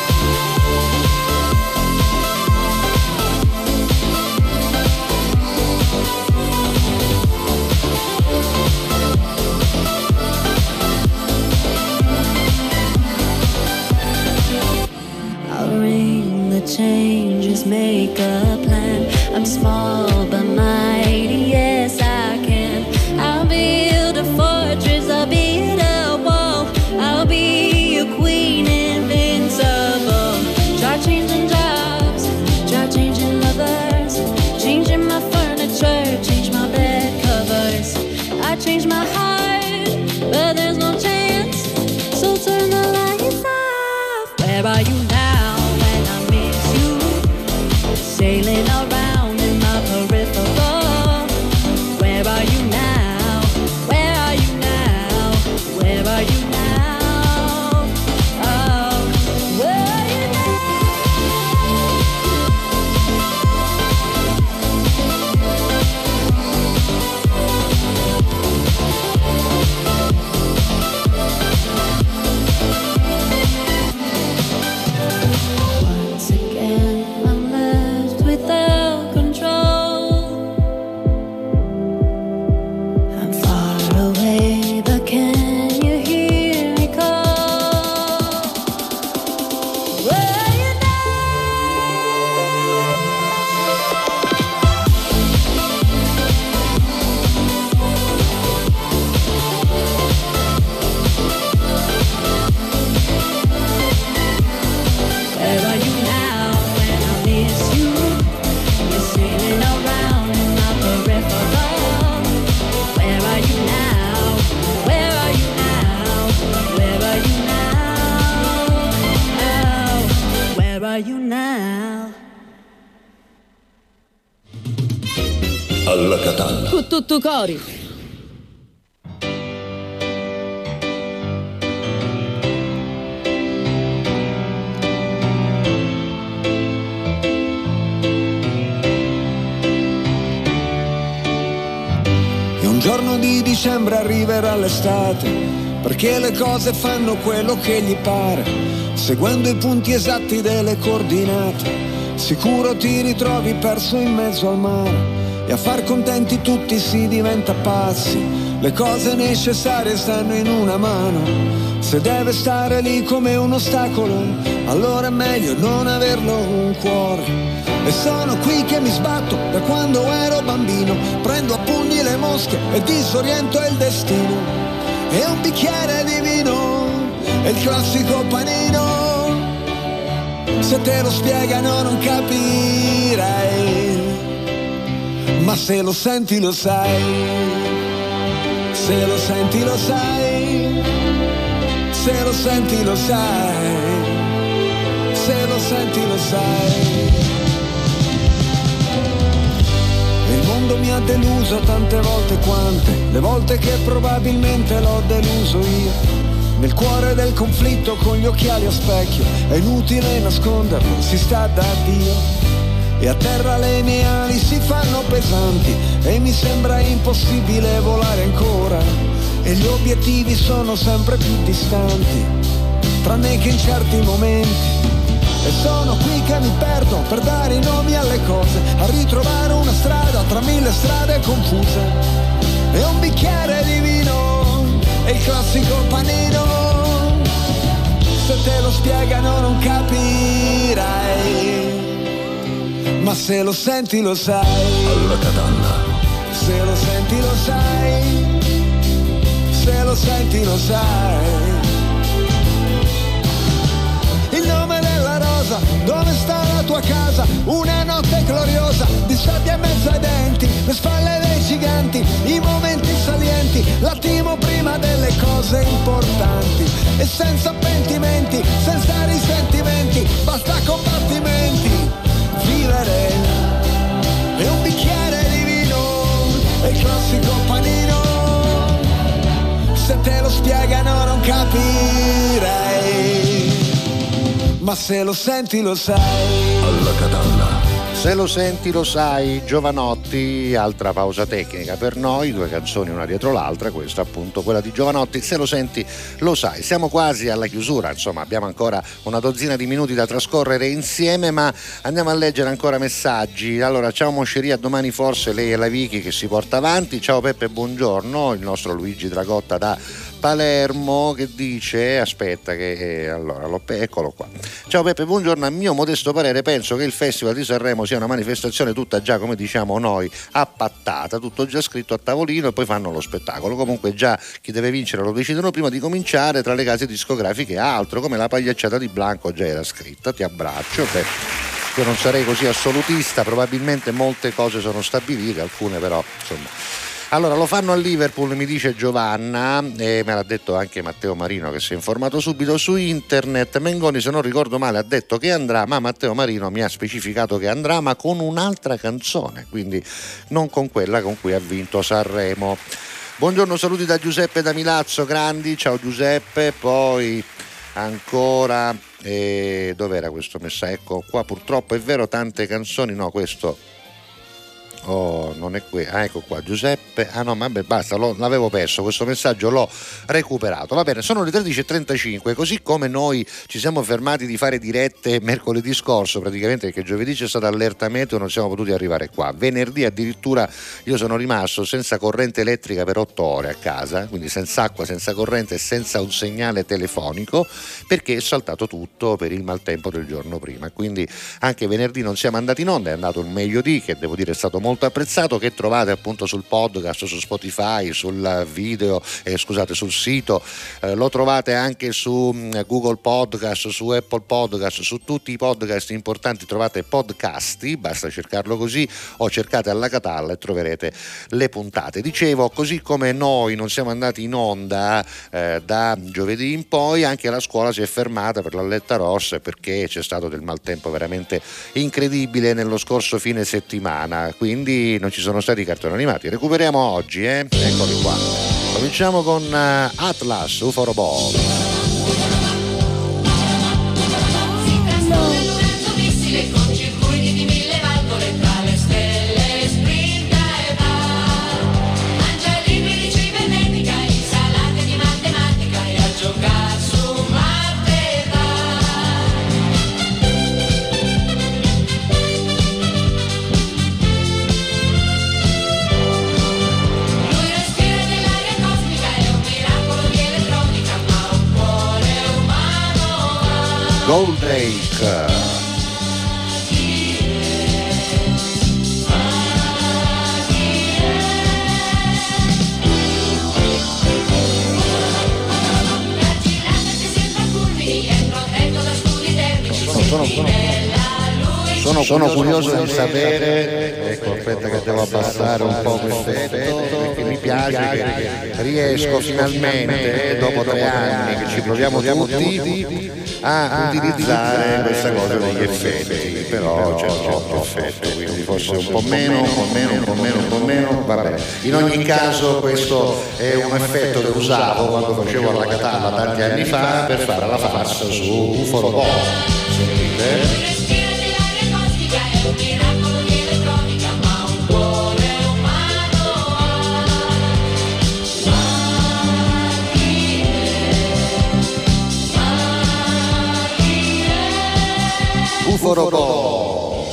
I'll ring the changes, make a plan. I'm small but mighty, yes I can. I'll build a fortress, I'll build a wall. I'll be a queen invincible. Try changing jobs, try changing lovers, changing my furniture, change my bed covers. I changed my heart, but there's no chance. So turn the lights off. Where are you now when I miss you? Sailing around in my peripheral. Where are you now? Where are you now? Where are you now? Oh, where are you once again, I'm left without control. I'm far away, but can you hear me call? Where are you Where are you now when I miss you? You're sailing around in my peripheral. Where are you now? Where are you now? Where are you now? Oh, where are you now? Alla Catalla. Con tutto cori. E un giorno di dicembre arriverà l'estate, perché le cose fanno quello che gli pare, seguendo i punti esatti delle coordinate. Sicuro ti ritrovi perso in mezzo al mare, e a far contenti tutti si diventa pazzi. Le cose necessarie stanno in una mano, se deve stare lì come un ostacolo, allora è meglio non averlo un cuore. E sono qui che mi sbatto da quando ero bambino, prendo a pugni le mosche e disoriento il destino. E un bicchiere di vino è il classico panino, se te lo spiegano non capirai, ma se lo senti lo sai, se lo senti lo sai, se lo senti lo sai, se lo senti lo sai. Il mondo mi ha deluso tante volte quante, le volte che probabilmente l'ho deluso io. Nel cuore del conflitto con gli occhiali a specchio, è inutile nasconderlo, si sta da Dio. E a terra le mie ali si fanno pesanti e mi sembra impossibile volare ancora. E gli obiettivi sono sempre più distanti, tranne che in certi momenti E sono qui che mi perdo per dare i nomi alle cose, a ritrovare una strada tra mille strade confuse. E un bicchiere di vino e il classico panino, se te lo spiegano non capirai, ma se lo senti lo sai. Alla Catalla. Se lo senti lo sai, se lo senti lo sai. Il nome della rosa, dove sta la tua casa? Una notte gloriosa, di sabbia in mezzo ai denti, le spalle dei giganti, i momenti salienti, l'attimo prima delle cose importanti. E senza pentimenti, senza risentimenti, basta combattimenti, vivere. E un bicchiere di e il classico panino, se te lo spiegano non capirai, ma se lo senti lo sai. Alla Catalla. Se lo senti lo sai, Giovanotti, altra pausa tecnica per noi, due canzoni una dietro l'altra, questa appunto quella di Giovanotti, se lo senti lo sai. Siamo quasi alla chiusura, insomma abbiamo ancora una dozzina di minuti da trascorrere insieme, ma andiamo a leggere ancora messaggi. Allora, ciao Mosceria, domani forse lei e la Vicky che si porta avanti. Ciao Peppe, buongiorno, il nostro Luigi Dragotta da Palermo che dice, aspetta che eh, allora lo, eccolo qua. Ciao Peppe, buongiorno, a mio modesto parere penso che il Festival di Sanremo sia una manifestazione tutta già, come diciamo noi, appattata, tutto già scritto a tavolino e poi fanno lo spettacolo. Comunque già chi deve vincere lo decidono prima di cominciare tra le case discografiche, altro come la pagliacciata di Blanco già era scritta. Ti abbraccio. Beh, io non sarei così assolutista, probabilmente molte cose sono stabilite, alcune però insomma. Allora, lo fanno a Liverpool, mi dice Giovanna, e me l'ha detto anche Matteo Marino che si è informato subito su internet. Mengoni, se non ricordo male, ha detto che andrà, ma Matteo Marino mi ha specificato che andrà, ma con un'altra canzone, quindi non con quella con cui ha vinto Sanremo. Buongiorno, saluti da Giuseppe da Milazzo, grandi, ciao Giuseppe. Poi ancora, eh, dov'era questo messaggio? Ecco qua, purtroppo è vero, tante canzoni, no, questo... Oh, non è qui, ah, ecco qua Giuseppe, ah no, vabbè, basta, lo, l'avevo perso, questo messaggio l'ho recuperato. Va bene, sono le tredici e trentacinque, così come noi ci siamo fermati di fare dirette mercoledì scorso, praticamente perché giovedì c'è stata allerta meteo, non siamo potuti arrivare qua. Venerdì addirittura io sono rimasto senza corrente elettrica per otto ore a casa, quindi senza acqua, senza corrente e senza un segnale telefonico, perché è saltato tutto per il maltempo del giorno prima. Quindi anche venerdì non siamo andati in onda, è andato un meglio di, che devo dire è stato molto molto apprezzato, che trovate appunto sul podcast, su Spotify, sul video, eh, scusate, sul sito, eh, lo trovate anche su mh, Google Podcast, su Apple Podcast, su tutti i podcast importanti trovate Podcasti, basta cercarlo così, o cercate Alla Catalla e troverete le puntate. Dicevo, così come noi non siamo andati in onda eh, da giovedì in poi, anche la scuola si è fermata per l'Alletta Rossa perché c'è stato del maltempo veramente incredibile nello scorso fine settimana, quindi non ci sono stati cartoni animati. Recuperiamo oggi, eh? Eccoli qua. Cominciamo con uh, Atlas, U F O Robot. Goldrake. Sono, sono, sono, sono curioso di sapere, ecco, aspetta che devo abbassare un po' questo effetto, perché mi piace che riesco finalmente, dopo tre anni che ci proviamo tutti, a utilizzare questa cosa degli effetti, però c'è troppo effetto, quindi forse un po' meno, un po' meno, un po' meno, un po' meno, vabbè. In ogni caso questo è un effetto che usavo quando facevo Alla Catalla tanti anni fa per fare la farsa su U F O Robot. Sentite? Fuforocò.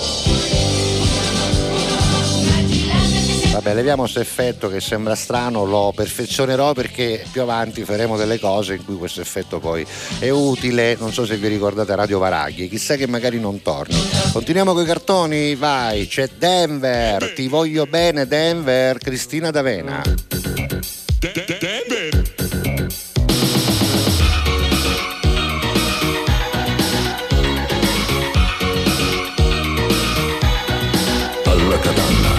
Vabbè, leviamo questo effetto che sembra strano, lo perfezionerò perché più avanti faremo delle cose in cui questo effetto poi è utile. Non so se vi ricordate Radio Varaghi, chissà che magari non torni. Continuiamo con i cartoni, vai, c'è Denver, ti voglio bene Denver, Cristina D'Avena. Denver. Alla cadanna.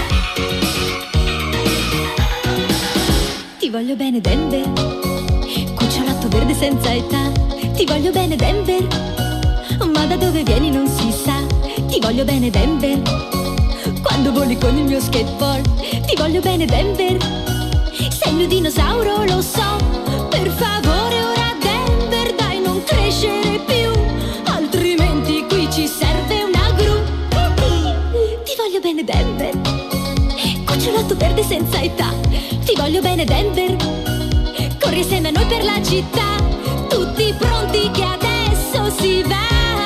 Ti voglio bene Denver, cucciolato verde senza età. Ti voglio bene Denver, ma da dove vieni non si sa. Ti voglio bene Denver, quando voli con il mio skateboard. Ti voglio bene Denver, sei il mio dinosauro lo so. Per favore ora Denver dai non crescere più, altrimenti qui ci serve una gru. Ti voglio bene Denver, cucciolato verde senza età. Ti voglio bene Denver, corri assieme a noi per la città. Tutti pronti che adesso si va.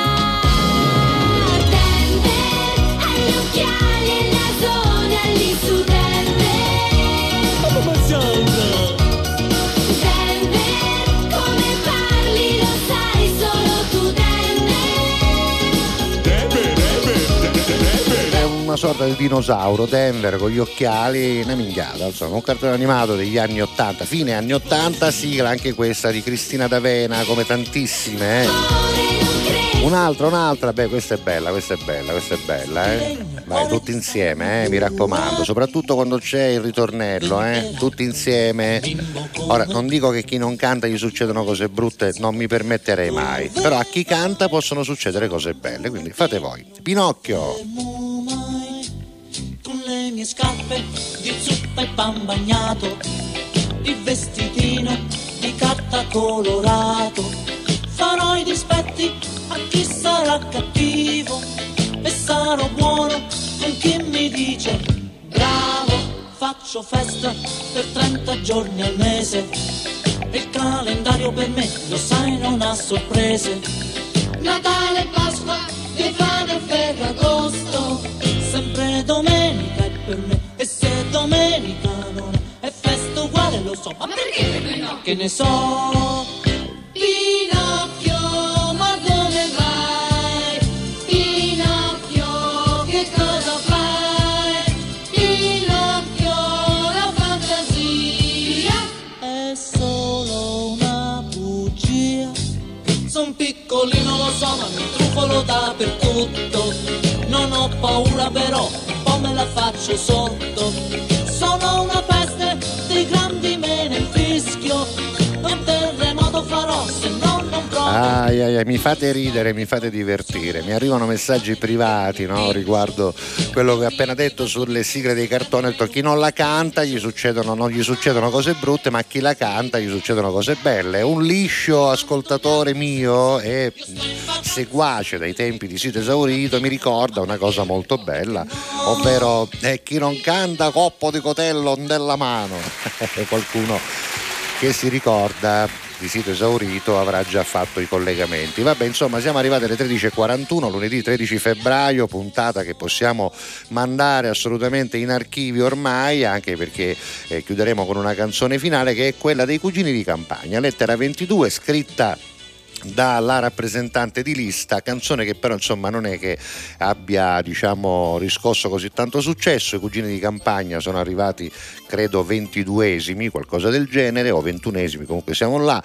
Denver, hai gli occhiali e il nasone lì su Denver. Denver, come parli lo sai solo tu Denver. È una sorta di dinosauro, Denver, con gli occhiali, una minchiata, insomma, un cartone animato degli anni ottanta, fine anni ottanta, sigla anche questa di Cristina D'Avena, come tantissime, eh. Un'altra, un'altra, beh, questa è bella, questa è bella, questa è bella, eh. Vai, tutti insieme, eh, mi raccomando, soprattutto quando c'è il ritornello, eh, tutti insieme. Ora, non dico che chi non canta gli succedono cose brutte, non mi permetterei mai, però a chi canta possono succedere cose belle, quindi fate voi. Pinocchio. Con le mie scarpe di zuppa e pan bagnato, il vestitino di carta colorato, farò i dispetti a chi sarà cattivo e sarò buono con chi mi dice bravo. Faccio festa per trenta giorni al mese e il calendario per me, lo sai, non ha sorprese. Natale, Pasqua, Stefano e Ferragosto, sempre domenica è per me, e se domenica non è, è festa uguale, lo so. Ma perché per me no? Che ne so. Pinocchio, ma dove vai? Pinocchio, che cosa fai? Pinocchio, la fantasia è solo una bugia. Son piccolino, lo so, ma mi trufolo dappertutto. Non ho paura però, un po' me la faccio sotto. Sono una peste, dei grandi me ne infischio. Un terremoto farò, se no non provo. Ai, ai, ai, mi fate ridere, mi fate divertire. Mi arrivano messaggi privati, no, riguardo quello che ho appena detto sulle sigle dei cartoni. Ho detto, chi non la canta gli succedono, non gli succedono cose brutte, ma chi la canta gli succedono cose belle. Un liscio ascoltatore mio e seguace dai tempi di Sito Esaurito mi ricorda una cosa molto bella, ovvero eh, chi non canta coppo di cotello nella mano. Qualcuno che si ricorda di Sito Esaurito avrà già fatto i collegamenti. Vabbè, insomma, siamo arrivati alle tredici e quarantuno, lunedì tredici febbraio, puntata che possiamo mandare assolutamente in archivio ormai, anche perché eh, chiuderemo con una canzone finale che è quella dei Cugini di Campagna, lettera ventidue, scritta dalla rappresentante di lista, canzone che però insomma non è che abbia, diciamo, riscosso così tanto successo. I Cugini di Campagna sono arrivati credo ventiduesimi, qualcosa del genere, o ventunesimi, comunque siamo là,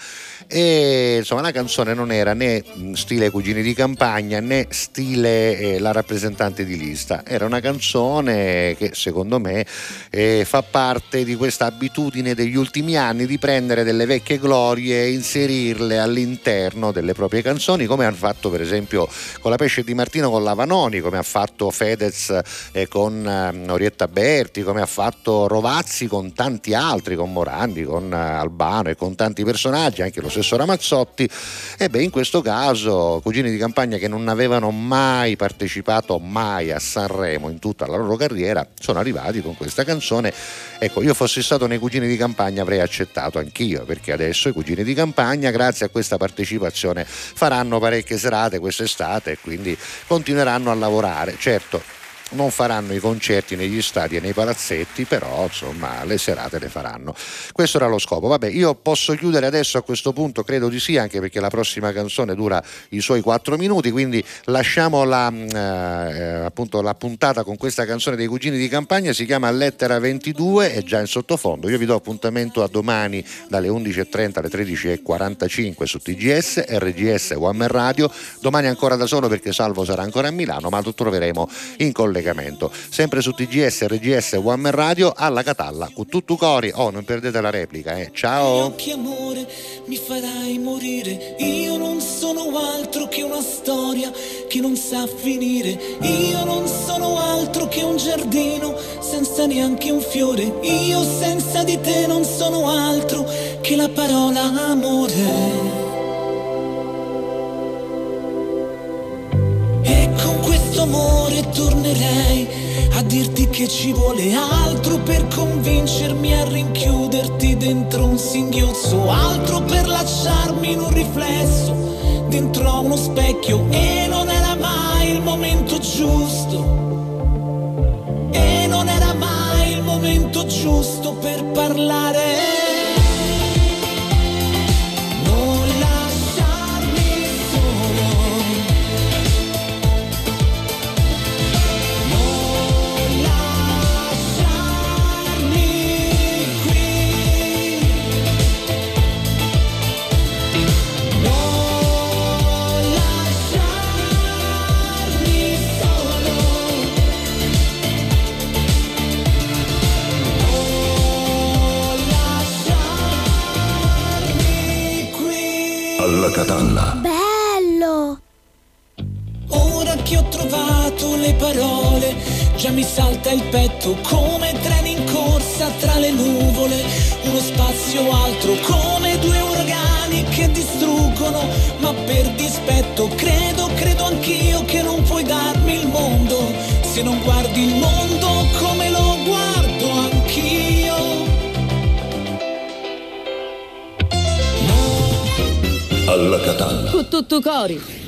e insomma la canzone non era né stile Cugini di Campagna né stile eh, la rappresentante di lista, era una canzone che secondo me eh, fa parte di questa abitudine degli ultimi anni di prendere delle vecchie glorie e inserirle all'interno delle proprie canzoni, come hanno fatto per esempio con la Pesce di Martino con la Vanoni, come ha fatto Fedez eh, con eh, Orietta Berti, come ha fatto Rovazzi con tanti altri, con Morandi, con eh, Albano e con tanti personaggi, anche lo stesso Ramazzotti. E beh, in questo caso Cugini di Campagna, che non avevano mai partecipato mai a Sanremo in tutta la loro carriera, sono arrivati con questa canzone. Ecco, io fossi stato nei Cugini di Campagna avrei accettato anch'io, perché adesso i Cugini di Campagna, grazie a questa partecipazione l'occupazione, faranno parecchie serate quest'estate e quindi continueranno a lavorare. Certo, non faranno i concerti negli stadi e nei palazzetti, però insomma le serate le faranno. Questo era lo scopo. Vabbè, io posso chiudere adesso a questo punto, credo di sì, anche perché la prossima canzone dura i suoi quattro minuti, quindi lasciamo la, eh, appunto la puntata con questa canzone dei Cugini di Campagna. Si chiama Lettera ventidue, è già in sottofondo. Io vi do appuntamento a domani dalle undici e trenta alle tredici e quarantacinque su T G S, R G S, One Man Radio. Domani ancora da solo perché Salvo sarà ancora a Milano, ma lo troveremo in collegamento sempre su T G S, R G S, One Man Radio. Alla Catalla con tutto cori. Oh, non perdete la replica, eh. Ciao. Che amore mi farai morire. Io non sono altro che una storia che non sa finire. Io non sono altro che un giardino senza neanche un fiore. Io senza di te non sono altro che la parola amore. E con questo amore tornerei a dirti che ci vuole altro per convincermi a rinchiuderti dentro un singhiozzo, altro per lasciarmi in un riflesso dentro a uno specchio. E non era mai il momento giusto, e non era mai il momento giusto per parlare. Alla Catalla. Bello! Ora che ho trovato le parole, già mi salta il petto come treni in corsa tra le nuvole. Uno spazio altro come due uragani che distruggono, ma per dispetto credo, credo anch'io che non puoi darmi il mondo se non guardi il mondo come lo guardo anch'io. Alla Catalla. Con tutto cori.